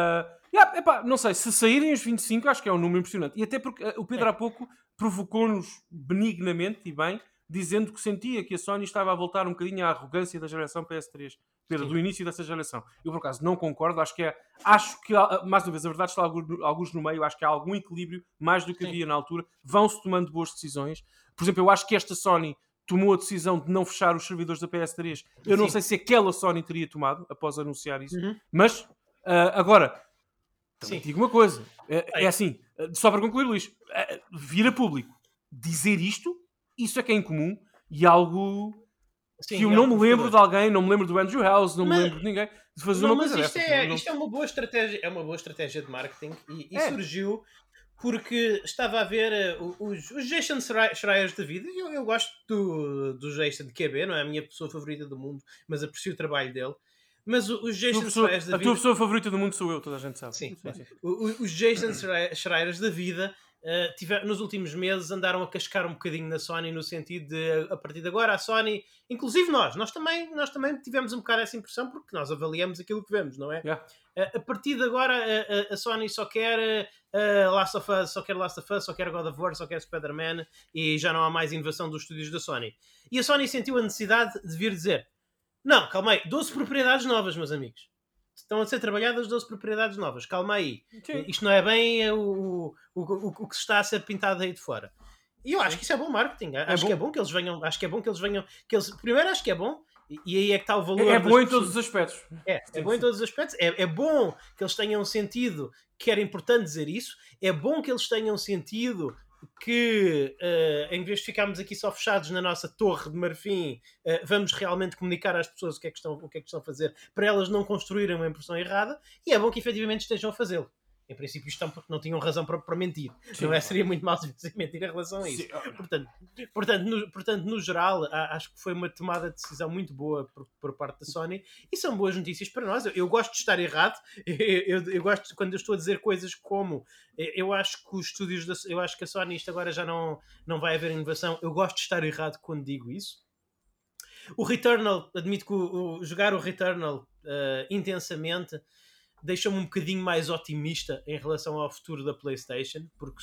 Não sei, se saírem os 25, acho que é um número impressionante. E até porque o Pedro há pouco provocou-nos benignamente e bem, dizendo que sentia que a Sony estava a voltar um bocadinho à arrogância da geração PS3. Pedro, do início dessa geração. Eu, por acaso, não concordo. Acho que, mais uma vez, a verdade está alguns no meio. Acho que há algum equilíbrio, mais do que havia na altura. Vão-se tomando boas decisões. Por exemplo, eu acho que esta Sony tomou a decisão de não fechar os servidores da PS3. Eu não sei se aquela Sony teria tomado, após anunciar isso. Mas, agora, também digo uma coisa. É assim, só para concluir, Luís. Vir a público dizer isto, isso é que é incomum e algo... Sim, que eu não me lembro de alguém, não me lembro do Andrew House, não me lembro de ninguém de fazer uma coisa dessa. Isto é uma boa estratégia de marketing e surgiu porque estava a ver os Jason Schreiers da vida. Eu gosto do Jason de QB, não é a minha pessoa favorita do mundo, mas aprecio o trabalho dele. Mas os Jason Schreiers da vida... A tua pessoa favorita do mundo sou eu, toda a gente sabe. Sim. Os Jason Schreiers da vida nos últimos meses andaram a cascar um bocadinho na Sony, no sentido de, a partir de agora, a Sony, inclusive nós também tivemos um bocado essa impressão, porque nós avaliamos aquilo que vemos, não é? Yeah. A partir de agora, a Sony só quer Last of Us, só quer God of War, só quer Spider-Man, e já não há mais inovação dos estúdios da Sony. E a Sony sentiu a necessidade de vir dizer: não, calma aí, 12 propriedades novas, meus amigos. Estão a ser trabalhadas 12 propriedades novas. Calma aí. Sim. Isto não é bem o que se está a ser pintado aí de fora. E eu acho que isso é bom marketing. Acho que é bom que eles venham. Primeiro, acho que é bom. E aí é que está o valor. É bom em todos os aspectos. É bom em todos os aspectos. É bom que eles tenham sentido que era importante dizer isso. É bom que eles tenham sentido que em vez de ficarmos aqui só fechados na nossa torre de marfim, vamos realmente comunicar às pessoas o que é que estão a fazer, para elas não construírem uma impressão errada, e é bom que efetivamente estejam a fazê-lo. Em princípio estão porque não tinham razão para mentir. Sim, não é? Seria muito mal dizer mentir em relação a isso. Sim. Portanto, no geral, acho que foi uma tomada de decisão muito boa por parte da Sony, e são boas notícias para nós. Eu gosto de estar errado. Eu gosto quando eu estou a dizer coisas como eu acho que os estúdios eu acho que a Sony, isto agora já não vai haver inovação. Eu gosto de estar errado quando digo isso. O Returnal, admito que jogar o Returnal intensamente deixa-me um bocadinho mais otimista em relação ao futuro da PlayStation, porque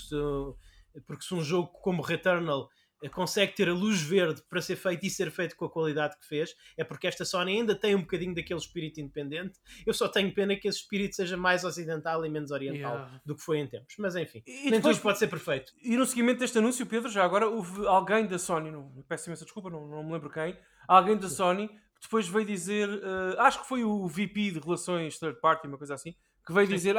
se um jogo como Returnal consegue ter a luz verde para ser feito e ser feito com a qualidade que fez, é porque esta Sony ainda tem um bocadinho daquele espírito independente. Eu só tenho pena que esse espírito seja mais ocidental e menos oriental do que foi em tempos. Mas enfim, nem tudo pode ser perfeito. E no seguimento deste anúncio, Pedro, já agora houve alguém da Sony, peço imensa desculpa, não me lembro quem, alguém da Sony depois veio dizer, acho que foi o VP de Relações Third Party, uma coisa assim, que veio dizer,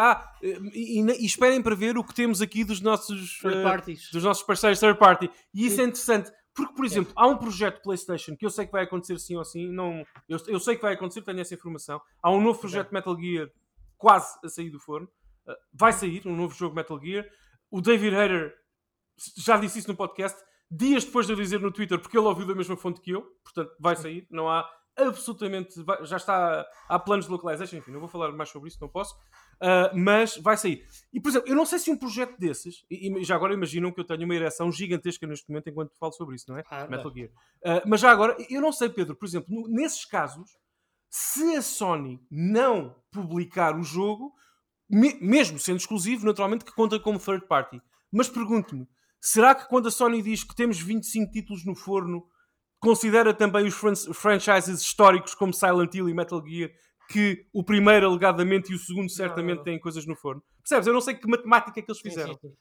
e esperem para ver o que temos aqui dos nossos parceiros Third Party. E isso é interessante, porque, por exemplo, há um projeto PlayStation que eu sei que vai acontecer sim ou sim, eu sei que vai acontecer, tenho essa informação. Há um novo projeto Metal Gear quase a sair do forno. Vai sair um novo jogo Metal Gear. O David Hayter já disse isso no podcast, dias depois de eu dizer no Twitter, porque ele ouviu da mesma fonte que eu, portanto vai sair, não há absolutamente, já está, há planos de localization, enfim, não vou falar mais sobre isso, não posso, mas vai sair. E, por exemplo, eu não sei se um projeto desses, e já agora imaginam que eu tenho uma ereção gigantesca neste momento enquanto falo sobre isso, não é? Metal Gear. Mas já agora, eu não sei, Pedro, por exemplo, nesses casos, se a Sony não publicar o jogo, mesmo sendo exclusivo, naturalmente que conta como third party, mas pergunto-me, será que quando a Sony diz que temos 25 títulos no forno, considera também os franchises históricos como Silent Hill e Metal Gear, que o primeiro alegadamente e o segundo certamente têm coisas no forno? Percebes? Eu não sei que matemática é que eles fizeram. Sim.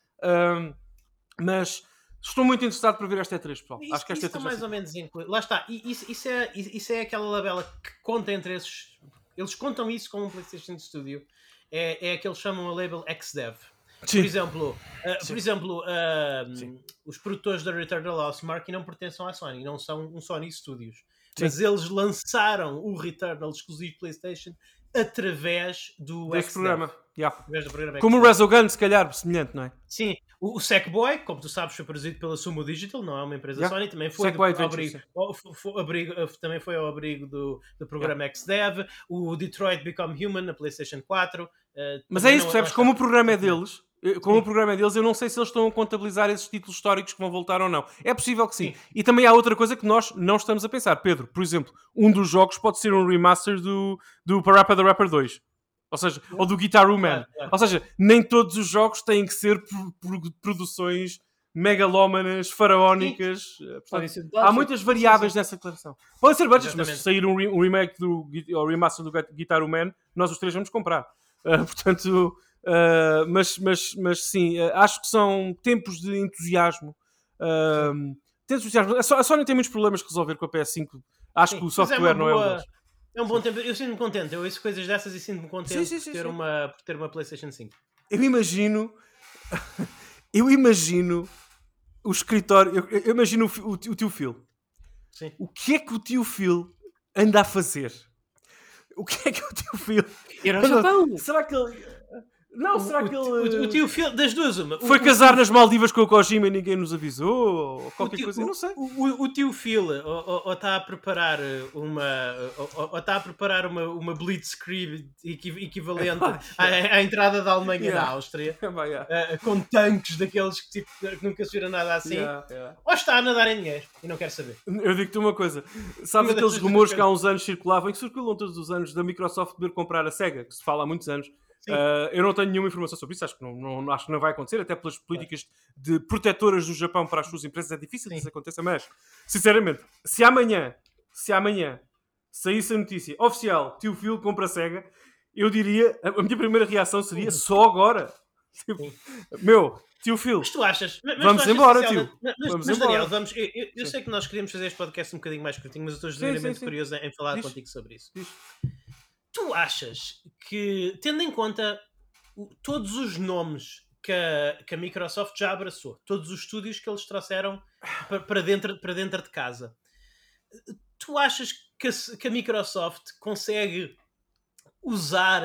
Mas estou muito interessado para ver esta E3, pessoal. Acho que esta E3 mais ou menos incluído. Lá está. Isso é aquela labela que conta entre esses... Eles contam isso com um PlayStation Studio. É que eles chamam a label XDev. Por exemplo, os produtores da Returnal Housemarque não pertencem à Sony, não são um Sony Studios. Sim. Mas eles lançaram o Returnal exclusivo PlayStation através desse programa. Através do programa como o Resogun, se calhar, semelhante, não é? Sim. O Sackboy, como tu sabes, foi produzido pela Sumo Digital, não é uma empresa Sony, também foi ao abrigo do programa XDev. O Detroit Become Human, na PlayStation 4. Mas é isso, percebes? Como o programa é deles, eu não sei se eles estão a contabilizar esses títulos históricos que vão voltar ou não. É possível que sim. E também há outra coisa que nós não estamos a pensar. Pedro, por exemplo, um dos jogos pode ser um remaster do Parappa the Rapper 2. Ou seja, ou do Guitar Man. Ou seja, nem todos os jogos têm que ser produções megalómanas, faraónicas. Portanto, há muitas variáveis nessa declaração. Podem ser budgets, mas se sair um remake ou remaster do Guitar Man, nós os três vamos comprar. Portanto, mas sim, acho que são tempos de entusiasmo. A Sony tem muitos problemas de resolver com a PS5. Acho que o software não é um deles. É um bom tempo. Eu sinto-me contente. Eu ouço coisas dessas e sinto-me contente por ter uma PlayStation 5. Eu imagino o escritório. Eu imagino o tio Phil. Sim. O que é que o tio Phil anda a fazer? O que é que o teu filho... Era o Japão! Será que ele... Não, será que ele... O tio Phil, das duas, uma. Foi casar nas Maldivas com o Kojima e ninguém nos avisou? Ou qualquer coisa, eu não sei. O tio Phil ou está a preparar uma blitzkrieg equivalente à entrada da Alemanha e da Áustria, com tanques daqueles que nunca se viram nada assim, ou está a nadar em dinheiro e não quer saber. Eu digo-te uma coisa, sabes aqueles rumores que há uns anos circulavam e que circulam todos os anos da Microsoft poder comprar a Sega, que se fala há muitos anos. Eu não tenho nenhuma informação sobre isso, acho que não vai acontecer, até pelas políticas de protetoras do Japão para as suas empresas é difícil que isso aconteça, mas sinceramente, se amanhã saísse a notícia oficial, tio Phil compra a Sega, eu diria, a minha primeira reação seria só agora. Meu, tio Phil, mas tu achas? Vamos embora, tio. Mas Daniel, eu sei que nós queríamos fazer este podcast um bocadinho mais curtinho, mas eu estou genuinamente curioso em falar contigo sobre isso. Tu achas que, tendo em conta todos os nomes que a Microsoft já abraçou, todos os estúdios que eles trouxeram para dentro de casa, tu achas que a Microsoft consegue usar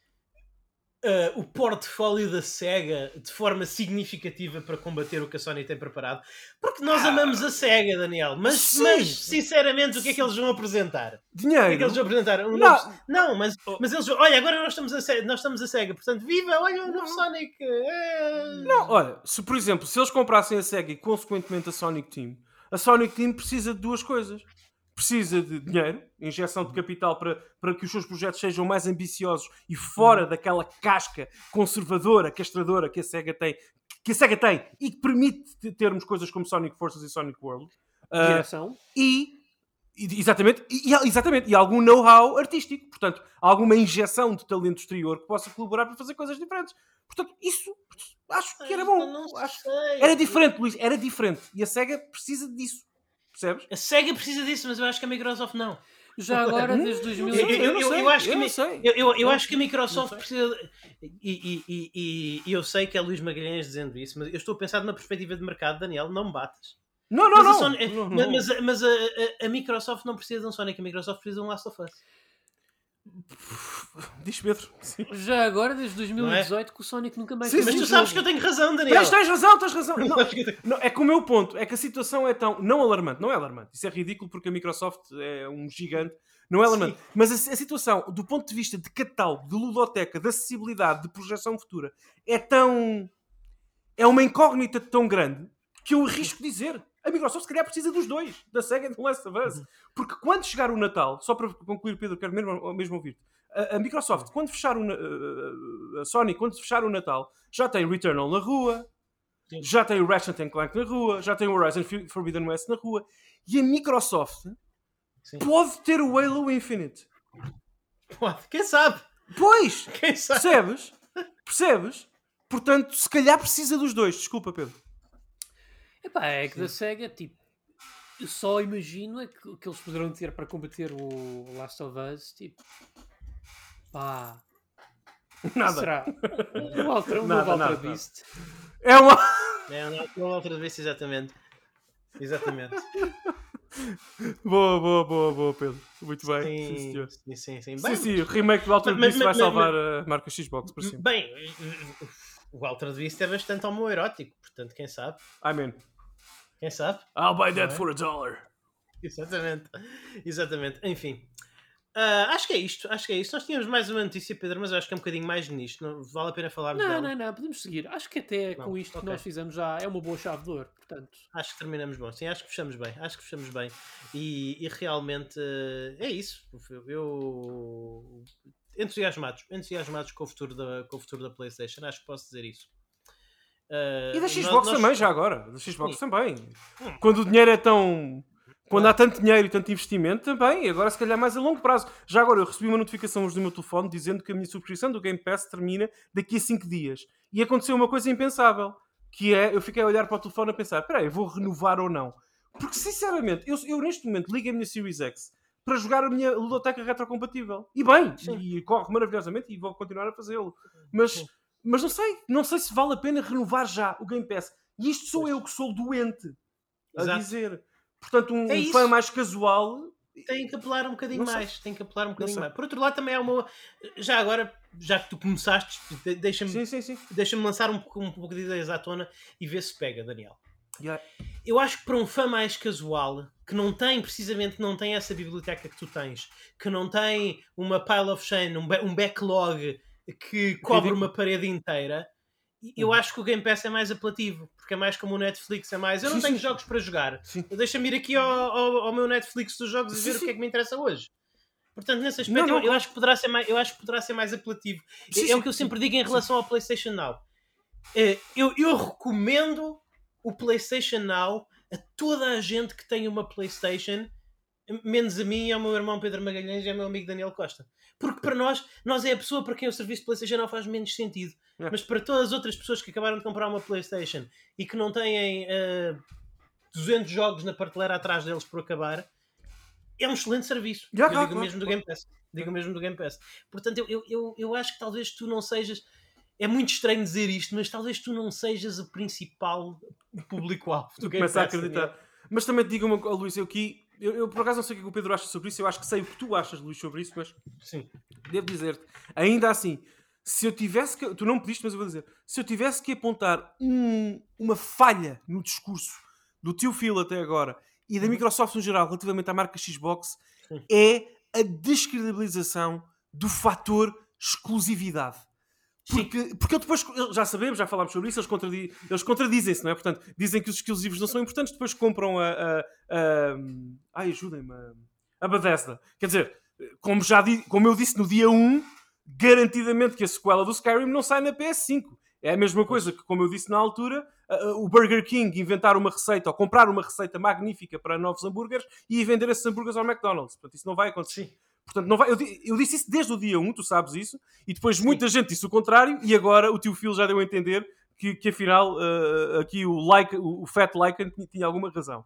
o portfólio da Sega de forma significativa para combater o que a Sony tem preparado? Porque nós amamos a Sega, Daniel, mas sinceramente o que é que eles vão apresentar? Dinheiro. O que é que eles vão apresentar? Não, mas eles... Olha, agora nós estamos a Sega, portanto, viva, olha o novo Sonic. Não, olha, por exemplo, se eles comprassem a Sega e consequentemente a Sonic Team precisa de duas coisas. Precisa de dinheiro, injeção de capital para que os seus projetos sejam mais ambiciosos e fora daquela casca conservadora, castradora que a Sega tem e que permite termos coisas como Sonic Forces e Sonic World. Direção. Exatamente, e algum know-how artístico, portanto, alguma injeção de talento exterior que possa colaborar para fazer coisas diferentes. Portanto, isso acho que era bom. Era diferente, Luís, era diferente. E a Sega precisa disso. Percebes? A Sega precisa disso, mas eu acho que a Microsoft não. Já agora, desde 2008. Eu acho que a Microsoft precisa... E eu sei que é Luís Magalhães dizendo isso, mas eu estou a pensar numa perspectiva de mercado, Daniel, não me batas. Mas a Microsoft não precisa de um Sonic, a Microsoft precisa de um Last of Us. Diz Pedro. Sim. Já agora, desde 2018, que o Sonic nunca mais... Mas tu sabes que eu tenho razão, Daniel. Mas tens razão. Não, é que o meu ponto é que a situação é tão... Não é alarmante. Isso é ridículo porque a Microsoft é um gigante. Não é alarmante. Sim. Mas a situação, do ponto de vista de catálogo, de ludoteca, de acessibilidade, de projeção futura, é uma incógnita tão grande que eu arrisco dizer... A Microsoft, se calhar, precisa dos dois, da Sega e do Last of Us. Porque quando chegar o Natal, só para concluir, Pedro, quero mesmo ouvir-te, a Microsoft, quando fechar a Sony, quando fechar o Natal, já tem Returnal na rua, já tem o Ratchet & Clank na rua, já tem o Horizon Forbidden West na rua, e a Microsoft pode ter o Halo Infinite. Pode, quem sabe? Pois, quem sabe? Percebes? Portanto, se calhar precisa dos dois. Desculpa, Pedro. Epá, é que da Sega, tipo, eu só imagino é que o que eles poderão ter para combater o Last of Us, tipo, pá, nada. Será? Um Walter Beast. É uma... um Walter Beast, exatamente. Boa, Pedro. Muito bem. Sim. Sim, o remake do Walter Beast vai salvar a marca Xbox por cima. Bem, o Walter Beast é bastante homoerótico, portanto, quem sabe? Amém. Quem sabe? I'll buy that for $1. Exatamente. Enfim. Acho que é isto. Nós tínhamos mais uma notícia, Pedro, mas eu acho que é um bocadinho mais nisto. Não vale a pena falarmos dela. Não, podemos seguir. Acho que até com isto que nós fizemos já é uma boa chave de ouro, portanto. Acho que terminamos bom. Sim, acho que fechamos bem. E realmente é isso. Eu entusiasmados com o futuro da PlayStation. Acho que posso dizer isso. E da Xbox também, já agora. Da Xbox também. Quando o dinheiro é tão... Quando há tanto dinheiro e tanto investimento também, e agora se calhar mais a longo prazo. Já agora eu recebi uma notificação hoje no meu telefone dizendo que a minha subscrição do Game Pass termina daqui a 5 dias. E aconteceu uma coisa impensável, que é, eu fiquei a olhar para o telefone a pensar, espera aí, vou renovar ou não? Porque sinceramente, eu neste momento ligo a minha Series X para jogar a minha ludoteca retrocompatível. E bem, e corre maravilhosamente e vou continuar a fazê-lo. Mas não sei se vale a pena renovar já o Game Pass. E isto sou eu que sou doente a dizer. Portanto, um fã mais casual... Tem que apelar um bocadinho mais. Por outro lado, também há uma... Já agora, já que tu começaste, deixa-me Sim. lançar um pouco de ideias à tona e ver se pega, Daniel. Yeah. Eu acho que para um fã mais casual, que não tem essa biblioteca que tu tens, que não tem uma pile of shame, um backlog que cobre uma parede inteira, eu acho que o Game Pass é mais apelativo, porque é mais como o Netflix, é mais, eu não tenho jogos para jogar, deixa-me ir aqui ao meu Netflix dos jogos e ver o que é que me interessa hoje. Portanto, nesse aspecto, eu acho que poderá ser mais apelativo. É o que eu sempre digo em relação ao PlayStation Now. Eu recomendo o PlayStation Now a toda a gente que tem uma PlayStation, menos a mim e ao meu irmão Pedro Magalhães e ao meu amigo Daniel Costa. Porque para nós é a pessoa para quem o serviço de PlayStation Now faz menos sentido. Mas para todas as outras pessoas que acabaram de comprar uma PlayStation e que não têm 200 jogos na prateleira atrás deles por acabar, é um excelente serviço. Eu digo mesmo do Game Pass. Mesmo do Game Pass. Portanto, eu acho que talvez tu não sejas... É muito estranho dizer isto, mas talvez tu não sejas o principal público-alvo do Game Pass. Começa a acreditar. Mas também te digo uma coisa, Luís, eu por acaso não sei o que o Pedro acha sobre isso, eu acho que sei o que tu achas, Luís, sobre isso, mas sim, devo dizer-te, ainda assim, se eu tivesse que... Tu não me pediste, mas eu vou dizer. Se eu tivesse que apontar uma falha no discurso do tio Phil até agora e da Microsoft no geral relativamente à marca Xbox, é a descredibilização do fator exclusividade. Porque depois, já sabemos, já falámos sobre isso, eles contradizem-se, não é? Portanto, dizem que os exclusivos não são importantes, depois compram ajudem-me, a Bethesda. Quer dizer, como eu disse no dia 1, garantidamente que a sequela do Skyrim não sai na PS5. É a mesma coisa que, como eu disse na altura, o Burger King inventar uma receita ou comprar uma receita magnífica para novos hambúrgueres e vender esses hambúrgueres ao McDonald's. Portanto, isso não vai acontecer. Sim. Portanto, não vai, eu disse isso desde o dia 1, tu sabes isso, e depois muita gente disse o contrário, e agora o tio Phil já deu a entender que afinal aqui o Fat Lycan tinha alguma razão.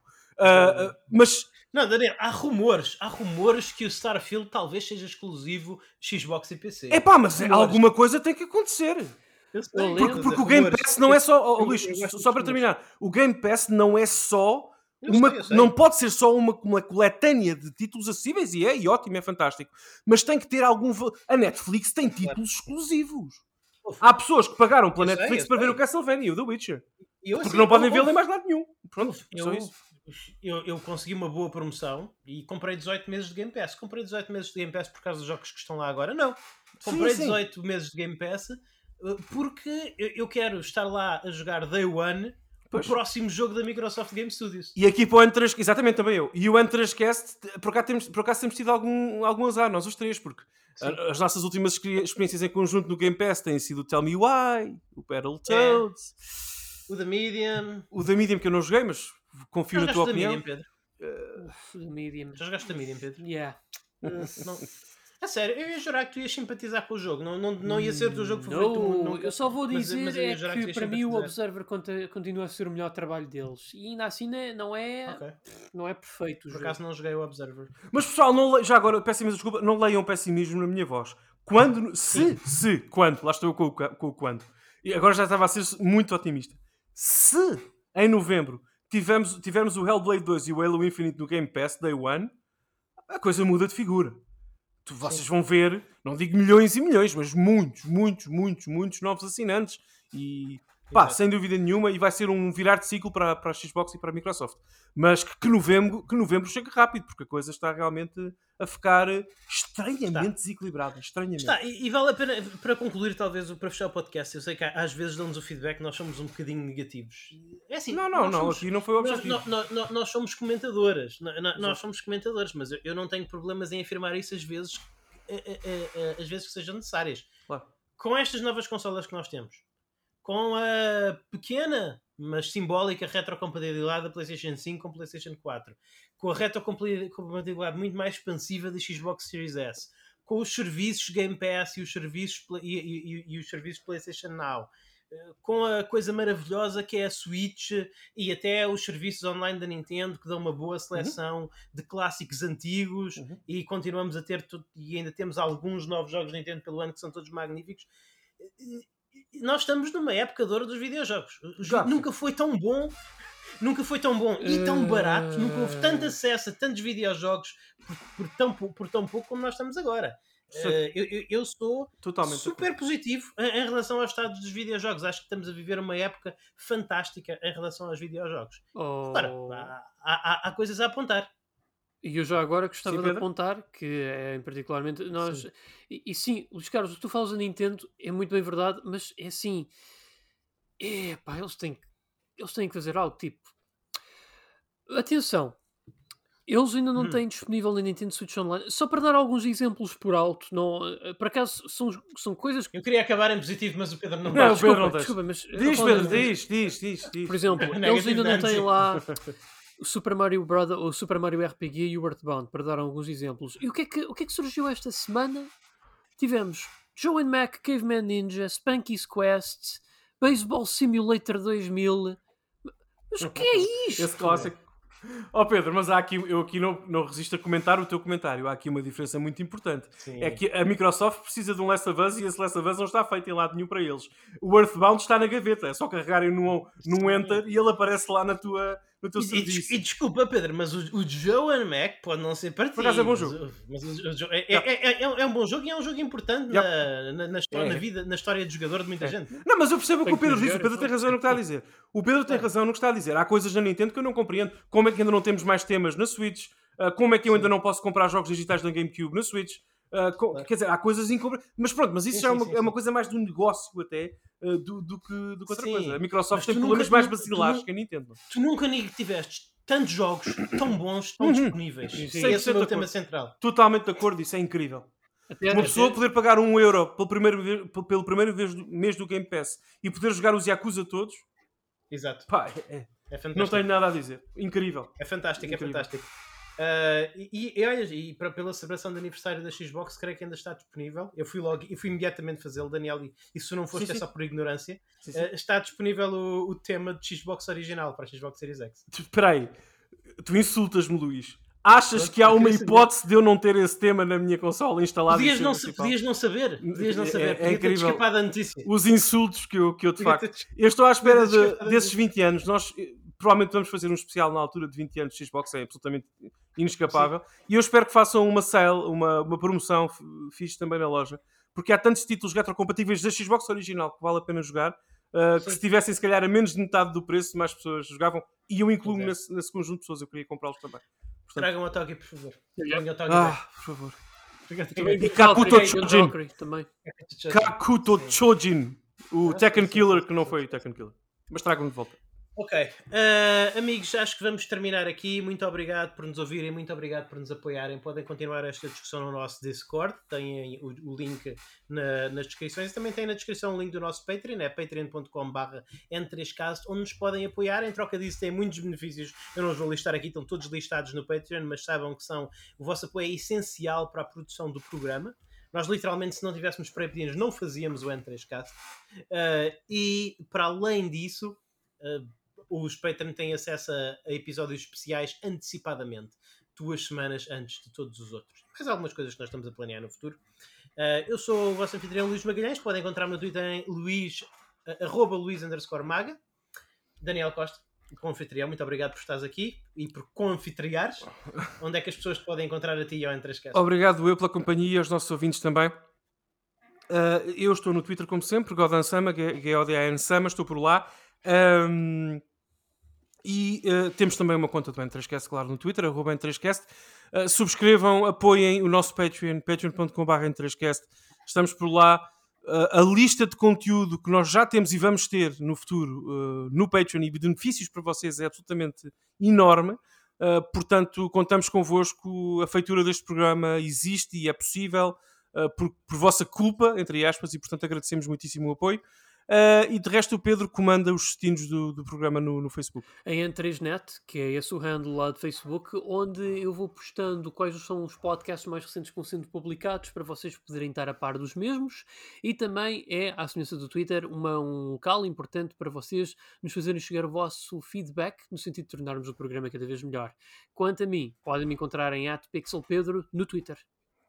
Mas... Não, Daniel, há rumores que o Starfield talvez seja exclusivo Xbox e PC. Mas alguma coisa tem que acontecer. Porque o Game Pass não é só... Luís, só para terminar, o Game Pass não é só... Não pode ser só uma coletânea de títulos acessíveis, e ótimo, é fantástico, mas tem que ter algum... A Netflix tem títulos exclusivos. Há pessoas que pagaram pela Netflix para ver o Castlevania e o The Witcher, porque não podem vê-lo em mais lado nenhum. Pronto, só isso. Eu consegui uma boa promoção e comprei 18 meses de Game Pass. Comprei 18 meses de Game Pass por causa dos jogos que estão lá agora? Não. Comprei 18 meses de Game Pass porque eu quero estar lá a jogar Day One o próximo jogo da Microsoft Game Studios. E aqui para o N3, exatamente, também eu. E o N3Cast, por acaso temos tido algum azar, nós os três, porque as nossas últimas experiências em conjunto no Game Pass têm sido o Tell Me Why, o Battletoads, o The Medium. O The Medium que eu não joguei, mas confio na tua opinião. Medium, Pedro? The Medium. Já jogaste The Medium, Pedro? Yeah. Não. A sério, eu ia jurar que tu ias simpatizar com o jogo. Não ia ser o teu jogo favorito. Eu só vou dizer que para mim o Observer continua a ser o melhor trabalho deles. E ainda assim não é perfeito o jogo. Por acaso não joguei o Observer. Mas pessoal, já agora, peço imensa desculpa, não leiam pessimismo na minha voz. Quando, lá estou eu com o quando. E agora já estava a ser muito otimista. Se em novembro tivermos o Hellblade 2 e o Halo Infinite no Game Pass, Day One, a coisa muda de figura. Vocês vão ver, não digo milhões e milhões, mas muitos novos assinantes. E sem dúvida nenhuma, e vai ser um virar de ciclo para a Xbox e para a Microsoft. Mas que novembro chegue rápido, porque a coisa está realmente a ficar estranhamente desequilibrada. E vale a pena, para concluir, talvez, para fechar o podcast, eu sei que às vezes dão-nos o feedback, nós somos um bocadinho negativos. É assim, aqui não foi o objetivo. Nós somos comentadoras, nós somos comentadores, mas eu não tenho problemas em afirmar isso às vezes que sejam necessárias. Claro. Com estas novas consolas que nós temos, com a pequena, mas simbólica retrocompatibilidade da PlayStation 5 com PlayStation 4, com a retrocompatibilidade muito mais expansiva da Xbox Series S, com os serviços Game Pass e os serviços PlayStation Now, com a coisa maravilhosa que é a Switch e até os serviços online da Nintendo que dão uma boa seleção de clássicos antigos e continuamos a ter e ainda temos alguns novos jogos da Nintendo pelo ano que são todos magníficos. Nós estamos numa época de ouro dos videojogos. Nunca foi tão bom e tão barato. Nunca houve tanto acesso a tantos videojogos por tão pouco como nós estamos agora. Eu sou Totalmente super positivo em relação aos estados dos videojogos. Acho que estamos a viver uma época fantástica em relação aos videojogos. Agora, há coisas a apontar. E eu já agora gostava Sim, de Pedro? apontar que, em particularmente, nós... E sim, Luís Carlos, o que tu falas da Nintendo é muito bem verdade, mas é assim... Pá, eles têm que fazer algo, tipo... Atenção, eles ainda não têm disponível na Nintendo Switch Online. Só para dar alguns exemplos por alto, não, por acaso são coisas que... Eu queria acabar em positivo, mas o Pedro não Não, vai. o Pedro não Desculpa, deixa. mas... Diz, Pedro, diz. Por exemplo, eles Negative ainda não Nancy. têm lá o Super Mario Brothers, o Super Mario RPG e o Earthbound, para dar alguns exemplos. E o que é que surgiu esta semana? Tivemos Joe and Mac, Caveman Ninja, Spanky's Quest, Baseball Simulator 2000. Mas o que é isto? Esse clássico. Pedro, mas eu aqui não resisto a comentar o teu comentário. Há aqui uma diferença muito importante. Sim. É que a Microsoft precisa de um Last of Us e esse Last of Us não está feito em lado nenhum para eles. O Earthbound está na gaveta. É só carregarem num Enter e ele aparece lá no teu serviço. E desculpa, Pedro, mas o Joe and Mac pode não ser para ti. Por acaso é bom jogo. Mas é um bom jogo e é um jogo importante na história, na vida, na história do jogador de muita gente. Não, mas eu percebo o que o Pedro diz. jogar, O Pedro tem razão no que está a dizer. O Pedro tem razão no que está a dizer. Há coisas na Nintendo que eu não compreendo. Como é que ainda não temos mais temas na Switch? Como é que eu ainda não posso comprar jogos digitais da GameCube na Switch? Quer dizer, há coisas incompreensíveis. Mas pronto, mas isso já é uma coisa mais do negócio até do que outra coisa. A Microsoft tem problemas mais basilares que a Nintendo. Tu nunca tiveste tantos jogos tão bons, tão disponíveis. Esse é o meu tema central. Totalmente de acordo, isso é incrível. Uma pessoa poder pagar €1 pelo primeiro mês do Game Pass e poder jogar os Yakuza todos, Exato. pá, É fantástico. não tenho nada a dizer. Incrível. É fantástico, Incrível. é fantástico. Olha, pela celebração de aniversário da Xbox, creio que ainda está disponível. Eu fui imediatamente fazê-lo, Daniel, e se não foste é só por ignorância. Sim. Está disponível o tema de Xbox original para a Xbox Series X. Espera aí, tu insultas-me, Luís. Achas que há uma hipótese de eu não ter esse tema na minha consola instalada? Podias não saber. É Podia incrível. ter escapado a notícia. Os insultos que eu de facto... Eu estou à espera desses 20 anos. Nós provavelmente vamos fazer um especial na altura de 20 anos de Xbox, é absolutamente inescapável. Sim. E eu espero que façam uma sale, uma promoção fixe também na loja, porque há tantos títulos retrocompatíveis da Xbox original que vale a pena jogar, que se tivessem se calhar a menos de metade do preço, mais pessoas jogavam, e eu incluo-me nesse conjunto de pessoas, eu queria comprá-los também. Portanto... Tragam a Togi, por favor. Por favor. E Kakuto Chojin também. Kakuto Chojin, o Tekken Killer, que não foi o Tekken Killer, mas tragam de volta. Ok, amigos, acho que vamos terminar aqui. Muito obrigado por nos ouvirem, muito obrigado por nos apoiarem. Podem continuar esta discussão no nosso Discord, têm o link nas descrições. Também tem na descrição o link do nosso Patreon, é patreon.com/N3Cast, onde nos podem apoiar. Em troca disso tem muitos benefícios, eu não os vou listar aqui, estão todos listados no Patreon, mas saibam que o vosso apoio é essencial para a produção do programa. Nós literalmente, se não tivéssemos pré-pedidos, não fazíamos o N3Cast. E para além disso, os Patreon têm acesso a episódios especiais antecipadamente, 2 semanas antes de todos os outros. Mais algumas coisas que nós estamos a planear no futuro. Eu sou o vosso anfitrião Luís Magalhães. Podem encontrar-me no Twitter em @Luís_Maga. Daniel Costa, co-anfitrião, muito obrigado por estares aqui e por co-anfitriares. Onde é que as pessoas te podem encontrar a ti e ao N3Cast? Obrigado eu pela companhia e aos nossos ouvintes também. Eu estou no Twitter como sempre, Godan Sama, Godan Sama, estou por lá. Temos também uma conta do N3Cast, claro, no Twitter, @N3Cast. Subscrevam, apoiem o nosso Patreon, patreon.com/N3Cast. Estamos por lá. A lista de conteúdo que nós já temos e vamos ter no futuro no Patreon e benefícios para vocês é absolutamente enorme. Portanto, contamos convosco. A feitura deste programa existe e é possível por vossa culpa, entre aspas, e portanto agradecemos muitíssimo o apoio. E de resto o Pedro comanda os destinos do programa no Facebook. Em N3Net, que é esse o handle lá do Facebook, onde eu vou postando quais são os podcasts mais recentes que vão sendo publicados para vocês poderem estar a par dos mesmos, e também é, à semelhança do Twitter, um local importante para vocês nos fazerem chegar o vosso feedback no sentido de tornarmos o programa cada vez melhor. Quanto a mim, podem me encontrar em @pixelpedro no Twitter.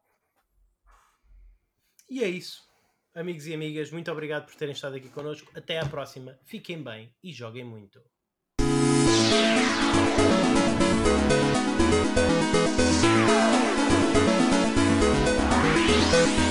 E é isso. Amigos e amigas, muito obrigado por terem estado aqui connosco. Até à próxima. Fiquem bem e joguem muito. Tchau.